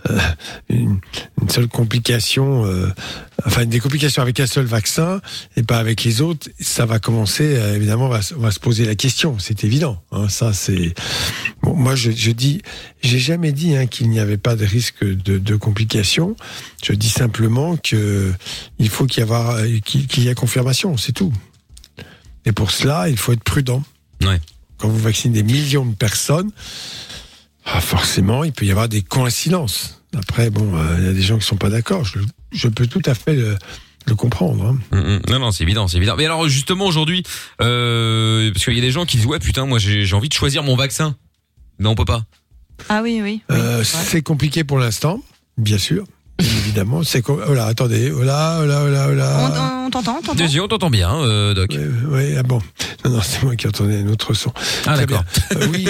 Speaker 5: complication, des complications avec un seul vaccin et pas avec les autres, ça va commencer. Évidemment, on va se poser la question, c'est évident. Ça, c'est. Bon, moi, je dis, j'ai jamais dit qu'il n'y avait pas de risque de complications. Je dis simplement que il faut qu'il y ait confirmation, c'est tout. Et pour cela, il faut être prudent.
Speaker 2: Ouais.
Speaker 5: Quand vous vaccinez des millions de personnes, forcément, il peut y avoir des coïncidences. Après, bon, il y a des gens qui sont pas d'accord. Je peux tout à fait le comprendre.
Speaker 2: Non, c'est évident. Mais alors justement aujourd'hui, parce qu'il y a des gens qui disent ouais putain, moi j'ai envie de choisir mon vaccin. Non, on peut pas.
Speaker 3: Ah oui.
Speaker 5: C'est compliqué pour l'instant, bien sûr. Évidemment, attendez, on
Speaker 3: t'entend.
Speaker 2: On t'entend bien, Doc.
Speaker 5: Oui, bon. Non, c'est moi qui entendais un autre son.
Speaker 2: Ah très d'accord.
Speaker 5: Oui,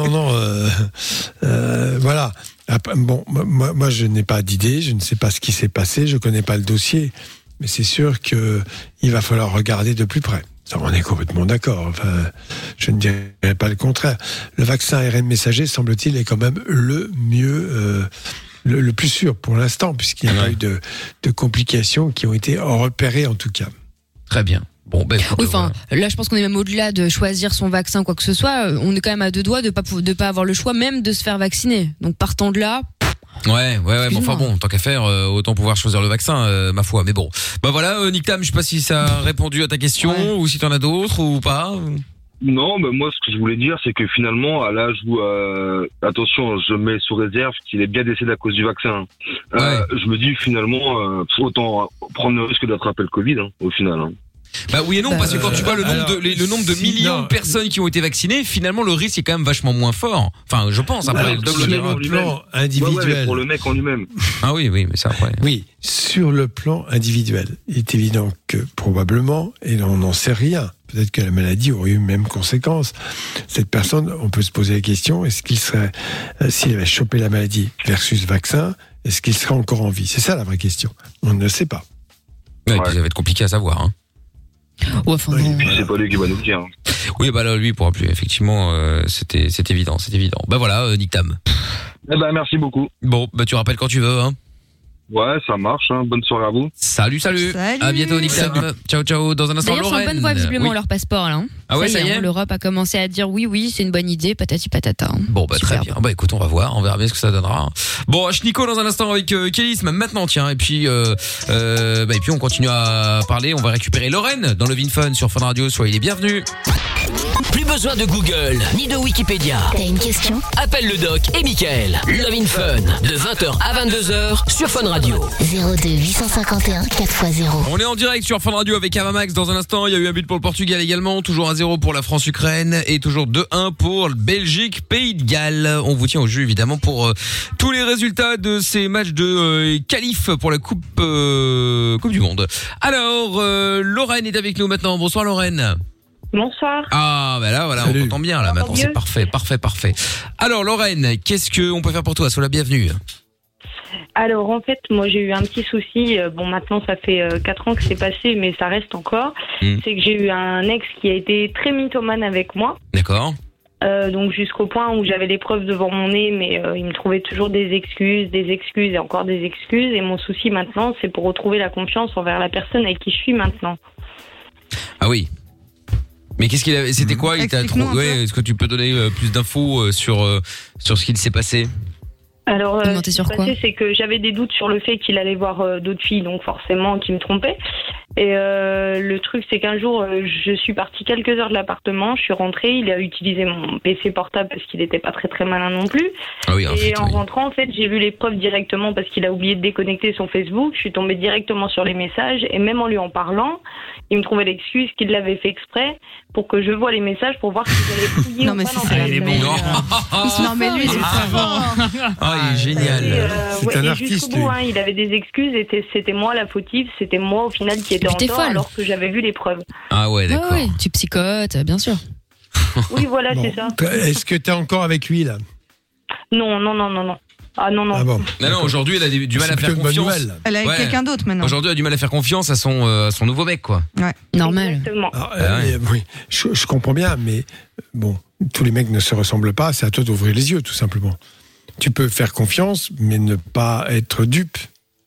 Speaker 5: voilà. Bon, moi je n'ai pas d'idée, je ne sais pas ce qui s'est passé, je connais pas le dossier. mais c'est sûr que il va falloir regarder de plus près. Ça, on est complètement d'accord. Enfin, je ne dirais pas le contraire. Le vaccin ARN messager, semble-t-il, est quand même le mieux, le plus sûr pour l'instant, puisqu'il n'y a pas eu de complications qui ont été repérées en tout cas.
Speaker 2: Très bien. Bon, ben,
Speaker 6: oui, enfin, là, je pense qu'on est même au-delà de choisir son vaccin, quoi que ce soit. On est quand même à 2 doigts de pas avoir le choix même de se faire vacciner. Donc, partant de là.
Speaker 2: Ouais, mais enfin bon, tant qu'à faire, autant pouvoir choisir le vaccin, ma foi. Mais bon, bah voilà, Nick Tam, je sais pas si ça a répondu à ta question ou si t'en as d'autres ou pas.
Speaker 12: Non, mais moi, ce que je voulais dire, c'est que finalement, à l'âge où, attention, je mets sous réserve qu'il est bien décédé à cause du vaccin. Je me dis finalement, autant prendre le risque d'attraper le Covid, au final.
Speaker 2: Bah oui et non, parce que quand tu vois le nombre de millions de personnes qui ont été vaccinées, finalement le risque est quand même vachement moins fort. Enfin, je pense après
Speaker 5: sur le plan individuel.
Speaker 12: pour le mec en lui-même.
Speaker 2: Ah oui, mais ça après.
Speaker 5: Oui, sur le plan individuel, il est évident que probablement, et on n'en sait rien, peut-être que la maladie aurait eu même conséquence. Cette personne, on peut se poser la question, est-ce qu'il serait, s'il avait chopé la maladie versus vaccin, est-ce qu'il serait encore en vie? C'est ça la vraie question. On ne le sait pas.
Speaker 2: Ouais, ça va être compliqué à savoir, hein.
Speaker 12: Et puis c'est pas lui qui va nous le dire.
Speaker 2: Oui, bah là, lui, il pourra plus. Effectivement, c'est évident. Bah voilà, Nick Tam.
Speaker 12: Eh ben, merci beaucoup.
Speaker 2: Bon, bah tu rappelles quand tu veux, hein.
Speaker 12: Ouais, ça marche, hein. Bonne soirée à vous.
Speaker 2: Salut. À bientôt, Nick Tam. Ciao. Dans un instant,
Speaker 6: D'ailleurs,
Speaker 2: Lorraine.
Speaker 6: c'est en bonne voie, visiblement, leur passeport, là.
Speaker 2: Ah ouais, ça y est.
Speaker 6: L'Europe a commencé à dire oui, c'est une bonne idée, patati patata.
Speaker 2: Bon, bah très bien. Bah écoute, on va voir, on verra bien ce que ça donnera. Bon, Nico dans un instant avec Kélis, même maintenant, tiens. Et puis, on continue à parler. On va récupérer Lorraine dans le VinFun sur Fun Radio. Soyez les bienvenus.
Speaker 1: Plus besoin de Google, ni de Wikipédia.
Speaker 4: T'as une question?
Speaker 1: Appelle le doc et Mickaël. Love in Fun, de 20h à 22h sur Fun Radio.
Speaker 4: 02 851 4x0.
Speaker 2: On est en direct sur Fun Radio avec Avamax. Dans un instant, il y a eu un but pour le Portugal également. Toujours 1-0 pour la France-Ukraine. Et toujours 2-1 pour Belgique-Pays de Galles. On vous tient au jus évidemment pour tous les résultats de ces matchs de qualif pour la Coupe du Monde. Alors, Lorraine est avec nous maintenant. Bonsoir Lorraine.
Speaker 13: Bonsoir.
Speaker 2: Ah, bah là, voilà, on t'entend bien, là, maintenant, c'est parfait. Alors, Lorraine, qu'est-ce qu'on peut faire pour toi? Sois la bienvenue.
Speaker 13: Alors, en fait, moi, j'ai eu un petit souci. Bon, maintenant, ça fait 4 ans que c'est passé, mais ça reste encore. C'est que j'ai eu un ex qui a été très mythomane avec moi.
Speaker 2: D'accord.
Speaker 13: Donc, jusqu'au point où j'avais les preuves devant mon nez, mais il me trouvait toujours des excuses et encore des excuses. Et mon souci, maintenant, c'est pour retrouver la confiance envers la personne avec qui je suis maintenant.
Speaker 2: Ah oui. Mais qu'est-ce qu'il avait? C'était quoi? Il t'a trouvé? Ouais, est-ce que tu peux donner plus d'infos sur ce qu'il s'est passé?
Speaker 13: Alors, ce qui s'est passé, c'est que j'avais des doutes sur le fait qu'il allait voir d'autres filles, donc forcément, qui me trompaient. Et le truc, c'est qu'un jour, je suis partie quelques heures de l'appartement, je suis rentrée, il a utilisé mon PC portable parce qu'il n'était pas très très malin non plus.
Speaker 2: Ah oui,
Speaker 13: en rentrant, en fait, j'ai vu les preuves directement parce qu'il a oublié de déconnecter son Facebook. Je suis tombée directement sur les messages et même en lui en parlant, il me trouvait l'excuse qu'il l'avait fait exprès pour que je voie les messages pour voir si j'allais fouiller ou pas dans sa
Speaker 3: Non, mais lui, c'est très bon.
Speaker 2: Ah, il est génial.
Speaker 5: C'est un
Speaker 13: et
Speaker 5: artiste,
Speaker 13: jusqu'au bout, il avait des excuses et c'était moi la fautive, c'était moi au final qui était en tort alors que j'avais vu les preuves.
Speaker 2: Ah ouais, d'accord.
Speaker 6: Ouais, tu psychotes, bien sûr.
Speaker 13: Oui, voilà, c'est ça.
Speaker 5: Est-ce que t'es encore avec lui, là?
Speaker 13: Non. Ah non.
Speaker 5: Ah bon.
Speaker 2: Non, aujourd'hui, elle a du mal à faire confiance.
Speaker 3: Elle est avec quelqu'un d'autre maintenant.
Speaker 2: Aujourd'hui, elle a du mal à faire confiance à son nouveau mec, quoi.
Speaker 3: Ouais.
Speaker 6: Normal.
Speaker 13: Exactement.
Speaker 5: Oui, je comprends bien, mais bon, tous les mecs ne se ressemblent pas, c'est à toi d'ouvrir les yeux, tout simplement. Tu peux faire confiance, mais ne pas être dupe.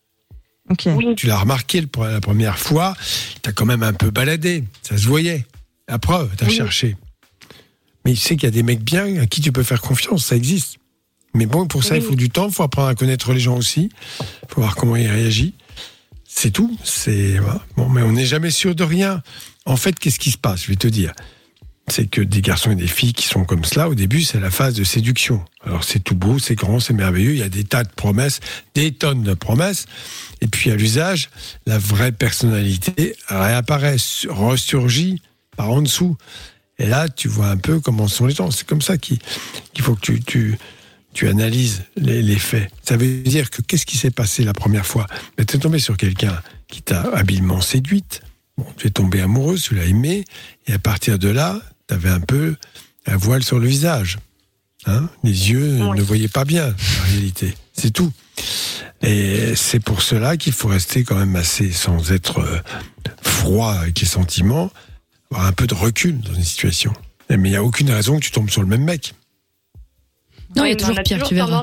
Speaker 3: Okay.
Speaker 13: Oui.
Speaker 5: Tu l'as remarqué la première fois, t'as quand même un peu baladé, ça se voyait. La preuve, t'as cherché. Mais tu sais qu'il y a des mecs bien à qui tu peux faire confiance, ça existe. Mais bon, pour ça, il faut du temps, il faut apprendre à connaître les gens aussi, il faut voir comment ils réagissent. C'est tout. Voilà. Bon, mais on n'est jamais sûr de rien. En fait, qu'est-ce qui se passe? Je vais te dire. C'est que des garçons et des filles qui sont comme cela, au début, c'est la phase de séduction. Alors, c'est tout beau, c'est grand, c'est merveilleux, il y a des tas de promesses, des tonnes de promesses. Et puis, à l'usage, la vraie personnalité réapparaît, ressurgit par en dessous. Et là, tu vois un peu comment sont les gens. C'est comme ça qu'il faut que tu analyses les faits. Ça veut dire que qu'est-ce qui s'est passé la première fois? Tu es tombé sur quelqu'un qui t'a habilement séduite. Bon, tu es tombé amoureuse, tu l'as aimé. Et à partir de là, tu avais un peu un voile sur le visage. Hein? Les yeux ne voyaient pas bien, en réalité. C'est tout. Et c'est pour cela qu'il faut rester quand même assez, sans être froid avec les sentiments, avoir un peu de recul dans une situation. Mais il n'y a aucune raison que tu tombes sur le même mec.
Speaker 6: Non, il y a toujours pire, tu verras.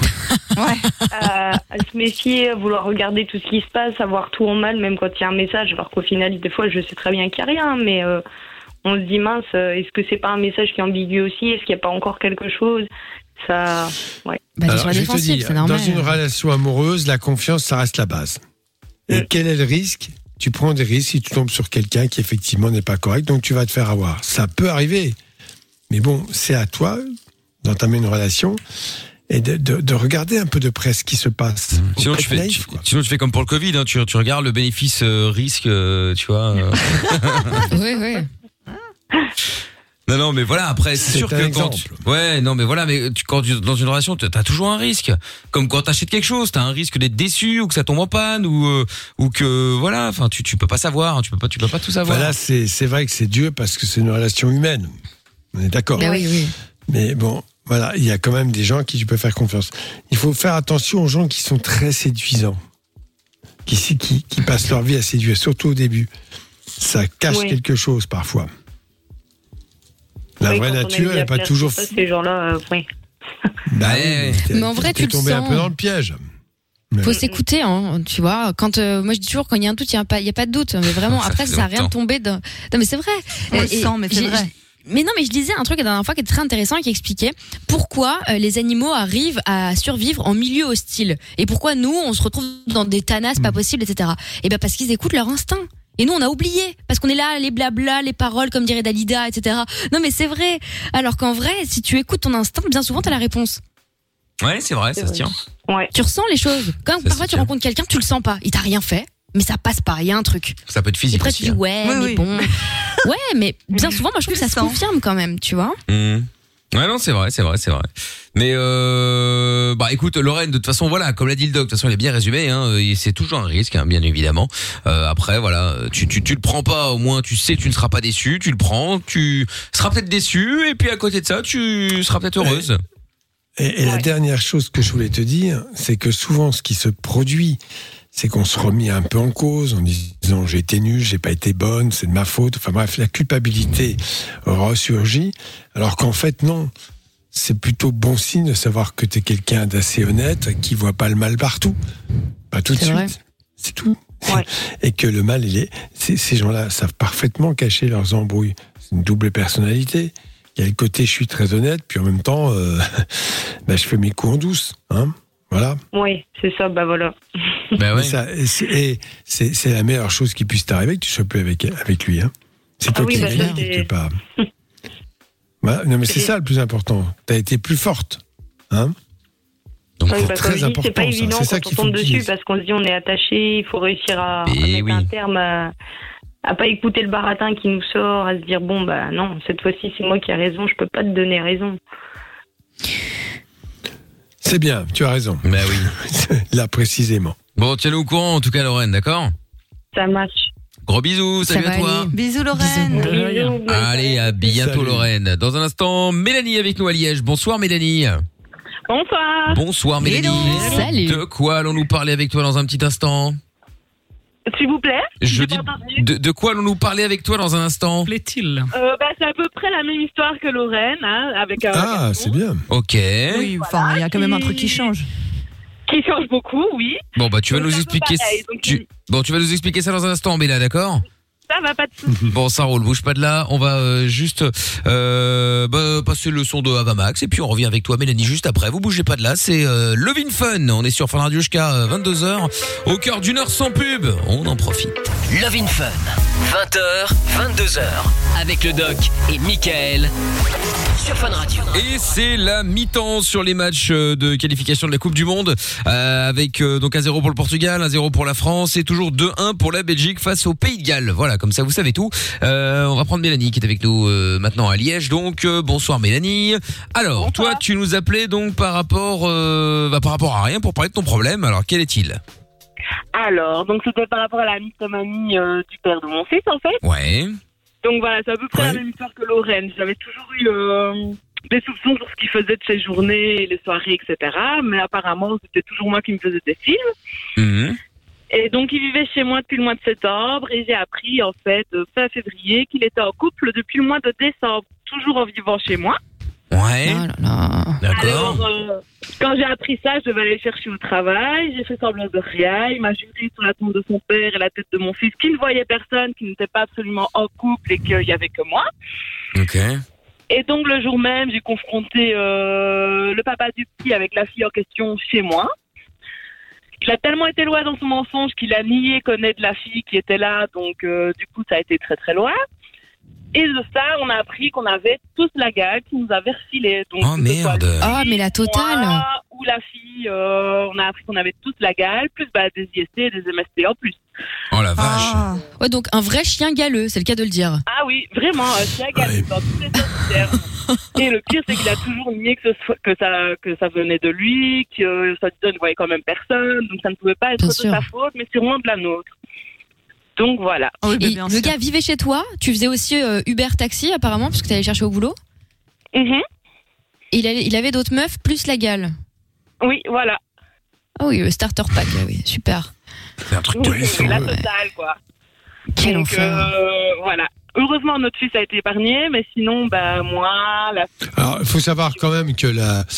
Speaker 13: À se méfier, à vouloir regarder tout ce qui se passe, à voir tout en mal, même quand il y a un message, alors qu'au final, des fois, je sais très bien qu'il n'y a rien, mais on se dit, mince, est-ce que c'est pas un message qui est ambigu aussi? Est-ce qu'il n'y a pas encore quelque chose? Ça, ouais.
Speaker 5: Alors, je vais te dire, dans une relation amoureuse, la confiance, ça reste la base. Et quel est le risque? Tu prends des risques si tu tombes sur quelqu'un qui effectivement n'est pas correct, donc tu vas te faire avoir. Ça peut arriver, mais bon, c'est à toi d'entamer une relation et de regarder un peu de près ce qui se passe.
Speaker 2: Sinon tu fais comme pour le Covid, hein, tu regardes le bénéfice risque, tu vois.
Speaker 6: Oui.
Speaker 2: Non, mais voilà, après, c'est sûr que quand dans une relation, t'as toujours un risque. Comme quand t'achètes quelque chose, t'as un risque d'être déçu, ou que ça tombe en panne, ou que, voilà, enfin, tu peux pas savoir, tu peux pas tout savoir.
Speaker 5: Voilà, c'est vrai que c'est dur parce que c'est une relation humaine. On est d'accord.
Speaker 6: Oui.
Speaker 5: Mais bon, voilà, il y a quand même des gens à qui tu peux faire confiance. Il faut faire attention aux gens qui sont très séduisants. Qui passent leur vie à séduire, surtout au début. Ça cache quelque chose, parfois. La vraie nature, elle n'est pas toujours.
Speaker 13: Ces gens-là, oui.
Speaker 6: Mais en vrai, tu le sens.
Speaker 5: Tombé un peu dans le piège.
Speaker 6: Faut s'écouter, hein, tu vois. Quand moi je dis toujours, quand il y a un doute, il y a pas de doute. Mais vraiment, après, ça n'a rien tombé. Non, mais c'est vrai.
Speaker 3: On le sent, mais c'est vrai.
Speaker 6: Mais non, mais je disais un truc la dernière fois qui était très intéressant et qui expliquait pourquoi les animaux arrivent à survivre en milieu hostile et pourquoi nous on se retrouve dans des tanasses pas possibles, etc. Et ben parce qu'ils écoutent leur instinct. Et nous, on a oublié, parce qu'on est là, les blabla, les paroles, comme dirait Dalida, etc. Non, mais c'est vrai. Alors qu'en vrai, si tu écoutes ton instinct, bien souvent, t'as la réponse.
Speaker 2: Ouais, c'est vrai, ça se tient.
Speaker 13: Ouais.
Speaker 6: Tu ressens les choses. Quand parfois tu rencontres quelqu'un, tu le sens pas. Il t'a rien fait, mais ça passe pas. Il y a un truc.
Speaker 2: Ça peut être physique.
Speaker 6: Et après,
Speaker 2: aussi,
Speaker 6: tu dis, mais bon. Ouais, mais bien souvent, moi, je trouve que ça se confirme quand même, tu vois.
Speaker 2: Ouais, non, c'est vrai. Mais écoute, Lorraine, de toute façon, voilà, comme l'a dit le doc, de toute façon, il est bien résumé, hein, c'est toujours un risque, hein, bien évidemment. Après, voilà, tu le prends pas, au moins, tu sais que tu ne seras pas déçu, tu le prends, tu seras peut-être déçu, et puis à côté de ça, tu seras peut-être heureuse.
Speaker 5: Et la dernière chose que je voulais te dire, c'est que souvent, ce qui se produit, c'est qu'on se remet un peu en cause en disant j'ai été nul, j'ai pas été bonne, c'est de ma faute. Enfin bref, la culpabilité ressurgit, alors qu'en fait non. C'est plutôt bon signe de savoir que t'es quelqu'un d'assez honnête, qui voit pas le mal partout, pas tout de suite. Vrai. C'est tout. Ouais. Et que le mal, ces gens-là savent parfaitement cacher leurs embrouilles. C'est une double personnalité. Il y a le côté je suis très honnête, puis en même temps, je fais mes coups en douce, hein. Voilà.
Speaker 13: Oui, c'est ça, voilà.
Speaker 5: C'est la meilleure chose qui puisse t'arriver, que tu sois plus avec lui, hein. C'est toi qui es pas. Voilà. Non, mais c'est ça le plus important. T'as été plus forte, hein. Donc c'est très important.
Speaker 13: C'est pas évident quand on tombe dessus parce qu'on se dit on est attaché, il faut réussir à mettre un terme à pas écouter le baratin qui nous sort, à se dire non, cette fois-ci c'est moi qui ai raison, je peux pas te donner raison.
Speaker 5: C'est bien, tu as raison.
Speaker 2: Ben oui.
Speaker 5: Là, précisément.
Speaker 2: Bon, tiens-nous au courant, en tout cas, Lorraine, d'accord?
Speaker 13: Ça marche.
Speaker 2: Gros bisous, salut à toi.
Speaker 3: Bisous, Lorraine.
Speaker 13: Bisous.
Speaker 2: Allez, à bientôt, salut. Lorraine. Dans un instant, Mélanie avec nous à Liège. Bonsoir, Mélanie.
Speaker 13: Bonsoir.
Speaker 2: Bonsoir, Mélanie.
Speaker 6: Salut.
Speaker 2: De quoi allons-nous parler avec toi dans un petit instant?
Speaker 13: S'il vous plaît.
Speaker 2: Je dis, de quoi allons-nous parler avec toi dans un instant?
Speaker 8: Plaît-il?
Speaker 13: C'est à peu près la même histoire que Lorraine, hein, avec
Speaker 5: c'est bien.
Speaker 2: Ok.
Speaker 3: Oui, enfin, il y a quand même un truc qui change.
Speaker 13: Qui change beaucoup, oui.
Speaker 2: Bon, tu vas nous expliquer. Tu vas nous expliquer ça dans un instant, Béla, d'accord?
Speaker 13: Ça va, pas de soucis.
Speaker 2: Bon, ça roule, bouge pas de là. On va juste passer le son de Avamax et puis on revient avec toi, Mélanie, juste après. Vous bougez pas de là, c'est Lovin Fun. On est sur Fun Radio jusqu'à 22h, au cœur d'une heure sans pub. On en profite.
Speaker 1: Lovin Fun, 20h, 22h, avec le doc et Mickaël sur Fun Radio.
Speaker 2: Et c'est la mi-temps sur les matchs de qualification de la Coupe du Monde, avec donc 1-0 pour le Portugal, 1-0 pour la France et toujours 2-1 pour la Belgique face au Pays de Galles. Voilà, comme ça vous savez tout. On va prendre Mélanie qui est avec nous maintenant à Liège. Donc bonsoir Mélanie. Alors, bonsoir. Toi tu nous appelais donc par rapport à rien pour parler de ton problème. Alors quel est-il?
Speaker 13: Alors, donc c'était par rapport à la mythomanie du père de mon fils en fait.
Speaker 2: Ouais.
Speaker 13: Donc voilà, c'est à peu près la même histoire que Lorraine. J'avais toujours eu
Speaker 14: des soupçons sur ce qu'il faisait de ses journées, les soirées, etc. Mais apparemment, c'était toujours moi qui me faisais des films. Et donc, il vivait chez moi depuis le mois de septembre et j'ai appris, en fait, fin février, qu'il était en couple depuis le mois de décembre, toujours en vivant chez moi.
Speaker 2: Ouais.
Speaker 6: Oh là là.
Speaker 2: D'accord.
Speaker 14: Alors, quand j'ai appris ça, je devais aller le chercher au travail. J'ai fait semblant de rien. Il m'a juré sur la tombe de son père et la tête de mon fils qu'il ne voyait personne, qu'il n'était pas absolument en couple et qu'il n'y avait que moi.
Speaker 2: Ok.
Speaker 14: Et donc, le jour même, j'ai confronté le papa du petit avec la fille en question chez moi. Il a tellement été loin dans son mensonge qu'il a nié connaître la fille qui était là. Donc, du coup, ça a été très, très loin. Et de ça, on a appris qu'on avait tous la gag qui nous avait refilé. Donc,
Speaker 2: oh merde.
Speaker 6: Oh, mais la totale.
Speaker 14: Moi, ou la fille, on a appris qu'on avait tous la gale, plus des IST et des MST en plus.
Speaker 2: Oh la vache.
Speaker 6: Ouais, donc un vrai chien galeux, c'est le cas de le dire.
Speaker 14: Ah oui, vraiment, un chien galeux dans tous les sens du terme. Et le pire, c'est qu'il a toujours nié que ça venait de lui, que ça ne voyait quand même personne, donc ça ne pouvait pas être de sa faute, mais sûrement de la nôtre. Donc voilà.
Speaker 6: Et le gars vivait chez toi. Tu faisais aussi Uber Taxi apparemment parce que tu allais chercher au boulot. Il avait d'autres meufs plus la gale.
Speaker 14: Oui, voilà.
Speaker 6: Ah oui, le starter pack, oui, super.
Speaker 2: C'est un truc de
Speaker 14: la totale, quoi.
Speaker 6: Quel
Speaker 14: donc,
Speaker 6: enfer.
Speaker 14: voilà. Heureusement, notre fils a été épargné, mais sinon, moi,
Speaker 5: Alors, il faut savoir quand même que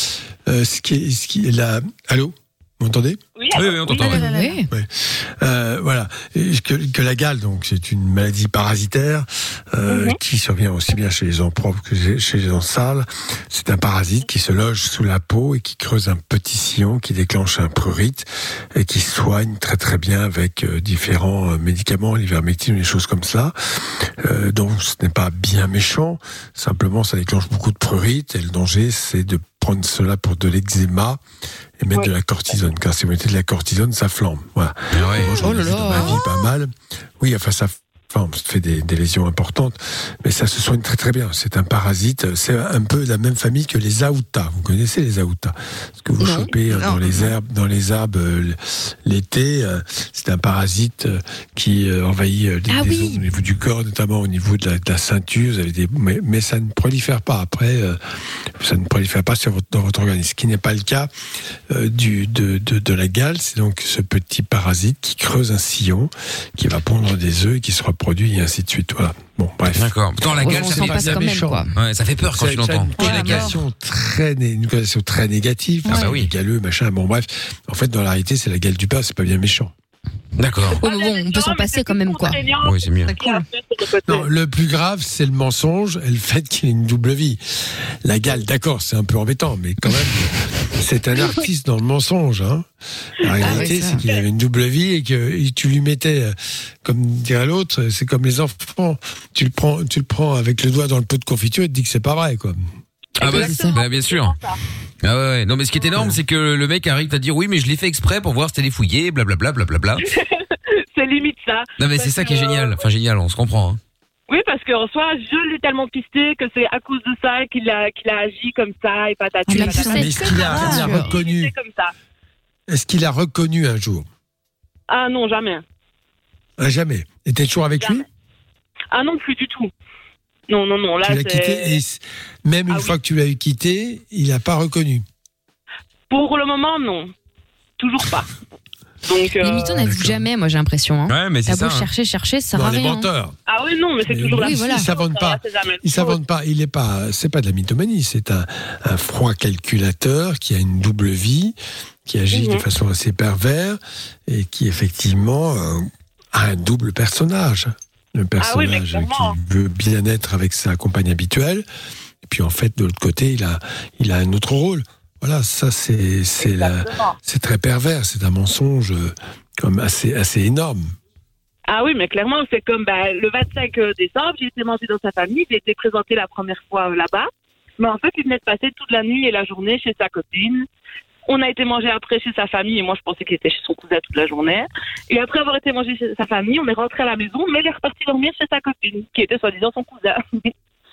Speaker 5: allô? Vous m'entendez?
Speaker 14: Oui,
Speaker 2: on t'entend.
Speaker 6: Oui.
Speaker 5: Voilà, que la gale, donc c'est une maladie parasitaire qui survient aussi bien chez les gens propres que chez les gens sales. C'est un parasite qui se loge sous la peau et qui creuse un petit sillon qui déclenche un prurite et qui soigne très très bien avec différents médicaments, l'ivermectine, des choses comme ça. Donc ce n'est pas bien méchant, simplement ça déclenche beaucoup de prurite et le danger c'est de prendre cela pour de l'eczéma et mettre de la cortisone, car si vous mettez de la cortisone, ça flambe. Voilà. Moi, j'en ai vu dans ma vie pas mal. Oui, enfin, ça fait des lésions importantes, mais ça se soigne très très bien. C'est un parasite, c'est un peu de la même famille que les aoutas. Vous connaissez les aoutas? Ce que vous chopez dans les arbres l'été, c'est un parasite qui envahit les os au niveau du corps, notamment au niveau de la ceinture. Vous avez mais ça ne prolifère pas après. Ça ne prolifère pas dans votre organisme. Ce qui n'est pas le cas de la gale. C'est donc ce petit parasite qui creuse un sillon, qui va pondre des œufs et qui se reproduit et ainsi de suite. Voilà. Bon, bref.
Speaker 2: D'accord. Dans la gale, c'est pas bien méchant. Ouais, ça fait peur quand tu l'entends.
Speaker 5: Une connotation très négative.
Speaker 2: Ah bah oui.
Speaker 5: Galeux, machin. Bon, bref. En fait, dans la réalité, c'est la gale du pain, c'est pas bien méchant.
Speaker 2: D'accord.
Speaker 6: Oh, mais bon, on peut s'en passer quand même, quoi.
Speaker 2: Oui, c'est mieux.
Speaker 5: Non, le plus grave, c'est le mensonge et le fait qu'il ait une double vie. La gale, d'accord, c'est un peu embêtant, mais quand même, c'est un artiste dans le mensonge. Hein. La réalité, c'est qu'il avait une double vie et que tu lui mettais, comme dirait l'autre, c'est comme les enfants. Tu le prends avec le doigt dans le pot de confiture et tu dis que c'est pas vrai, quoi.
Speaker 2: Ah bah bien sûr. Ah ouais. Non mais ce qui est énorme, c'est que le mec arrive à dire oui mais je l'ai fait exprès pour voir si t'allais fouiller, blablabla, blablabla.
Speaker 14: C'est limite ça.
Speaker 2: Non mais c'est ça qui est génial. Enfin génial, on se comprend. Hein.
Speaker 14: Oui, parce qu'en soi, je l'ai tellement pisté que c'est à cause de ça qu'il a agi comme ça et patati.
Speaker 5: Mais est-ce qu'il a reconnu
Speaker 14: comme ça.
Speaker 5: Est-ce qu'il a reconnu un jour?
Speaker 14: Ah non, jamais.
Speaker 5: Jamais. Et t'es toujours avec lui?
Speaker 14: Ah non, plus du tout. Non, là
Speaker 5: tu l'as quitté et même une fois que tu l'as quitté, il n'a pas reconnu.
Speaker 14: Pour le moment, non. Toujours pas. Donc,
Speaker 6: les mythos n'avouent jamais, moi j'ai l'impression. Hein.
Speaker 2: Ouais, mais c'est ça.
Speaker 6: T'as beau chercher, ça sert à rien.
Speaker 5: Les menteurs.
Speaker 14: Ah oui, non, mais c'est toujours la même chose.
Speaker 5: Il s'invente pas. Il s'invente pas. C'est pas de la mythomanie. C'est un froid calculateur qui a une double vie, qui agit de façon assez pervers et qui effectivement a un double personnage. Le personnage qui veut bien être avec sa compagne habituelle, et puis en fait de l'autre côté il a un autre rôle. Voilà, ça c'est très pervers, c'est un mensonge comme assez énorme.
Speaker 14: Ah oui, mais clairement c'est comme le 25 décembre, j'ai été manger dans sa famille, j'ai été présenté la première fois là-bas, mais en fait il venait de passer toute la nuit et la journée chez sa copine. On a été manger après chez sa famille et moi je pensais qu'il était chez son cousin toute la journée. Et après avoir été manger chez sa famille, on est rentré à la maison, mais il est reparti dormir chez sa copine, qui était soi-disant son cousin.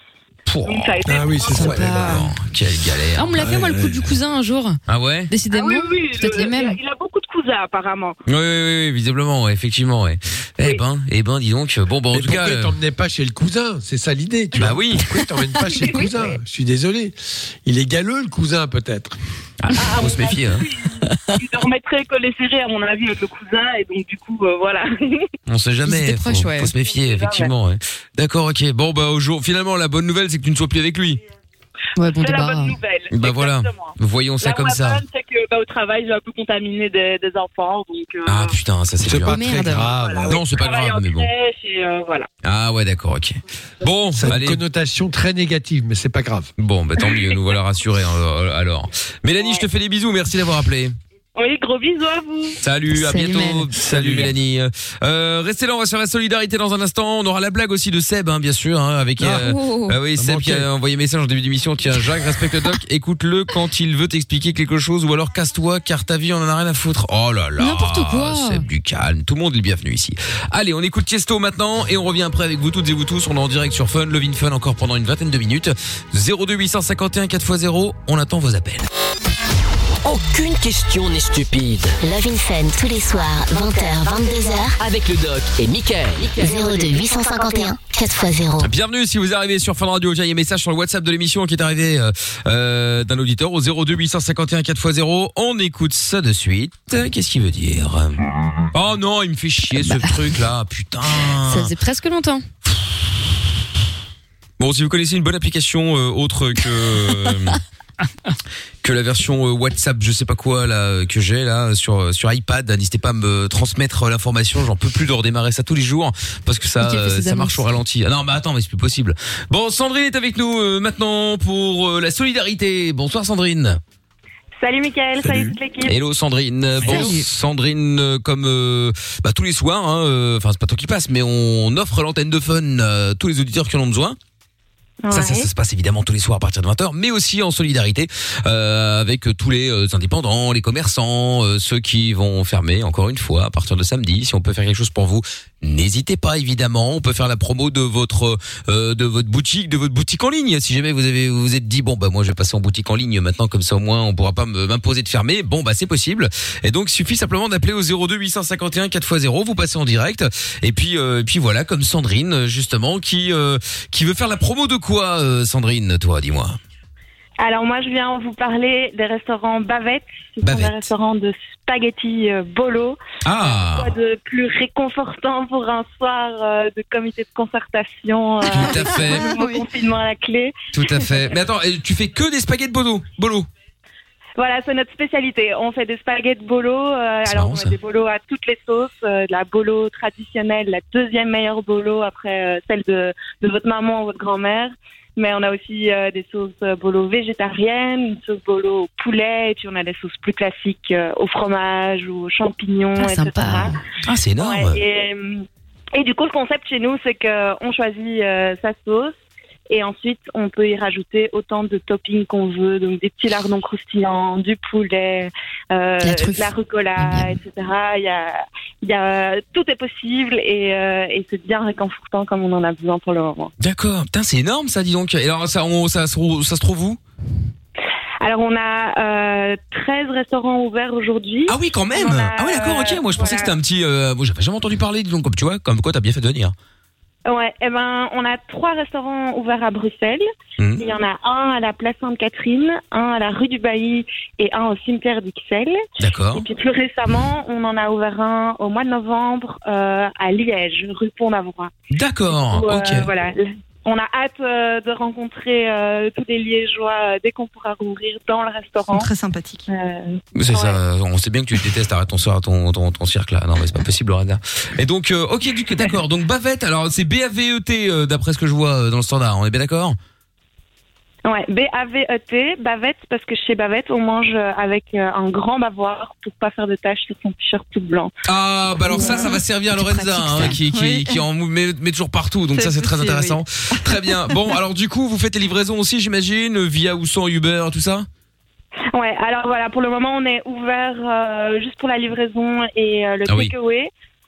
Speaker 13: Donc ça a été
Speaker 5: c'est ça.
Speaker 2: Quelle galère.
Speaker 6: Ah, on me l'a fait, moi, le coup du cousin un jour.
Speaker 2: Ah ouais?
Speaker 6: Décidément.
Speaker 13: oui,
Speaker 6: peut-être les mêmes.
Speaker 13: il a beaucoup de cousins apparemment.
Speaker 2: Oui, visiblement, ouais, effectivement, ouais. Eh ben, dis donc. Bon, en tout cas.
Speaker 5: Pourquoi t'emmenais pas chez le cousin? C'est ça l'idée, tu vois.
Speaker 2: oui.
Speaker 5: Pourquoi t'emmènes pas chez le cousin? Je suis désolé. Il est galeux, le cousin, peut-être.
Speaker 2: Faut se méfier, hein.
Speaker 13: Il dormait très collé serré, à mon avis, avec le cousin, et donc, du coup, voilà.
Speaker 2: On sait jamais. Faut se méfier, effectivement, ouais. D'accord, ok. Bon, finalement, la bonne nouvelle, c'est que tu ne sois plus avec lui.
Speaker 6: Ouais, bon,
Speaker 13: c'est la bonne nouvelle.
Speaker 2: Bah voilà. Voyons ça comme ça.
Speaker 13: La bonne, c'est que au travail, j'ai un peu contaminé des enfants, donc.
Speaker 2: Ah putain, ça c'est
Speaker 5: pas très grave.
Speaker 13: Voilà,
Speaker 2: non, c'est pas grave, mais bon.
Speaker 13: Et, voilà.
Speaker 2: Ah ouais, d'accord, ok. Bon,
Speaker 5: ça a
Speaker 2: allez.
Speaker 5: une connotation très négative, mais c'est pas grave.
Speaker 2: Bon, tant mieux, nous voilà rassurés alors. Mélanie, je te fais des bisous, merci d'avoir appelé.
Speaker 13: Oui, gros bisous à vous.
Speaker 2: Salut, à bientôt. Salut Mélanie. Restez là, on va sur la solidarité dans un instant. On aura la blague aussi de Seb, bien sûr, avec oui, Seb qui a envoyé message en début d'émission. Tiens, Jacques, respecte le doc, écoute-le quand il veut t'expliquer quelque chose, ou alors casse-toi car ta vie on en a rien à foutre. Oh là là.
Speaker 6: N'importe quoi.
Speaker 2: Seb, du calme. Tout le monde est le bienvenu ici. Allez, on écoute Tiesto maintenant et on revient après avec vous toutes et vous tous. On est en direct sur Fun, Love in Fun encore pendant une vingtaine de minutes. 02 851 4x0. On attend vos appels.
Speaker 1: Aucune question n'est stupide.
Speaker 4: Love in Fun tous les soirs, 20h, 22h.
Speaker 1: Avec le doc et Mickaël.
Speaker 4: 02 851 4x0.
Speaker 2: Bienvenue si vous arrivez sur Fun Radio. Tiens, il y a un message sur le WhatsApp de l'émission qui est arrivé d'un auditeur au 02 851 4x0. On écoute ça de suite. Qu'est-ce qu'il veut dire? Oh non, il me fait chier ce truc là, putain.
Speaker 6: Ça faisait presque longtemps.
Speaker 2: Bon, si vous connaissez une bonne application autre que la version WhatsApp, je sais pas quoi là que j'ai là sur iPad, n'hésitez pas à me transmettre l'information, j'en peux plus de redémarrer ça tous les jours parce que ça marche au ralenti. Ah non, mais attends, mais c'est plus possible. Bon, Sandrine est avec nous maintenant pour la solidarité. Bonsoir Sandrine.
Speaker 13: Salut Mickaël, salut toute l'équipe.
Speaker 2: Hello Sandrine. Bon, Sandrine, comme tous les soirs, enfin c'est pas toi qui passe, mais on offre l'antenne de Fun à tous les auditeurs qui en ont besoin. Ouais. Ça se passe évidemment tous les soirs à partir de 20h, mais aussi en solidarité avec tous les indépendants, les commerçants, ceux qui vont fermer encore une fois à partir de samedi. Si on peut faire quelque chose pour vous, n'hésitez pas évidemment. On peut faire la promo de votre boutique en ligne. Si jamais vous vous êtes dit moi je vais passer en boutique en ligne maintenant, comme ça au moins on pourra pas m'imposer de fermer. C'est possible. Et donc il suffit simplement d'appeler au 02 851 4x0. Vous passez en direct. Et puis voilà, comme Sandrine justement qui veut faire la promo de quoi, Sandrine, toi, dis-moi.
Speaker 13: Alors moi je viens vous parler des restaurants Bavette. Ce sont des restaurants de spaghettis bolo. Quoi de plus réconfortant pour un soir de comité de concertation.
Speaker 2: Tout à fait.
Speaker 13: Confinement à la clé.
Speaker 2: Tout à fait. Mais attends, tu fais que des spaghettis bolo?
Speaker 13: Voilà, c'est notre spécialité. On fait des spaghettis bolo. Alors on fait des bolos à toutes les sauces. La bolo traditionnelle, la deuxième meilleure bolo après celle de votre maman ou votre grand-mère. Mais on a aussi des sauces bolo végétariennes, une sauce bolo au poulet, et puis on a des sauces plus classiques au fromage ou aux champignons, etc.
Speaker 6: Sympa.
Speaker 2: Ah, c'est énorme.
Speaker 13: Ouais, et du coup, le concept chez nous, c'est qu'on choisit sa sauce. Et ensuite, on peut y rajouter autant de toppings qu'on veut, donc des petits lardons croustillants, du poulet, de la rucola, etc. Tout est possible et c'est bien réconfortant comme on en a besoin pour le moment.
Speaker 2: D'accord, putain, c'est énorme ça, dis donc. Et alors ça se trouve où?
Speaker 13: Alors on a 13 restaurants ouverts aujourd'hui.
Speaker 2: Ah oui, quand même. Ah oui, d'accord, ok. Moi je pensais que c'était un petit. Moi j'avais jamais entendu parler, dis donc, comme tu vois, comme quoi t'as bien fait de venir.
Speaker 13: Ouais, on a 3 restaurants ouverts à Bruxelles. Il y en a un à la place Sainte-Catherine, un à la rue du Bailly et un au cimetière d'Ixelles.
Speaker 2: D'accord.
Speaker 13: Et puis plus récemment, on en a ouvert un au mois de novembre à Liège, rue Pont-d'Avoie.
Speaker 2: D'accord, ok.
Speaker 13: Voilà. On a hâte de rencontrer tous les Liégeois dès qu'on pourra rouvrir dans le restaurant.
Speaker 3: Très sympathique.
Speaker 2: C'est ça. On sait bien que tu détestes. Arrête ton cirque là. Non, mais c'est pas possible, Lorena. Et donc, ok, d'accord. Donc Bavette. Alors c'est B-A-V-E-T d'après ce que je vois dans le standard. On est bien d'accord?
Speaker 13: Ouais, B-A-V-E-T, Bavette, parce que chez Bavette, on mange avec un grand bavoir pour pas faire de taches sur son t-shirt tout blanc.
Speaker 2: Ah, alors ça va servir à Lorenza, qui en met toujours partout, donc ça c'est très intéressant. Oui. Très bien. Bon, alors du coup, vous faites les livraisons aussi, j'imagine, via ou sans Uber, tout ça?
Speaker 13: Ouais, alors voilà, pour le moment, on est ouvert juste pour la livraison et le takeaway.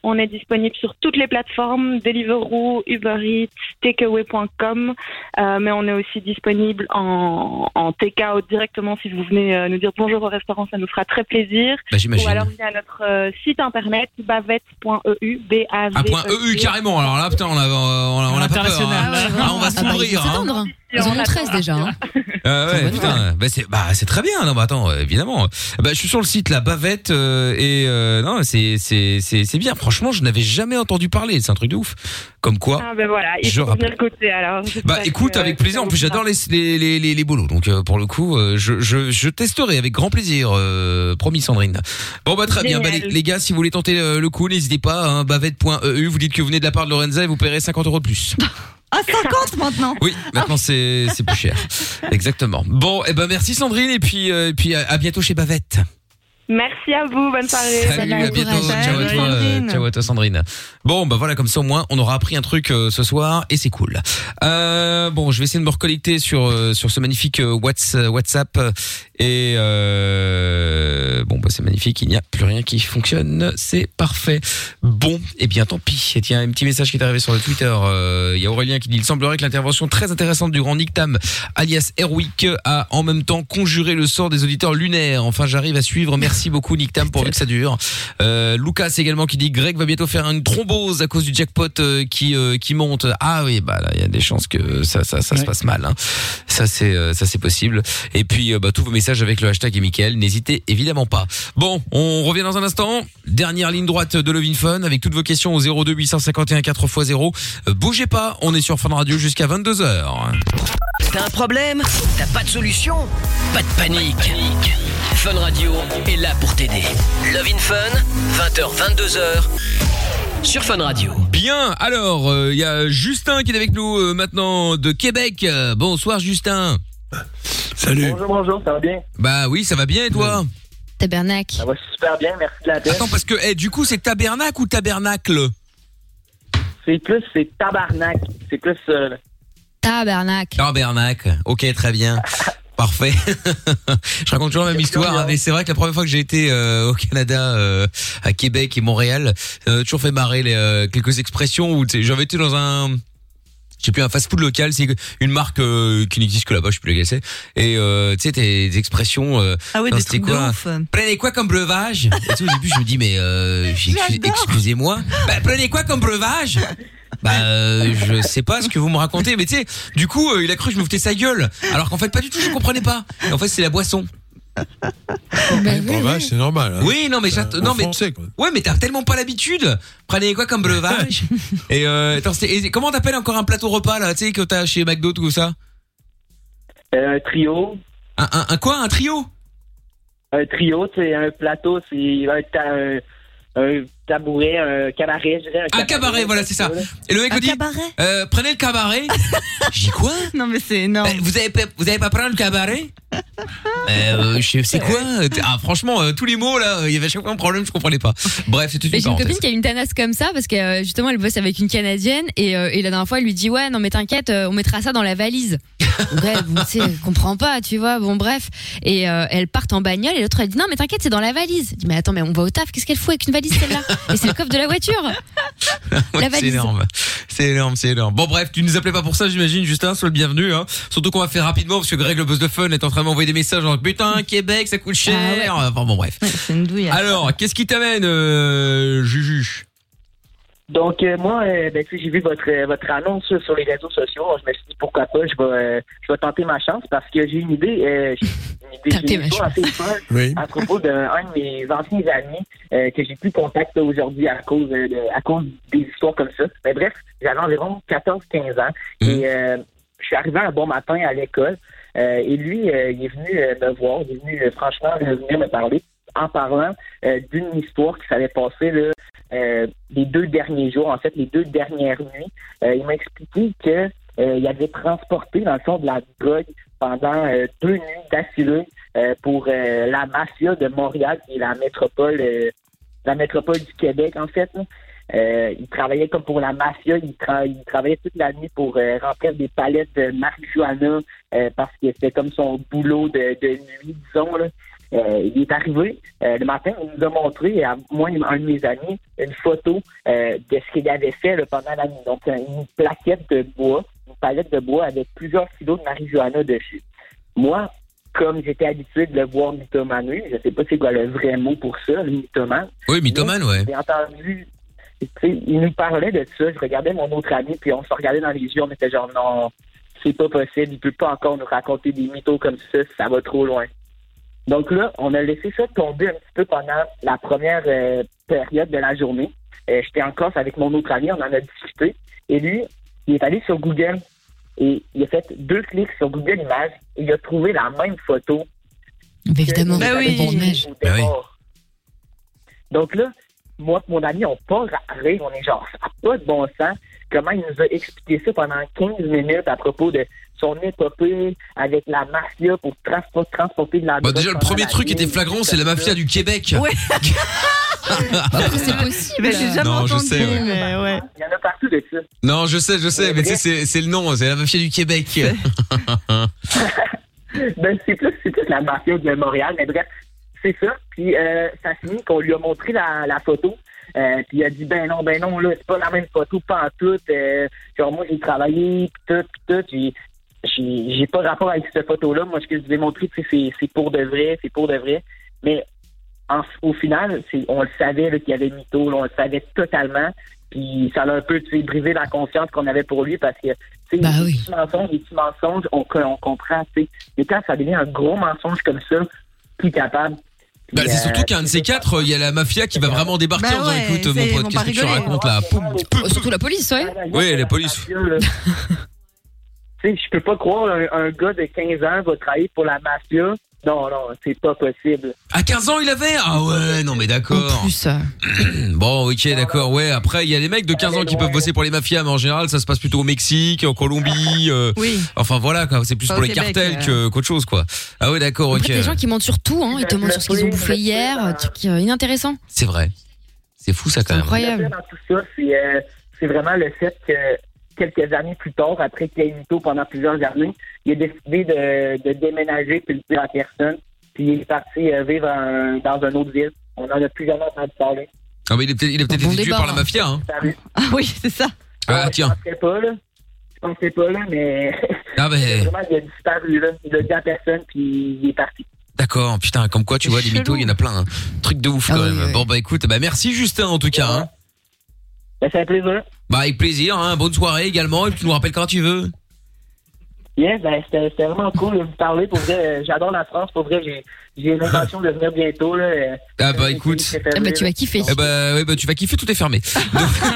Speaker 13: On est disponible sur toutes les plateformes, Deliveroo, Uber Eats, takeaway.com, mais on est aussi disponible en take-out directement. Si vous venez nous dire bonjour au restaurant, ça nous fera très plaisir.
Speaker 2: Bah, j'imagine.
Speaker 13: Ou alors via notre site internet bavette.eu,
Speaker 2: B-A-V-E-U carrément. Alors là, putain, on a pas peur. Hein. On va s'ouvrir.
Speaker 6: Hein. Ils en ont 13 déjà. Hein.
Speaker 2: Ouais, putain. C'est très bien. Non, bah attends, évidemment. Bah je suis sur le site là, Bavette non, c'est bien. Franchement, je n'avais jamais entendu parler. C'est un truc de ouf. Comme quoi.
Speaker 13: Ah ben voilà, il faut bien le côté alors.
Speaker 2: Bah écoute, avec plaisir. En plus, j'adore les bolos. Donc pour le coup, je testerai avec grand plaisir. Promis, Sandrine. Bon bah très bien. Bah, les gars, si vous voulez tenter le coup, n'hésitez pas. Hein, bavette.eu. Vous dites que vous venez de la part de Lorenza et vous paierez 50 € de plus.
Speaker 3: Ah, 50 maintenant.
Speaker 2: Oui, maintenant c'est plus cher. Exactement. Bon, et ben merci Sandrine et puis à bientôt chez Bavette.
Speaker 13: Merci à vous, bonne soirée.
Speaker 2: Salut, à bientôt. Ciao à toi Sandrine. Bon, bah voilà, comme ça au moins on aura appris un truc ce soir et c'est cool. Bon, je vais essayer de me reconnecter sur ce magnifique WhatsApp et bon bah c'est magnifique, il n'y a plus rien qui fonctionne, c'est parfait. Bon, et bien tant pis. Et tiens, un petit message qui est arrivé sur le Twitter, il y a Aurélien qui dit: il semblerait que l'intervention très intéressante du grand Nick Tam alias Erwick a en même temps conjuré le sort des auditeurs lunaires. Enfin, j'arrive à suivre. Merci beaucoup Nick Tam, pourvu que ça dure. Lucas également qui dit: Greg va bientôt faire une thrombose à cause du jackpot qui monte. Ah oui, bah là il y a des chances que ça se passe mal. Hein. Ça c'est possible. Et puis bah tous vos messages avec le hashtag et Mickaël, n'hésitez évidemment pas. Bon, on revient dans un instant. Dernière ligne droite de Love in Fun avec toutes vos questions au 02 851 4x0. Bougez pas, on est sur Fun Radio jusqu'à 22h.
Speaker 1: T'as un problème? T'as pas de solution? Pas de panique. Fun Radio est là pour t'aider. Love in Fun, 20h, 22h. Sur Fun Radio.
Speaker 2: Bien, alors, il y a Justin qui est avec nous maintenant de Québec. Bonsoir Justin.
Speaker 5: Salut.
Speaker 15: Bonjour, ça va bien?
Speaker 2: Bah oui, ça va bien et toi?
Speaker 6: Tabernacle.
Speaker 15: Ça va super bien, merci de la tête.
Speaker 2: Attends, parce que du coup c'est tabernacle ou tabernacle?
Speaker 15: C'est tabarnak. C'est plus...
Speaker 6: Tabernacle.
Speaker 2: Tabernacle, ok, très bien. Parfait. Je raconte toujours la même histoire, hein, mais c'est vrai que la première fois que j'ai été au Canada, à Québec et Montréal, toujours fait marrer quelques expressions où j'avais été dans un... Je sais plus, un fast-food local, c'est une marque qui n'existe que là-bas, je sais plus laquelle c'est. Et tu sais, des expressions.
Speaker 3: Ah oui, des trucs de ouf.
Speaker 2: Prenez quoi comme breuvage? Et tout, au début, je me dis mais excusez-moi. Bah, prenez quoi comme breuvage? Bah je sais pas ce que vous me racontez, mais tu sais, du coup, il a cru que je me foutais sa gueule, alors qu'en fait pas du tout, je comprenais pas. Et en fait, c'est la boisson.
Speaker 5: Breuvage, c'est normal. Hein.
Speaker 2: Oui, non mais ouais, mais t'as tellement pas l'habitude. Prenez quoi comme breuvage? Et attends, comment t'appelles encore un plateau repas là, tu sais, que t'as chez McDo tout ça?
Speaker 15: Un trio.
Speaker 2: Un quoi? Un trio?
Speaker 15: Un trio, c'est un plateau, c'est un tabouret, un cabaret, je dirais.
Speaker 2: Un cabaret, voilà, c'est ça. Et le mec me dit, prenez le cabaret. J'ai dit quoi?
Speaker 3: Non mais c'est énorme.
Speaker 2: Vous avez pas pris le cabaret? C'est quoi? Ah, franchement, tous les mots là, il y avait à chaque fois un problème, je comprenais pas. Bref, c'est tout.
Speaker 6: J'ai une copine qui a une tanasse comme ça parce que justement elle bosse avec une Canadienne et la dernière fois elle lui dit ouais non mais t'inquiète, on mettra ça dans la valise. Ouais, bon, tu sais, elle comprend pas, tu vois. Bon bref, et elles partent en bagnole et l'autre elle dit non mais t'inquiète c'est dans la valise. Je dis mais attends mais on va au taf, qu'est-ce qu'elle fout avec une valise celle-là? Et c'est le coffre de la voiture.
Speaker 2: Ouais,
Speaker 6: la valise.
Speaker 2: C'est énorme. Bon bref, tu nous appelais pas pour ça, j'imagine, Justin, sois le bienvenu. Hein. Surtout qu'on va faire rapidement parce que Greg le boss de Fun est en train de m'envoyer des messages genre putain Québec ça coûte cher.
Speaker 3: Ah ouais.
Speaker 2: Enfin bon bref.
Speaker 3: Ouais, c'est une douille.
Speaker 2: Alors qu'est-ce qui t'amène, Juju?
Speaker 15: Donc moi, j'ai vu votre annonce sur les réseaux sociaux. Je me suis dit pourquoi pas, je vais tenter ma chance parce que j'ai une idée. J'ai une histoire assez folle à propos d'un de mes anciens amis que j'ai plus contact aujourd'hui à cause des histoires comme ça. Mais bref, j'avais environ 14-15 ans et je suis arrivé un bon matin à l'école et lui, il est venu me voir, il est venu franchement venir me parler en parlant d'une histoire qui s'avait passé là, les 2 derniers jours, en fait les 2 dernières nuits. Il m'a expliqué que il avait transporté dans le fond de la drogue pendant 2 nuits d'affilée pour la mafia de Montréal, qui est la métropole du Québec en fait. Il travaillait comme pour la mafia, il travaillait toute la nuit pour remplir des palettes de marijuana parce que c'était comme son boulot de nuit, disons là. il est arrivé le matin, il nous a montré, à moi et un de mes amis, une photo de ce qu'il avait fait là, pendant la nuit. Donc, une plaquette de bois, une palette de bois avec plusieurs kilos de marijuana dessus. Moi, comme j'étais habitué de le voir mythomaner, je sais pas c'est quoi le vrai mot pour ça, le mythomane.
Speaker 2: Oui, mythomane, ouais.
Speaker 15: J'ai entendu, il nous parlait de ça, je regardais mon autre ami, puis on se regardait dans les yeux, on était genre, non, c'est pas possible, il peut pas encore nous raconter des mythos comme ça va trop loin. Donc là, on a laissé ça tomber un petit peu pendant la première période de la journée. J'étais en classe avec mon autre ami, on en a discuté, et lui, il est allé sur Google, et il a fait 2 clics sur Google Images et il a trouvé la même photo.
Speaker 6: Évidemment,
Speaker 3: bon
Speaker 6: image.
Speaker 15: Donc là, moi et mon ami, on part à rire, on est genre, ça n'a pas de bon sens. Comment il nous a expliqué ça pendant 15 minutes à propos de son épopée avec la mafia pour transporter de la drogue.
Speaker 2: Déjà, le premier truc qui était flagrant, c'est la mafia du Québec.
Speaker 3: Ouais.
Speaker 6: C'est possible.
Speaker 3: Mais j'ai jamais entendu.
Speaker 2: Je sais, ouais.
Speaker 3: Mais ouais.
Speaker 15: Il y en a partout de ça.
Speaker 2: Non, je sais, mais tu sais, c'est le nom, c'est la mafia du Québec.
Speaker 15: Ben, c'est plus la mafia de Montréal, mais bref, c'est ça. Puis ça finit qu'on lui a montré la photo. Puis il a dit ben non, là, c'est pas la même photo, pas en tout. Genre moi j'ai travaillé, pis tout. J'ai pas rapport avec cette photo-là. Moi, ce que je vous ai montré, c'est pour de vrai. Mais au final, on le savait là, qu'il y avait mytho, là, on le savait totalement. Puis ça a un peu brisé la confiance qu'on avait pour lui parce que les petits mensonges, on comprend. T'sais. Mais quand ça devient un gros mensonge comme ça, plus capable.
Speaker 2: C'est surtout qu'un de ces quatre, il y a la mafia qui va vraiment débarquer en disant écoute mon pote, qu'est-ce que tu racontes là?
Speaker 6: Surtout la police, ouais.
Speaker 2: Oui, la police.
Speaker 15: Je peux pas croire un gars de 15 ans va travailler pour la mafia. Non, c'est pas possible.
Speaker 2: À 15 ans, il avait? Ah ouais, non mais d'accord.
Speaker 6: En plus.
Speaker 2: Bon, ok, d'accord. Ouais, après, il y a des mecs de 15 ans qui peuvent bosser pour les mafias, mais en général, ça se passe plutôt au Mexique, en Colombie.
Speaker 3: Oui.
Speaker 2: Enfin voilà, quoi. C'est plus pour les cartels qu'autre chose, quoi. Ah ouais, d'accord, ok.
Speaker 6: Après, des gens qui mentent sur tout, hein. Ils te mentent sur ce qu'ils ont bouffé hier, truc inintéressant.
Speaker 2: C'est vrai. C'est fou, ça, quand même.
Speaker 6: Incroyable.
Speaker 15: Dans tout ça, c'est vraiment le fait que quelques années plus tard, après qu'il y ait mytho pendant plusieurs années, il a décidé de déménager puis le dire à personne. Puis il est parti vivre dans une autre ville. On en a plus jamais entendu parler.
Speaker 2: Ah mais il est peut-être été tué par la mafia, hein.
Speaker 3: Ah oui, c'est ça.
Speaker 2: Ah tiens.
Speaker 15: Je pensais pas là, mais
Speaker 2: ah ben.
Speaker 15: Vraiment, il a disparu là. Il a dit à personne puis il est parti.
Speaker 2: D'accord, putain, comme quoi tu vois, des mythos, il y en a plein. Hein. Truc de ouf quand même. Ouais. Bon bah écoute, merci Justin en tout cas. Hein.
Speaker 15: Ça fait plaisir.
Speaker 2: Bah avec plaisir, hein. Bonne soirée également, et puis tu nous rappelles quand tu veux.
Speaker 15: Yes, c'était vraiment cool de vous parler. Pour vrai, j'adore la France. Pour vrai, j'ai l'intention de venir bientôt. Là.
Speaker 2: Ah bah écoute.
Speaker 6: Tu vas kiffer.
Speaker 2: Tu vas kiffer, tout est fermé.
Speaker 5: Ça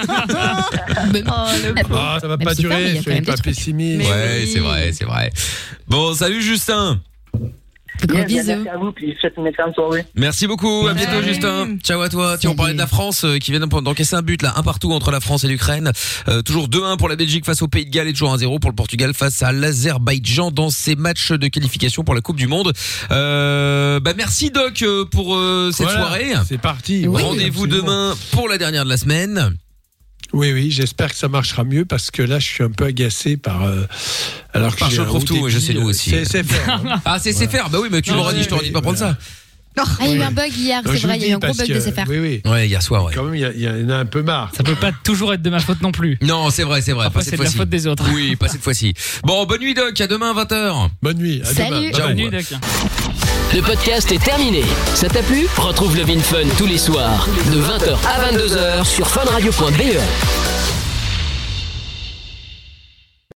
Speaker 5: va pas durer, soyez pas pessimiste.
Speaker 2: Ouais, c'est vrai. Bon, salut Justin.
Speaker 15: Merci à vous, puis je vous souhaite une excellente soirée.
Speaker 2: Merci beaucoup, à bientôt Justin. Ciao à toi. Tiens, on parlait de la France qui vient d'encaisser un but là, un partout entre la France et l'Ukraine. Toujours 2-1 pour la Belgique face au Pays de Galles et toujours 1-0 pour le Portugal face à l'Azerbaïdjan dans ces matchs de qualification pour la Coupe du Monde. Merci Doc pour cette soirée.
Speaker 5: C'est parti.
Speaker 2: Oui, rendez-vous demain pour la dernière de la semaine.
Speaker 5: Oui, j'espère que ça marchera mieux parce que là, je suis un peu agacé par. Alors que
Speaker 2: je trouve tout, je sais nous aussi.
Speaker 5: C'est faire.
Speaker 2: Ah, c'est faire. Bah oui, mais tu m'aurais dit, je t'aurais dit de pas prendre ça.
Speaker 6: Ah, il y a eu un bug hier, c'est vrai, il y a eu un gros bug de CFR.
Speaker 5: Oui.
Speaker 2: Ouais, hier soir, ouais.
Speaker 5: Quand même, il y en a un peu marre.
Speaker 8: Ça peut pas toujours être de ma faute non plus.
Speaker 2: Non, c'est vrai.
Speaker 8: Après, c'est de la faute des autres.
Speaker 2: Oui, pas cette fois-ci. Bon, bonne nuit, Doc. À demain, 20h.
Speaker 5: Bonne nuit. À
Speaker 6: Salut.
Speaker 5: demain.
Speaker 8: Bonne nuit, Doc.
Speaker 1: Le podcast est terminé. Ça t'a plu? Retrouve Love in Fun tous les soirs de 20h à 22h sur funradio.be.